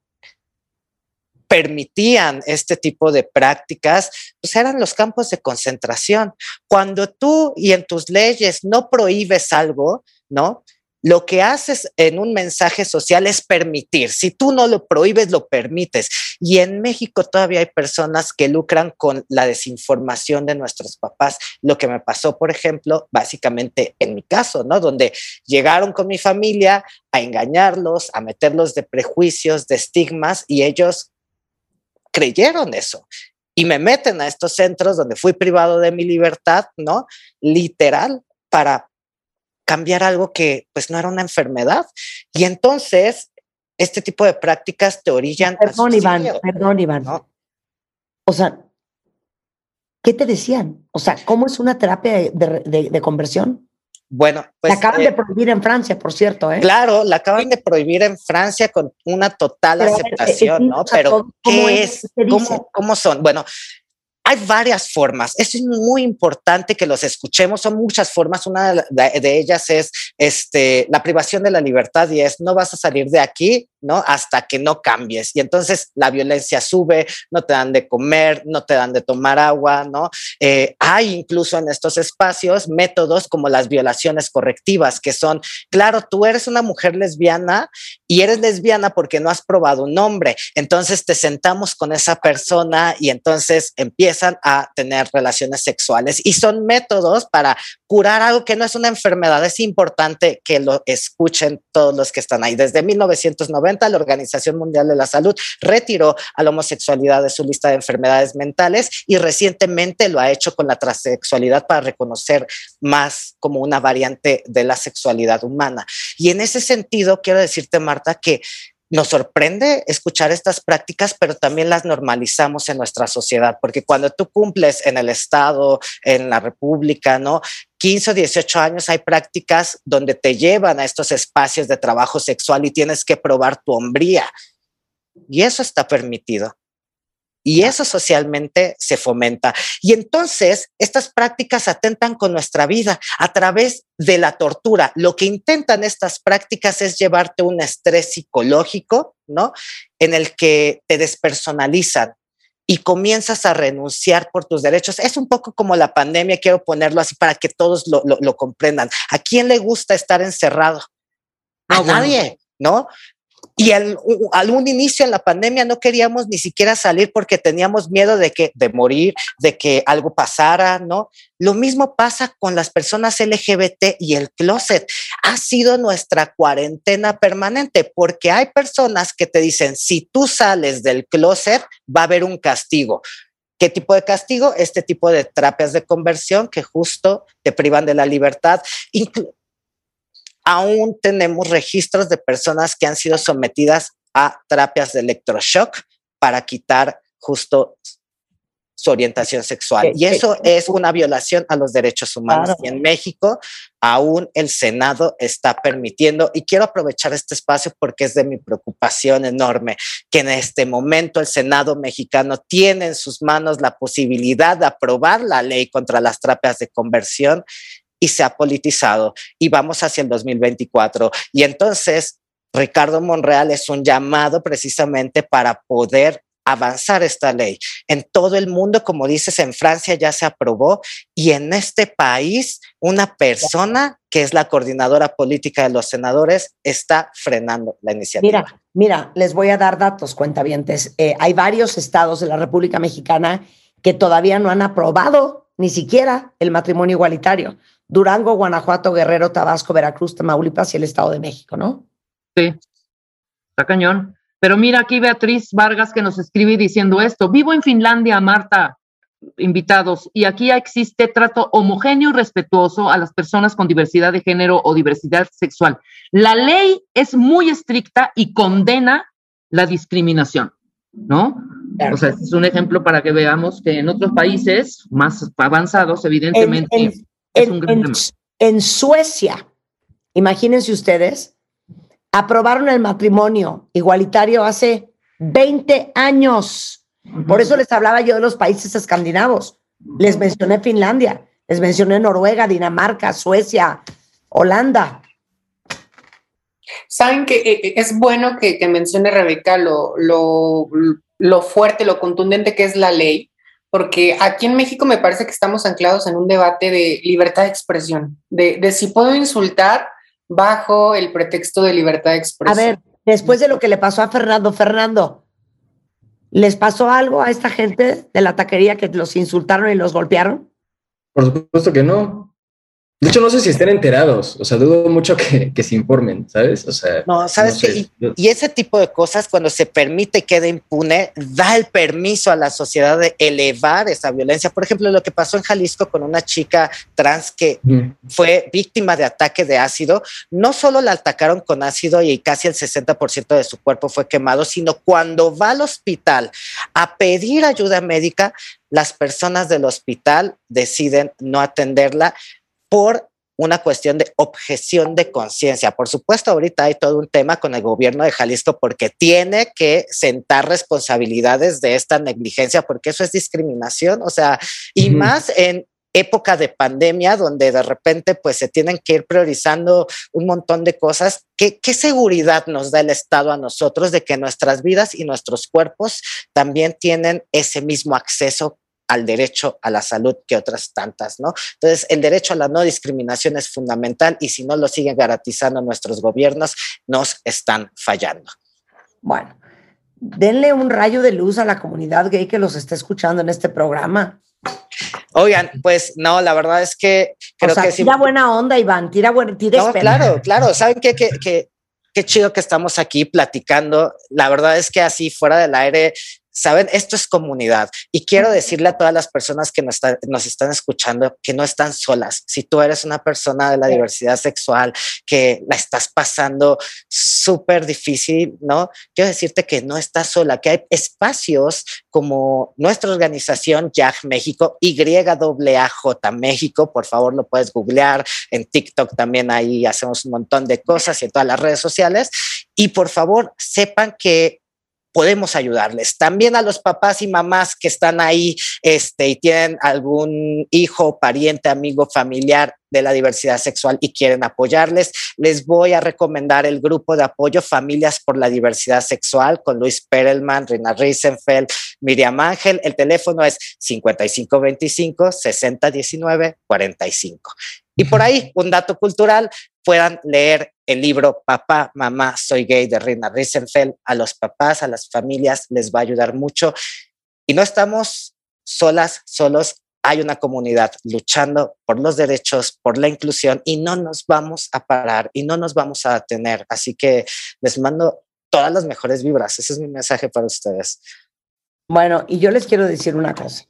permitían este tipo de prácticas, pues eran los campos de concentración. Cuando tú y en tus leyes no prohíbes algo, ¿no? Lo que haces en un mensaje social es permitir. Si tú no lo prohíbes, lo permites. Y en México todavía hay personas que lucran con la desinformación de nuestros papás. Lo que me pasó, por ejemplo, básicamente en mi caso, ¿no? Donde llegaron con mi familia a engañarlos, a meterlos de prejuicios, de estigmas, y ellos creyeron eso. Y me meten a estos centros donde fui privado de mi libertad, ¿no? Literal, para cambiar algo que pues no era una enfermedad. Y entonces este tipo de prácticas te orillan
Perdón, Iván, ¿no? O sea, ¿qué te decían? O sea, ¿cómo es una terapia de conversión?
Bueno, pues
la acaban de prohibir en Francia, por cierto, ¿eh?
Claro, la acaban de prohibir en Francia con una total aceptación, ¿no? Pero ¿qué es? ¿Cómo son? Bueno, hay varias formas. Eso es muy importante que los escuchemos. Son muchas formas. Una de ellas es la privación de la libertad, y es: no vas a salir de aquí, ¿no? Hasta que no cambies. Y entonces la violencia sube, no te dan de comer, no te dan de tomar agua, ¿no? Hay incluso en estos espacios métodos como las violaciones correctivas, que son, claro, tú eres una mujer lesbiana y eres lesbiana porque no has probado un hombre. Entonces te sentamos con esa persona y entonces empiezan a tener relaciones sexuales, y son métodos para curar algo que no es una enfermedad. Es importante que lo escuchen todos los que están ahí. Desde 1990 la Organización Mundial de la Salud retiró a la homosexualidad de su lista de enfermedades mentales, y recientemente lo ha hecho con la transexualidad para reconocer más como una variante de la sexualidad humana. Y en ese sentido quiero decirte, Marta, que nos sorprende escuchar estas prácticas, pero también las normalizamos en nuestra sociedad, porque cuando tú cumples en el Estado, en la República, ¿no? 15 o 18 años, hay prácticas donde te llevan a estos espacios de trabajo sexual y tienes que probar tu hombría. Y eso está permitido. Y eso socialmente se fomenta. Y entonces estas prácticas atentan con nuestra vida a través de la tortura. Lo que intentan estas prácticas es llevarte un estrés psicológico, ¿no? En el que te despersonalizan y comienzas a renunciar por tus derechos. Es un poco como la pandemia, quiero ponerlo así para que todos lo comprendan. ¿A quién le gusta estar encerrado? A nadie, ¿no? Y al un inicio en la pandemia no queríamos ni siquiera salir porque teníamos miedo de morir, de que algo pasara, ¿no? Lo mismo pasa con las personas LGBT y el closet. Ha sido nuestra cuarentena permanente porque hay personas que te dicen, si tú sales del closet, va a haber un castigo. ¿Qué tipo de castigo? Este tipo de terapias de conversión que justo te privan de la libertad. Aún tenemos registros de personas que han sido sometidas a terapias de electroshock para quitar justo su orientación sexual. Y eso es una violación a los derechos humanos. Claro. Y en México aún el Senado está permitiendo, y quiero aprovechar este espacio porque es de mi preocupación enorme, que en este momento el Senado mexicano tiene en sus manos la posibilidad de aprobar la ley contra las terapias de conversión y se ha politizado y vamos hacia el 2024. Y entonces Ricardo Monreal es un llamado precisamente para poder avanzar esta ley. En todo el mundo, como dices, en Francia ya se aprobó y en este país una persona que es la coordinadora política de los senadores está frenando la iniciativa.
Mira, les voy a dar datos, cuentavientes. Hay varios estados de la República Mexicana que todavía no han aprobado ni siquiera el matrimonio igualitario. Durango, Guanajuato, Guerrero, Tabasco, Veracruz, Tamaulipas y el Estado de México, ¿no?
Sí, está cañón. Pero mira aquí Beatriz Vargas que nos escribe diciendo esto. Vivo en Finlandia, Marta, invitados, y aquí existe trato homogéneo y respetuoso a las personas con diversidad de género o diversidad sexual. La ley es muy estricta y condena la discriminación, ¿no? Claro. O sea, este es un ejemplo para que veamos que en otros países más avanzados, evidentemente, es un gran tema.
En Suecia, imagínense ustedes, aprobaron el matrimonio igualitario hace 20 años. Por eso les hablaba yo de los países escandinavos. Les mencioné Finlandia, les mencioné Noruega, Dinamarca, Suecia, Holanda.
Saben que es bueno que mencione Rebeca lo fuerte, lo contundente que es la ley, porque aquí en México me parece que estamos anclados en un debate de libertad de expresión, de si puedo insultar bajo el pretexto de libertad de expresión.
A ver, después de lo que le pasó a Fernando, ¿les pasó algo a esta gente de la taquería que los insultaron y los golpearon?
Por supuesto que no. De hecho, no sé si estén enterados. O sea, dudo mucho que se informen, ¿sabes? O sea,
no, ¿sabes qué? Y ese tipo de cosas, cuando se permite y queda impune, da el permiso a la sociedad de elevar esa violencia. Por ejemplo, lo que pasó en Jalisco con una chica trans que fue víctima de ataque de ácido. No solo la atacaron con ácido y casi el 60% de su cuerpo fue quemado, sino cuando va al hospital a pedir ayuda médica, las personas del hospital deciden no atenderla por una cuestión de objeción de conciencia. Por supuesto, ahorita hay todo un tema con el gobierno de Jalisco porque tiene que sentar responsabilidades de esta negligencia, porque eso es discriminación, o sea, y más en época de pandemia, donde de repente pues se tienen que ir priorizando un montón de cosas. ¿Qué seguridad nos da el Estado a nosotros de que nuestras vidas y nuestros cuerpos también tienen ese mismo acceso al derecho a la salud que otras tantas, ¿no? Entonces, el derecho a la no discriminación es fundamental y si no lo siguen garantizando nuestros gobiernos, nos están fallando.
Bueno, denle un rayo de luz a la comunidad gay que los está escuchando en este programa.
Oigan, pues no, la verdad es que creo que sí.
Tira buena onda, Iván, tira
no, claro. ¿Saben qué chido que estamos aquí platicando? La verdad es que así fuera del aire, saben, esto es comunidad y quiero decirle a todas las personas que nos están escuchando que no están solas. Si tú eres una persona de la diversidad sexual que la estás pasando súper difícil, ¿no? Quiero decirte que no estás sola, que hay espacios como nuestra organización YAJ México, YAAJ México, por favor lo puedes googlear, en TikTok también ahí hacemos un montón de cosas y en todas las redes sociales y por favor sepan que podemos ayudarles. También a los papás y mamás que están ahí y tienen algún hijo, pariente, amigo, familiar de la diversidad sexual y quieren apoyarles, les voy a recomendar el grupo de apoyo Familias por la Diversidad Sexual con Luis Perelman, Rina Riesenfeld, Miriam Ángel. El teléfono es 5525-6019-45. Y por ahí, un dato cultural, puedan leer el libro Papá, Mamá, Soy Gay de Rina Riesenfeld. A los papás, a las familias les va a ayudar mucho. Y no estamos solas, solos. Hay una comunidad luchando por los derechos, por la inclusión y no nos vamos a parar y no nos vamos a detener. Así que les mando todas las mejores vibras. Ese es mi mensaje para ustedes.
Bueno, y yo les quiero decir una cosa.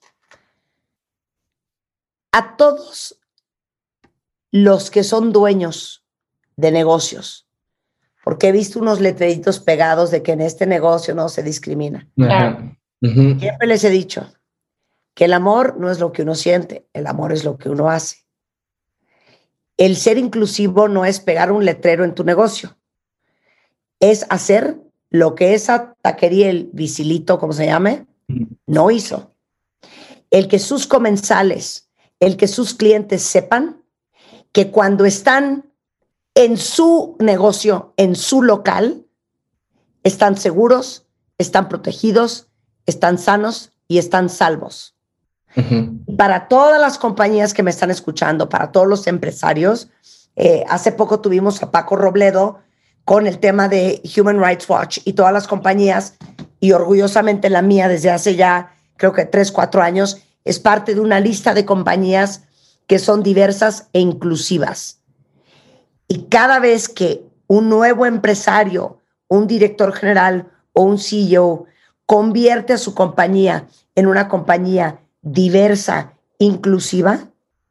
A todos los que son dueños de negocios, porque he visto unos letreritos pegados de que en este negocio no se discrimina. Siempre les he dicho que el amor no es lo que uno siente, el amor es lo que uno hace. El ser inclusivo no es pegar un letrero en tu negocio, es hacer lo que esa taquería, el Vicilito, como se llame, no hizo. El que sus comensales, el que sus clientes sepan que cuando están en su negocio, en su local, están seguros, están protegidos, están sanos y están salvos. Para todas las compañías que me están escuchando, para todos los empresarios, hace poco tuvimos a Paco Robledo con el tema de Human Rights Watch y todas las compañías, y orgullosamente la mía desde hace ya creo que 3-4 años, es parte de una lista de compañías que son diversas e inclusivas. Y cada vez que un nuevo empresario, un director general o un CEO convierte a su compañía en una compañía diversa, inclusiva,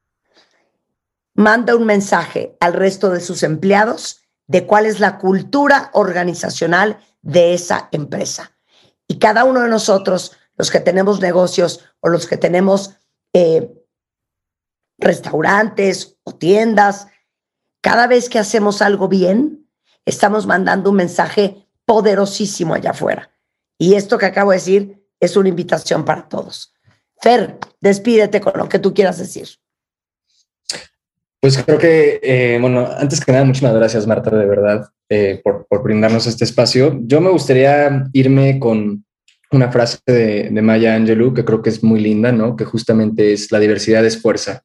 manda un mensaje al resto de sus empleados de cuál es la cultura organizacional de esa empresa. Y cada uno de nosotros, los que tenemos negocios o los que tenemos restaurantes o tiendas, cada vez que hacemos algo bien, estamos mandando un mensaje poderosísimo allá afuera. Y esto que acabo de decir es una invitación para todos. Fer, despídete con lo que tú quieras decir.
Pues creo que, bueno, antes que nada, muchísimas gracias, Marta, de verdad, por brindarnos este espacio. Yo me gustaría irme con una frase de Maya Angelou, que creo que es muy linda, ¿no? Que justamente es: la diversidad es fuerza.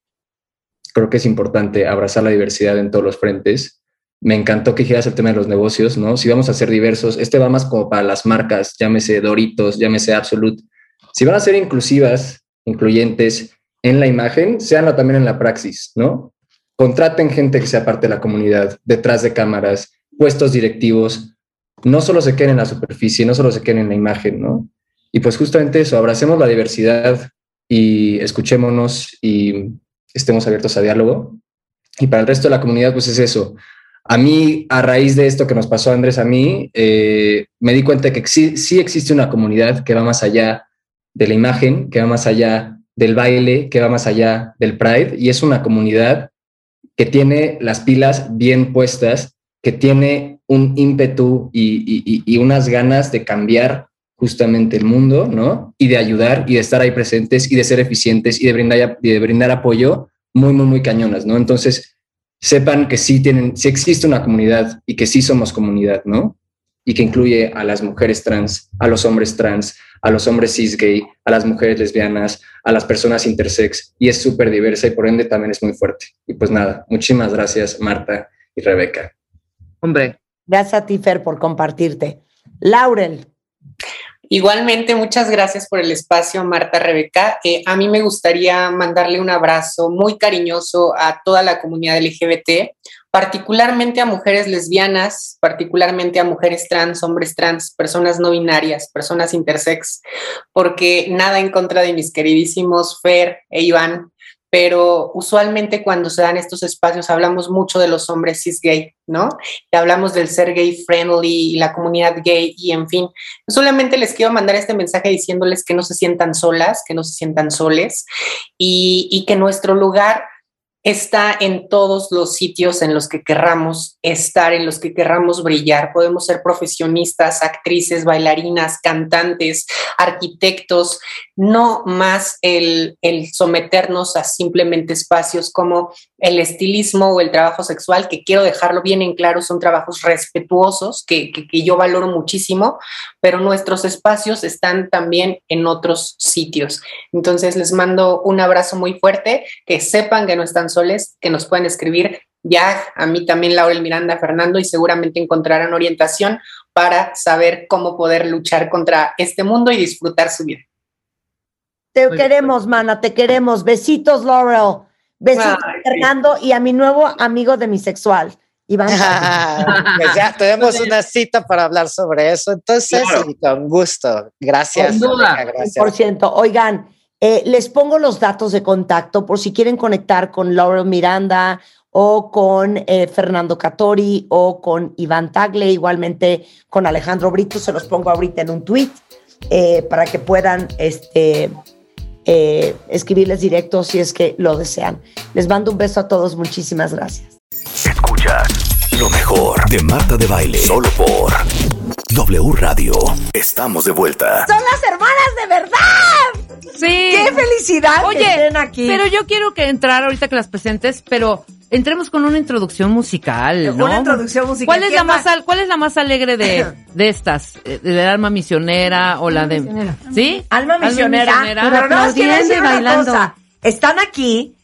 Creo que es importante abrazar la diversidad en todos los frentes. Me encantó que dijeras el tema de los negocios, ¿no? Si vamos a ser diversos, va más como para las marcas, llámese Doritos, llámese Absolut. Si van a ser inclusivas, incluyentes en la imagen, seanlo también en la praxis, ¿no? Contraten gente que sea parte de la comunidad, detrás de cámaras, puestos directivos. No solo se queden en la superficie, no solo se queden en la imagen, ¿no? Y pues justamente eso, abracemos la diversidad y escuchémonos y estemos abiertos a diálogo. Y para el resto de la comunidad, pues es eso. A mí, a raíz de esto que nos pasó a Andrés, a mí, me di cuenta que sí existe una comunidad que va más allá de la imagen, que va más allá del baile, que va más allá del Pride, y es una comunidad que tiene las pilas bien puestas, que tiene un ímpetu y unas ganas de cambiar justamente el mundo, ¿no? Y de ayudar y de estar ahí presentes y de ser eficientes y de brindar apoyo muy, muy, muy cañonas, ¿no? Entonces, sepan que sí existe una comunidad y que sí somos comunidad, ¿no? Y que incluye a las mujeres trans, a los hombres trans, a los hombres cis gay, a las mujeres lesbianas, a las personas intersex, y es súper diversa y por ende también es muy fuerte. Y pues nada, muchísimas gracias, Marta y Rebeca.
Hombre.
Gracias a ti, Fer, por compartirte. Laurel.
Igualmente, muchas gracias por el espacio, Marta, Rebeca. A mí me gustaría mandarle un abrazo muy cariñoso a toda la comunidad LGBT, particularmente a mujeres lesbianas, particularmente a mujeres trans, hombres trans, personas no binarias, personas intersex, porque nada en contra de mis queridísimos Fer e Iván, pero usualmente cuando se dan estos espacios hablamos mucho de los hombres cis gay, ¿no? Y hablamos del ser gay friendly y la comunidad gay y en fin. Solamente les quiero mandar este mensaje diciéndoles que no se sientan solas, que no se sientan soles y que nuestro lugar está en todos los sitios en los que querramos estar, en los que querramos brillar. Podemos ser profesionistas, actrices, bailarinas, cantantes, arquitectos, no más el someternos a simplemente espacios como el estilismo o el trabajo sexual, que quiero dejarlo bien en claro, son trabajos respetuosos que yo valoro muchísimo, pero nuestros espacios están también en otros sitios. Entonces les mando un abrazo muy fuerte, que sepan que no están soles, que nos pueden escribir ya a mí también, Laurel Miranda, Fernando, y seguramente encontrarán orientación para saber cómo poder luchar contra este mundo y disfrutar su vida.
Te queremos, mana, te queremos. Besitos, Laurel. Besitos, Fernando, y a mi nuevo amigo demisexual, Iván.
Pues ya tenemos una cita para hablar sobre eso, entonces, claro. Y con gusto. Gracias.
Sin duda. Gracias. 100%. Oigan, les pongo los datos de contacto por si quieren conectar con Laurel Miranda o con Fernando Catori o con Iván Tagle, igualmente con Alejandro Brito. Se los pongo ahorita en un tweet para que puedan escribirles directo si es que lo desean. Les mando un beso a todos. Muchísimas gracias.
Escuchas lo mejor de Marta de Baile, solo por W Radio. Estamos de vuelta.
¡Son las hermanas de verdad!
Sí.
¡Qué felicidad!
Oye,
que estén aquí!
Pero yo quiero que entrar ahorita que las presentes, pero entremos con una introducción musical, ¿no?
Una introducción musical.
¿Cuál es la más alegre de estas? ¿De Alma Misionera o la de...?
Misionera.
¿Sí?
Alma Misionera.
Pero
no, quiero decir una cosa. Están aquí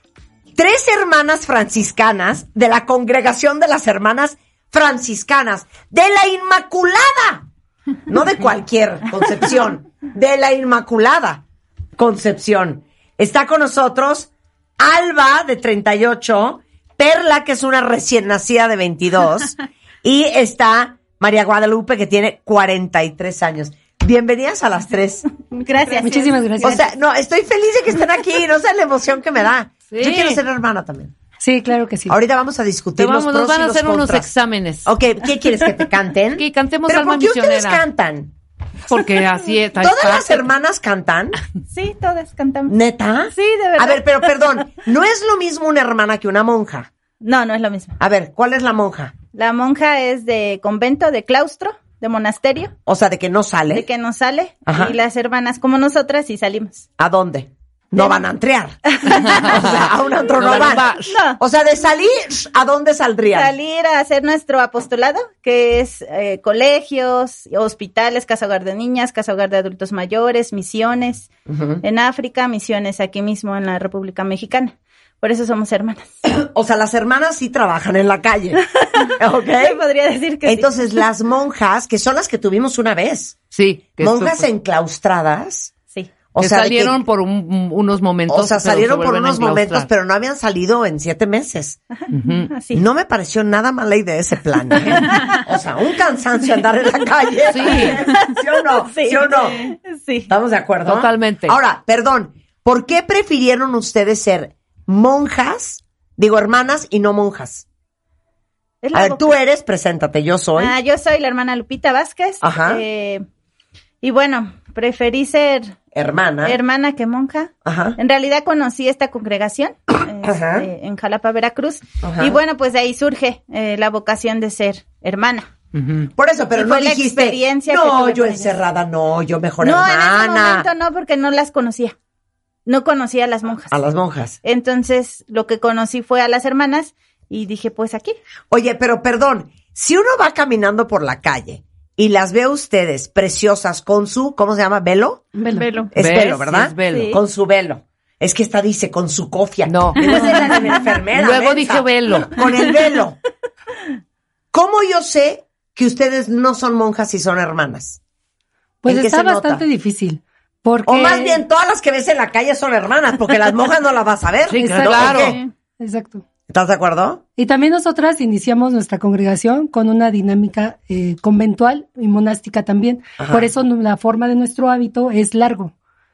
3 hermanas franciscanas de la Congregación de las Hermanas Franciscanas de la Inmaculada. No de cualquier Concepción, de la Inmaculada Concepción. Está con nosotros Alba, de 38, Perla, que es una recién nacida de 22, y está María Guadalupe, que tiene 43 años. Bienvenidas a las 3.
Gracias. Muchísimas gracias.
O sea, no, estoy feliz de que estén aquí, no sé la emoción que me da.
Sí.
Yo quiero ser hermana también.
Sí, claro que sí.
Ahorita vamos a discutir los pros
nos van a
y los
hacer
contras.
unos exámenes.
Ok, ¿qué quieres, que te canten?
Que cantemos
¿Pero
Alma
por qué
Misionera.
ustedes cantan?
Porque así es.
¿Todas las hermanas cantan?
Sí, todas cantamos.
¿Neta?
Sí, de verdad.
A ver, pero perdón, ¿no es lo mismo una hermana que una monja?
No, no es lo mismo.
A ver, ¿cuál es la monja?
La monja es de convento, de claustro, de monasterio.
O sea, de que no sale.
De que no sale.
Ajá.
Y las hermanas, como nosotras, sí salimos.
¿A dónde? No van a antrear. O sea, a un antro no van.
No.
O sea, de salir, ¿a dónde saldrían?
Salir a hacer nuestro apostolado, que es colegios, hospitales, casa hogar de niñas, casa hogar de adultos mayores, misiones en África, misiones aquí mismo en la República Mexicana. Por eso somos hermanas.
O sea, las hermanas sí trabajan en la calle. ¿Ok?
Sí, podría decir que
Entonces,
sí.
las monjas, que son las que tuvimos una vez.
Sí.
Monjas enclaustradas.
Sí.
O
que
sea,
salieron por unos momentos.
O sea,
pero
salieron
se
por
vuelven a
unos momentos,
enclaustrar.
pero no habían salido en 7 meses.
Así.
No me pareció nada mala idea ese plan. O sea, un cansancio andar en la calle.
Sí.
¿Sí o no?
Sí,
¿Sí o no?
Sí.
¿Estamos de acuerdo?
Totalmente.
Ahora, perdón, ¿por qué prefirieron ustedes ser monjas, digo hermanas y no monjas? A ver, tú eres, preséntate, yo soy.
Yo soy la hermana Lupita Vázquez.
Ajá.
Y bueno, preferí ser hermana que monja.
Ajá.
En realidad conocí esta congregación en Jalapa, Veracruz.
Ajá.
Y bueno, pues de ahí surge la vocación de ser hermana.
Por eso, pero
Y
no
fue la
dijiste,
experiencia que
no,
tuve
yo
con
encerrada, no, yo mejor
No,
hermana.
en ese momento no, porque no las conocía. No conocía a las monjas.
A las monjas.
Entonces, lo que conocí fue a las hermanas y dije, pues aquí.
Oye, pero perdón, si uno va caminando por la calle y las ve a ustedes preciosas con su, ¿cómo se llama? ¿Velo?
Velo.
Es
¿Ves?
velo, ¿verdad?
Sí, es velo.
Sí.
Con su velo. Es que esta dice con su cofia.
No.
Digo, esa es la de la enfermera.
Luego
mensa.
dije velo.
Con el velo. ¿Cómo yo sé que ustedes no son monjas y son hermanas?
Pues
¿En qué
está
se nota?
bastante difícil. Porque...
O más bien, todas las que ves en la calle son hermanas, porque las monjas no las vas a ver.
Sí,
¿no?
claro.
¿Por qué?
Exacto.
¿Estás de acuerdo?
Y también nosotras iniciamos nuestra congregación con una dinámica conventual y monástica también.
Ajá.
Por eso la forma de nuestro hábito es largo.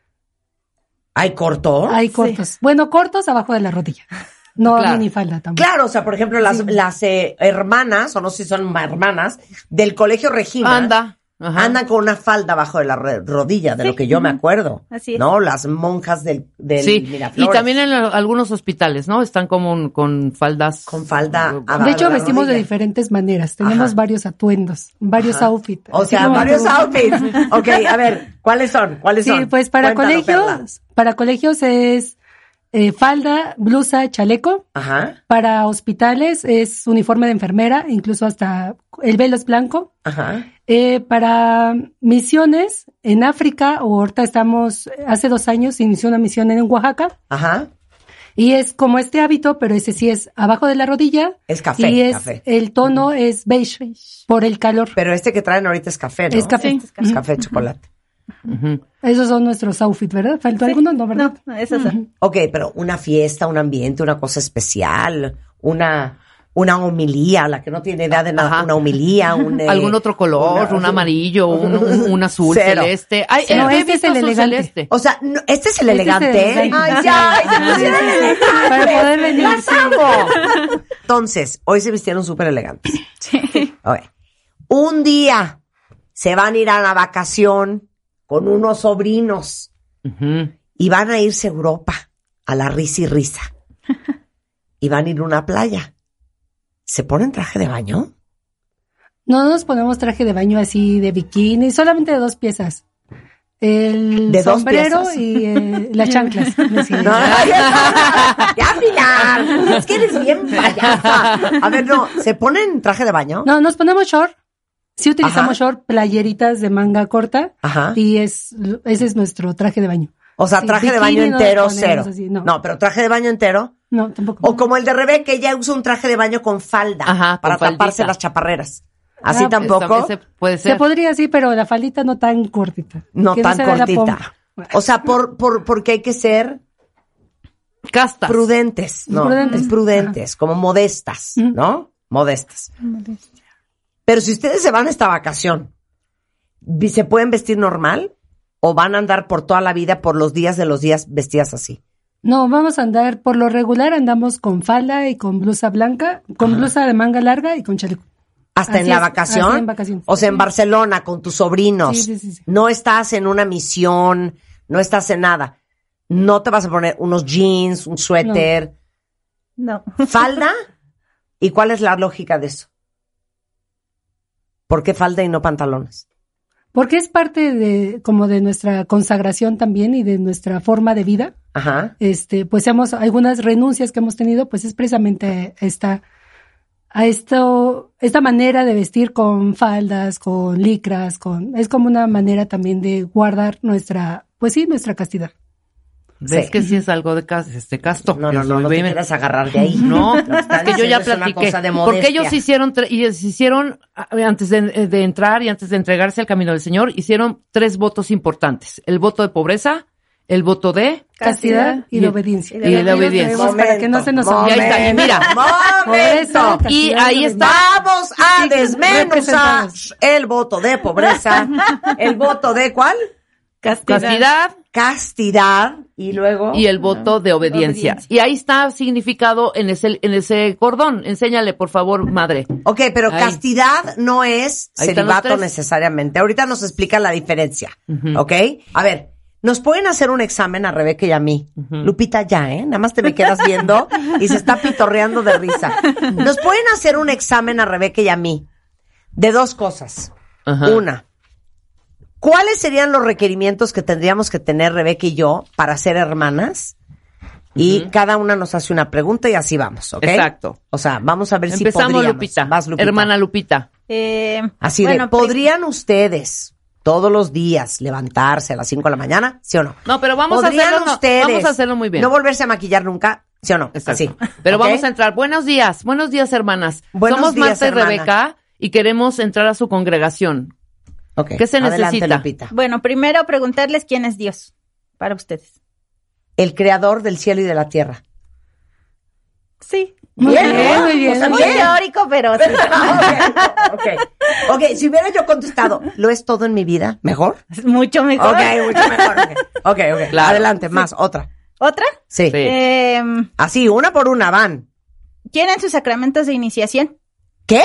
¿Hay corto?
Hay cortos. Bueno, cortos abajo de la rodilla. No
Claro.
minifalda tampoco.
Claro, o sea, por ejemplo, las hermanas, o no sé si son hermanas, del Colegio Regina.
Anda.
andan con una falda abajo de la rodilla, de lo que yo me acuerdo.
Así es.
¿No? Las monjas del Miraflores.
Y también en algunos hospitales, ¿no? Están como con faldas.
Con falda.
De hecho, vestimos de diferentes maneras. Tenemos varios atuendos, varios outfits.
O sea, varios outfits. Ok, a ver, ¿cuáles son?
Sí, pues para colegios es falda, blusa, chaleco.
Ajá.
Para hospitales es uniforme de enfermera, incluso hasta el velo es blanco.
Ajá.
Para misiones en África, o ahorita hace 2 años inició una misión en Oaxaca.
Ajá.
Y es como este hábito, pero ese sí es abajo de la rodilla.
Es café.
Y el tono es beige por el calor.
Pero este que traen ahorita es café, ¿no?
Es café.
Es café, chocolate.
Esos son nuestros outfits, ¿verdad? ¿Faltó alguno? No, ¿verdad?
No, esos son.
Ok, pero una fiesta, un ambiente, una cosa especial, una homilía, la que no tiene idea de nada, una homilía,
algún otro color, un amarillo, un azul, celeste. Ay,
no, este es el elegante.
Celeste.
O sea, no, este es el elegante.
Ay, ya, se pusieron elegantes. Para poder venir.
Entonces, hoy se vistieron súper elegantes.
Sí.
Okay. Un día se van a ir a la vacación con unos sobrinos y van a irse a Europa, a la risa y risa. Y van a ir a una playa. ¿Se ponen traje de baño?
No nos ponemos traje de baño así de bikini, solamente de 2 piezas. El sombrero y las chanclas.
Ya, Pilar, es que eres bien payasa. A ver, no, ¿se ponen traje de baño?
No, nos ponemos short. Sí utilizamos short, playeritas de manga corta.
Ajá.
Y ese es nuestro traje de baño.
O sea, traje de baño entero, cero.
Así,
no, pero traje de baño entero.
No, tampoco.
O como el de Rebeca, que ella usa un traje de baño con falda.
Ajá,
para
con
taparse
faldita.
las chaparreras. Así tampoco.
Puede ser.
Se podría, sí, pero la faldita no tan cortita.
No tan
se vea la
cortita.
pompa.
O sea, porque hay que ser
castas.
Prudentes. No, prudentes, como modestas, ¿no? Modestas. Pero si ustedes se van a esta vacación, ¿se pueden vestir normal? ¿O van a andar por toda la vida, por los días de los días, vestidas así?
No, vamos a andar, por lo regular andamos con falda y con blusa blanca, con blusa de manga larga y con chaleco.
¿Hasta en la vacación?
Así en vacaciones.
O sea, en Barcelona, con tus sobrinos.
Sí.
No estás en una misión, no estás en nada. No te vas a poner unos jeans, un suéter.
No.
¿Falda? ¿Y cuál es la lógica de eso? ¿Por qué falda y no pantalones?
Porque es parte de nuestra consagración también y de nuestra forma de vida.
Ajá.
Pues algunas renuncias que hemos tenido, pues es precisamente esta manera de vestir con faldas, con licras, es como una manera también de guardar nuestra castidad.
¿Ves que sí es algo de casto?
No te quieras agarrar de ahí.
No, es que yo ya platiqué. Porque ellos hicieron, antes de entrar y antes de entregarse al camino del Señor, hicieron 3 votos importantes. El voto de pobreza, el voto de
castidad y de obediencia.
Y de obediencia.
Para que no se nos olvide.
Y ahí está, y mira.
¡Momento! Y ahí está. Vamos a desmenuzar el voto de pobreza. ¿El voto de cuál? Castidad. Y luego.
Y el voto de obediencia. Y ahí está significado en ese cordón. Enséñale, por favor, madre.
Ok, pero ahí. Castidad no es
Ahí
celibato necesariamente. Ahorita nos explica la diferencia. ¿Ok? A ver, nos pueden hacer un examen a Rebeca y a mí. Lupita, ya, nada más te me quedas viendo y se está pitorreando de risa. Nos pueden hacer un examen a Rebeca y a mí de 2 cosas. Una, ¿cuáles serían los requerimientos que tendríamos que tener Rebeca y yo para ser hermanas? Y cada una nos hace una pregunta y así vamos, ¿ok?
Exacto.
O sea, vamos a ver si
podríamos.
podríamos.
Lupita.
Vas, Lupita.
Hermana Lupita.
Así bueno, ¿podrían ustedes todos los días levantarse a las 5 de la mañana? ¿Sí o no?
No, pero vamos a hacerlo muy bien.
No volverse a maquillar nunca, ¿sí o no?
Exacto.
Así.
Pero
¿okay?
Vamos a entrar. Buenos días, hermanas.
Somos
Marta y
hermana.
Rebeca y queremos entrar a su congregación.
Okay.
¿Qué se
Adelante,
necesita?
Lupita.
Bueno, primero preguntarles quién es Dios para ustedes.
El creador del cielo y de la tierra.
Sí.
Muy bien.
O sea, muy teórico, pero sí.
Ok, si hubiera yo contestado, ¿lo es todo en mi vida? ¿Mejor?
Es mucho mejor.
Ok, mucho mejor. Ok. Claro. Adelante, más, otra.
¿Otra?
Sí. Así, una por una, van.
¿Quieren sus sacramentos de iniciación?
¿Qué?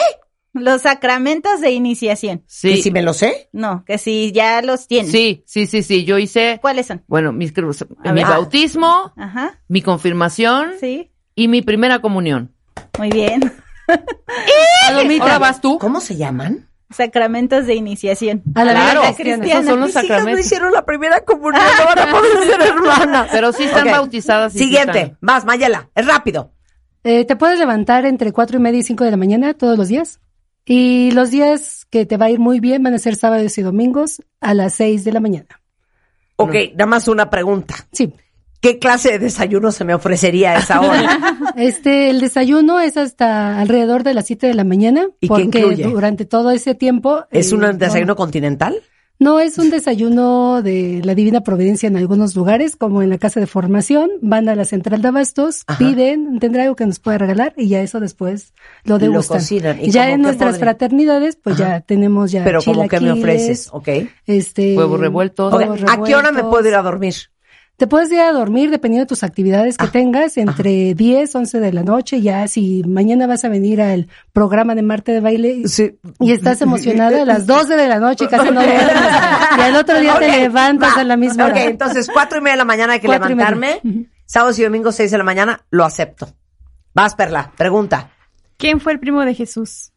Los sacramentos de iniciación.
Sí. ¿Y si me lo sé?
No, que si ya los tienes.
Sí. Yo hice...
¿Cuáles son?
Bueno, mi bautismo, mi confirmación y mi primera comunión.
Muy bien.
Ahora vas tú.
¿Cómo se llaman?
Sacramentos de iniciación.
Claro,
cristiana.
Esos son los
Mis hijas
sacramentos.
no hicieron la primera comunión, ahora pueden ser hermanas.
Pero sí están bautizadas. Y
Siguiente,
sí están.
vas, Mayela, es rápido.
Te puedes levantar entre 4:30 y 5 de la mañana todos los días. Y los días que te va a ir muy bien van a ser sábados y domingos a las 6 de la mañana.
Ok, nada más una pregunta.
Sí.
¿Qué clase de desayuno se me ofrecería a esa hora?
El desayuno es hasta alrededor de las 7 de la mañana.
¿Y qué
porque
incluye?
Durante todo ese tiempo...
¿Es un desayuno continental?
No, es un desayuno de la Divina Providencia en algunos lugares, como en la casa de formación, van a la central de abastos, piden, tendrá algo que nos pueda regalar y ya eso después lo degustan.
Lo cocinan. ¿Y
ya en nuestras fraternidades, pues ya tenemos ya
Pero ¿cómo que me ofreces?
Huevos revueltos.
¿A qué hora me puedo ir a dormir?
Te puedes ir a dormir dependiendo de tus actividades que tengas, entre 10, 11 de la noche. Ya si mañana vas a venir al programa de Marta de Baile y estás emocionada, a las 12 de la noche casi no duermes. Y al otro día te levantas a la misma hora.
Ok, entonces 4:30 de la mañana hay que levantarme. Sábados y domingos 6 de la mañana, lo acepto. Vas, Perla, pregunta.
¿Quién fue el primo de Jesús?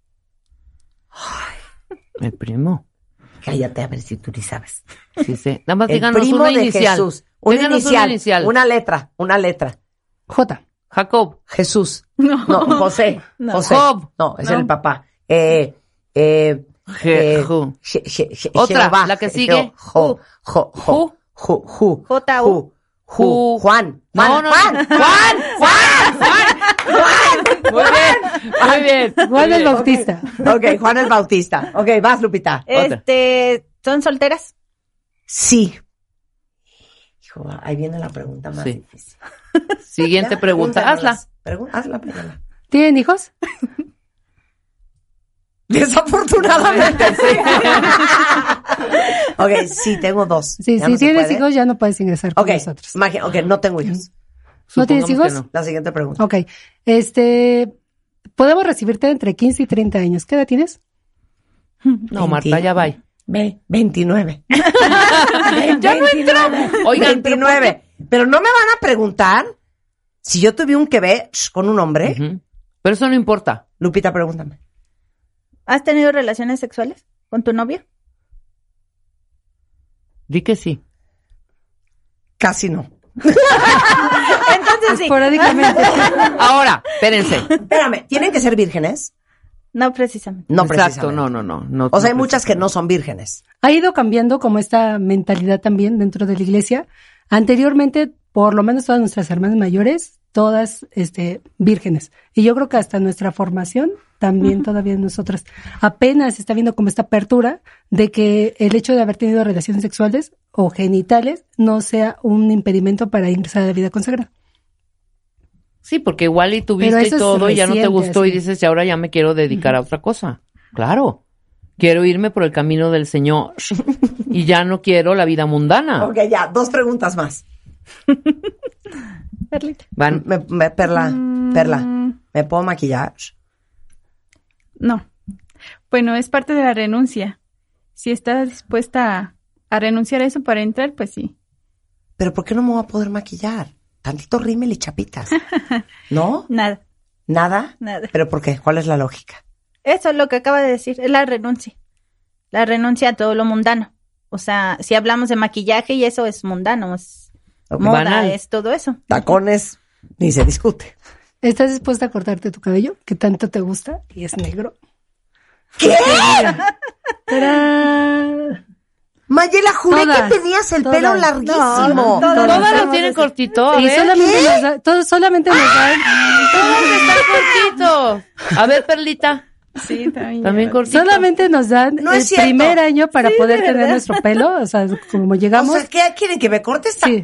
El primo.
Cállate a ver si tú ni sabes.
Sí. Nada más
El
díganos
primo
una
de
inicial.
Jesús. Una inicial. Una letra.
J.
Jacob.
Jesús. No, José.
No.
José.
Job.
No, es el papá.
Otra, la que sigue.
Juan.
Muy bien.
Juan el Bautista.
Ok, Juan el Bautista. Ok, vas, Lupita.
¿Son solteras?
Sí. Hijo, ahí viene la pregunta más difícil.
Siguiente pregunta. Hazla.
Hazla.
¿Tienen hijos?
Desafortunadamente, sí. Ok, sí, tengo 2.
Sí, si tienes hijos ya no puedes ingresar con nosotros.
Ok, no tengo hijos.
¿No tienes hijos?
No. La siguiente pregunta.
Ok. Podemos recibirte entre 15 y 30 años. ¿Qué edad tienes?
No, Marta, ya va.
29.
Ya no entramos.
Oigan, 29. Pero no me van a preguntar si yo tuve un que ver con un hombre.
Pero eso no importa.
Lupita, pregúntame.
¿Has tenido relaciones sexuales con tu novio?
Di que sí.
Casi no.
Entonces sí.
Esporádicamente.
Ahora, espérense.
Espérame, ¿tienen que ser vírgenes?
No precisamente.
No
Exacto,
precisamente.
no.
O sea, hay muchas que no son vírgenes.
Ha ido cambiando como esta mentalidad también dentro de la iglesia. Anteriormente, por lo menos todas nuestras hermanas mayores, todas vírgenes. Y yo creo que hasta nuestra formación, también todavía nosotras, apenas está viendo como esta apertura de que el hecho de haber tenido relaciones sexuales o genitales no sea un impedimento para ingresar a la vida consagrada.
Sí, porque igual y tuviste y todo y ya no te gustó y dices, y ahora ya me quiero dedicar a otra cosa. Claro. Quiero irme por el camino del Señor y ya no quiero la vida mundana.
Ok, ya, 2 preguntas más.
Perlita.
Van.
Perla, ¿me puedo maquillar?
No. Bueno, es parte de la renuncia. Si estás dispuesta a renunciar a eso para entrar, pues sí.
¿Pero por qué no me voy a poder maquillar? Tantito rímel y chapitas. ¿No?
Nada.
¿Nada?
Nada.
¿Pero por qué? ¿Cuál es la lógica?
Eso es lo que acaba de decir, es la renuncia. La renuncia a todo lo mundano. O sea, si hablamos de maquillaje y eso es mundano, es moda, banal. Es todo eso.
Tacones, ni se discute.
¿Estás dispuesta a cortarte tu cabello, que tanto te gusta y es negro?
¿Qué? Mayela, juré que tenías el pelo larguísimo.
Todas lo tienen cortito. A
y
ver,
solamente nos dan.
Todos están cortitos. A ver, Perlita.
Sí,
también cortito.
Solamente nos dan el primer año para poder tener nuestro pelo. O sea, como llegamos.
O sea, ¿qué quieren que me cortes?
Sí.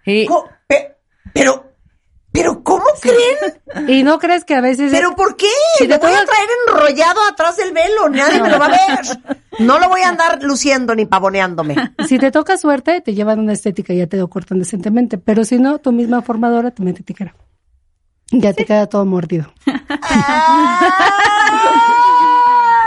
Pero ¿cómo creen?
Y no crees que a veces...
¿Pero por qué? Si me voy a traer enrollado atrás del velo, nadie me lo va a ver. No lo voy a andar luciendo ni pavoneándome.
Si te toca suerte, te llevan una estética y ya te lo cortan decentemente. Pero si no, tu misma formadora también te tijera. Ya te queda todo mordido.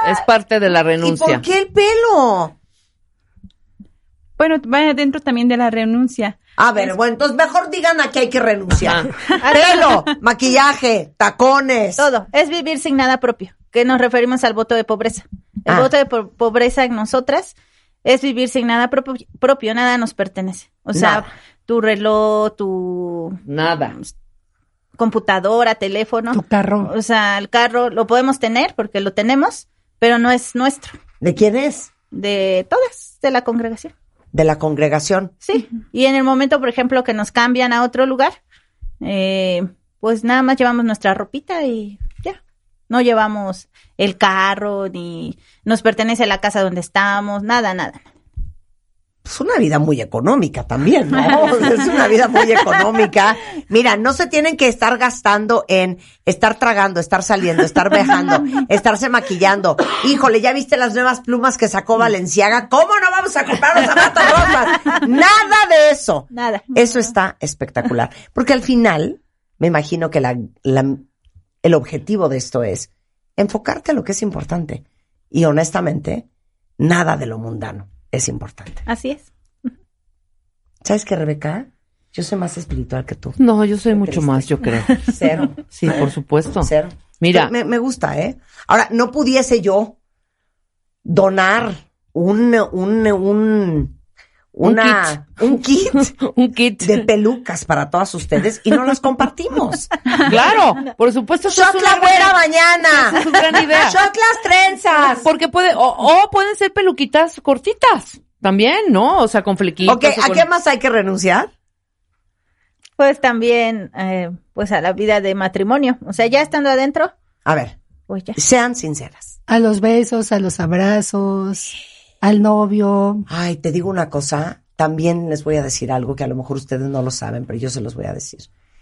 Es parte de la renuncia.
¿Y por qué el pelo?
Bueno, va dentro también de la renuncia.
A ver, bueno, entonces mejor digan a qué hay que renunciar. Pelo, maquillaje, tacones.
Todo. Es vivir sin nada propio, que nos referimos al voto de pobreza. El voto de pobreza en nosotras es vivir sin nada propio, nada nos pertenece. O sea, tu reloj,
nada.
Computadora, teléfono.
Tu carro.
O sea, el carro lo podemos tener porque lo tenemos, pero no es nuestro.
¿De quién es?
De todas, de la congregación.
De la congregación.
Sí, y en el momento, por ejemplo, que nos cambian a otro lugar, pues nada más llevamos nuestra ropita y ya. No llevamos el carro, ni nos pertenece la casa donde estamos, nada.
Es una vida muy económica también, ¿no? Es una vida muy económica. Mira, no se tienen que estar gastando en estar tragando, estar saliendo, estar viajando, estarse maquillando. Híjole, ¿ya viste las nuevas plumas que sacó Balenciaga? ¿Cómo no vamos a comprar los zapatos rosas? Nada de eso.
Nada.
Eso está espectacular. Porque al final, me imagino que el objetivo de esto es enfocarte a lo que es importante. Y honestamente, nada de lo mundano es importante.
Así es.
¿Sabes qué, Rebeca? Yo soy más espiritual que tú.
No, yo soy mucho más, yo creo.
Cero.
Sí, por supuesto.
Cero.
Mira.
Me gusta, ¿eh? Ahora, no pudiese yo donar un kit
un kit
de pelucas para todas ustedes y no las compartimos.
Claro, por supuesto.
Shot la güera mañana.
Esa es una gran idea.
Shot las trenzas.
Porque pueden ser peluquitas cortitas también, ¿no? O sea, con flequitos.
Ok, ¿a qué más hay que renunciar?
Pues también, pues a la vida de matrimonio. O sea, ya estando adentro.
A ver,
pues ya.
Sean sinceras.
A los besos, a los abrazos, al novio.
Ay, te digo una cosa, también les voy a decir algo que a lo mejor ustedes no lo saben, pero yo se los voy a decir.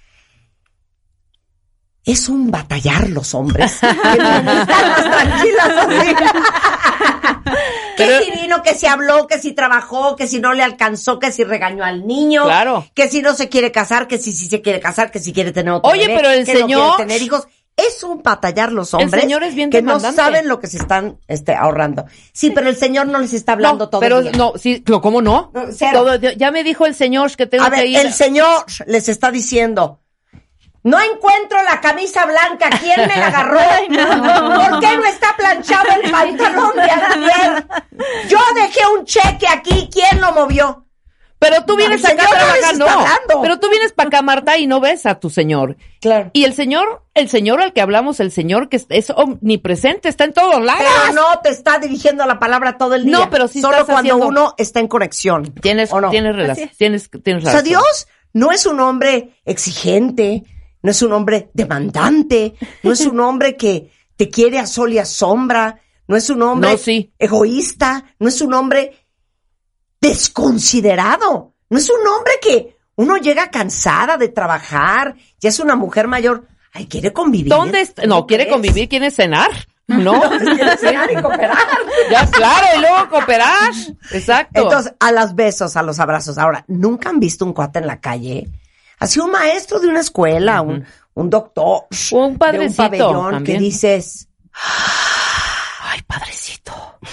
Es un batallar los hombres. Que no están más tranquilas así. Que si vino, que si habló, que si trabajó, que si no le alcanzó, que si regañó al niño.
Claro.
Que si no se quiere casar, que si sí se quiere casar, que si quiere tener otro bebé,
pero el
que
señor
no quiere tener hijos. Es un batallar los hombres.
El señor es bien
que
demandante.
no saben lo que se están ahorrando. Sí, pero el señor no les está hablando todo el día.
No, sí, ¿cómo no? Ya me dijo el señor que tengo que ir.
El señor les está diciendo: no encuentro la camisa blanca, ¿quién me la agarró? ¿Por qué no está planchado el pantalón de ayer? Yo dejé un cheque aquí, ¿quién lo movió?
Pero tú vienes acá a trabajar,
no.
Pero tú vienes para acá, Marta, y no ves a tu señor.
Claro.
Y el señor al que hablamos, el señor que es omnipresente, está en todos lados.
Pero no te está dirigiendo la palabra todo el día.
No, pero sí
solo
estás
cuando
haciendo...
uno está en conexión.
Tienes relación. Tienes
razón. O sea, Dios no es un hombre exigente, no es un hombre demandante, no es un hombre que te quiere a sol y a sombra, no es un hombre egoísta, no es un hombre desconsiderado, no es un hombre que uno llega cansada de trabajar, ya es una mujer mayor, ay, quiere convivir.
¿Dónde está? No, quiere convivir, quiere cenar. No,
quiere cenar y cooperar.
Ya, claro, y luego cooperar. Exacto.
Entonces, a los besos, a los abrazos. Ahora, ¿nunca han visto un cuate en la calle? Así un maestro de una escuela, un doctor,
un padrecito,
de un pabellón
también.
Que dices,
ay, padrecito.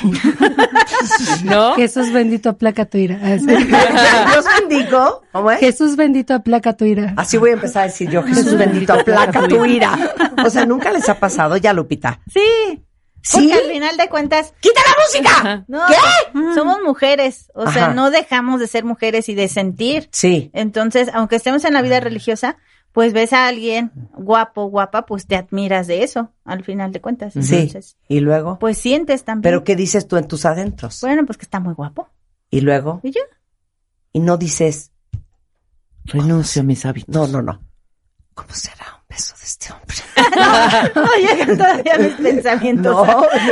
¿No?
Jesús bendito aplaca tu ira.
Dios bendigo. ¿Cómo es?
Jesús bendito aplaca tu ira.
Así voy a empezar a decir yo, Jesús bendito aplaca tu ira. O sea, ¿nunca les ha pasado ya, Lupita?
Sí.
¿Sí?
Porque al final de cuentas...
¡Quita la música!
No,
¿qué?
Somos mujeres, o sea, no dejamos de ser mujeres y de sentir.
Sí.
Entonces, aunque estemos en la vida religiosa, pues ves a alguien guapo, guapa, pues te admiras de eso, al final de cuentas. Entonces,
¿y luego?
Pues sientes también.
¿Pero qué dices tú en tus adentros?
Bueno, pues que está muy guapo.
¿Y luego?
¿Y yo?
Y no dices...
renuncio a mis hábitos.
No. ¿Cómo será un beso de este hombre?
No llegan todavía mis pensamientos.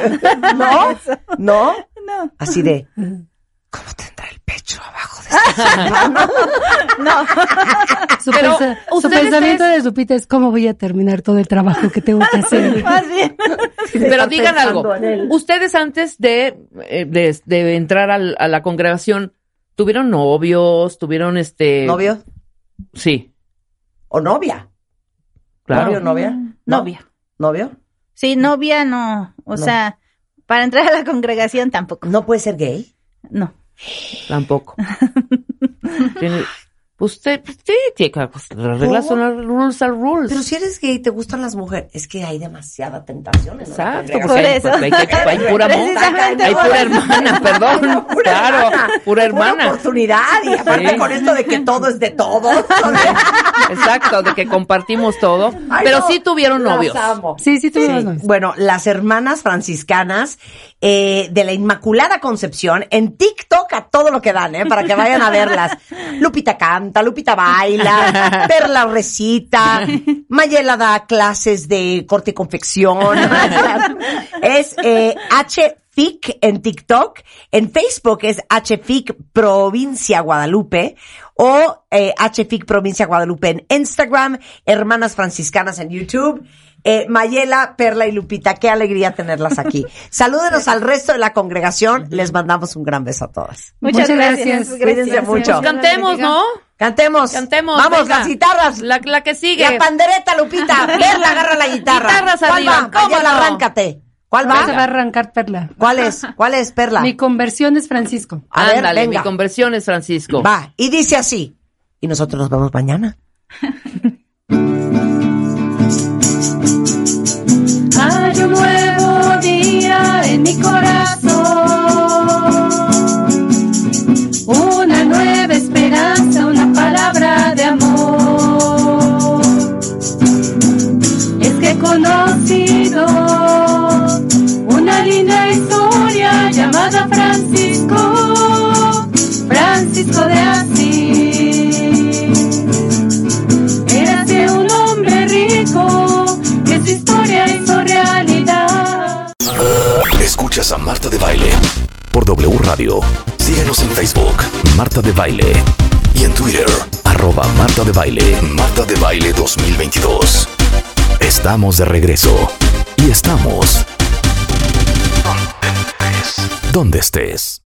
No. Así de... ¿cómo tendrá el pecho abajo de este
No.
Su pensamiento de Lupita es cómo voy a terminar todo el trabajo que tengo que hacer.
Más bien.
Pero digan algo. Ustedes antes de entrar a la congregación, ¿tuvieron novios? ¿Tuvieron
¿Novio?
Sí.
¿O novia?
Claro.
¿Novio, novia?
Novia.
¿Novio?
Sí, novia no. O sea, Para entrar a la congregación tampoco.
¿No puede ser gay?
No.
Tampoco. Usted, sí, las reglas son las rules are rules.
Pero si eres gay y te gustan las mujeres, es que hay demasiada tentación.
Exacto, porque hay pura monja, hay pura hermana, perdón. Pura hermana.
Pura oportunidad, y aparte con esto de que todo es de todo.
Exacto, de que compartimos todo. Pero sí tuvieron novios.
Sí tuvieron novios.
Bueno, las hermanas franciscanas de la Inmaculada Concepción en TikTok a todo lo que dan, para que vayan a verlas. Lupita canta, Lupita baila, Perla recita, Mayela da clases de corte y confección. Es HFIC en TikTok, en Facebook es HFIC Provincia Guadalupe o HFIC Provincia Guadalupe en Instagram, Hermanas Franciscanas en YouTube. Mayela, Perla y Lupita, qué alegría tenerlas aquí. Salúdenos al resto de la congregación. Les mandamos un gran beso a todas.
Muchas gracias.
Cuídense mucho.
Pues cantemos, ¿no?
Cantemos. Vamos, venga. Las guitarras.
La que sigue.
La pandereta, Lupita. Perla, agarra la guitarra.
Guitarras
¿Cuál
arriba.
va? Mayela, arráncate. ¿Cuál va?
Se va a arrancar Perla.
¿Cuál es, Perla?
Mi conversión es Francisco.
A ver,
ándale,
venga.
Mi conversión es Francisco.
Va, y dice así. Y nosotros nos vemos mañana.
Hay un nuevo día en mi corazón, una nueva esperanza, una palabra de amor. Es que he conocido una linda historia llamada Francisco, Francisco de Asís. Érase un hombre rico, que su historia hizo realidad.
Escuchas a Marta de Baile por W Radio. Síguenos en Facebook, Marta de Baile. Y en Twitter, @Marta de Baile. Marta de Baile 2022. Estamos de regreso. Y estamos donde estés.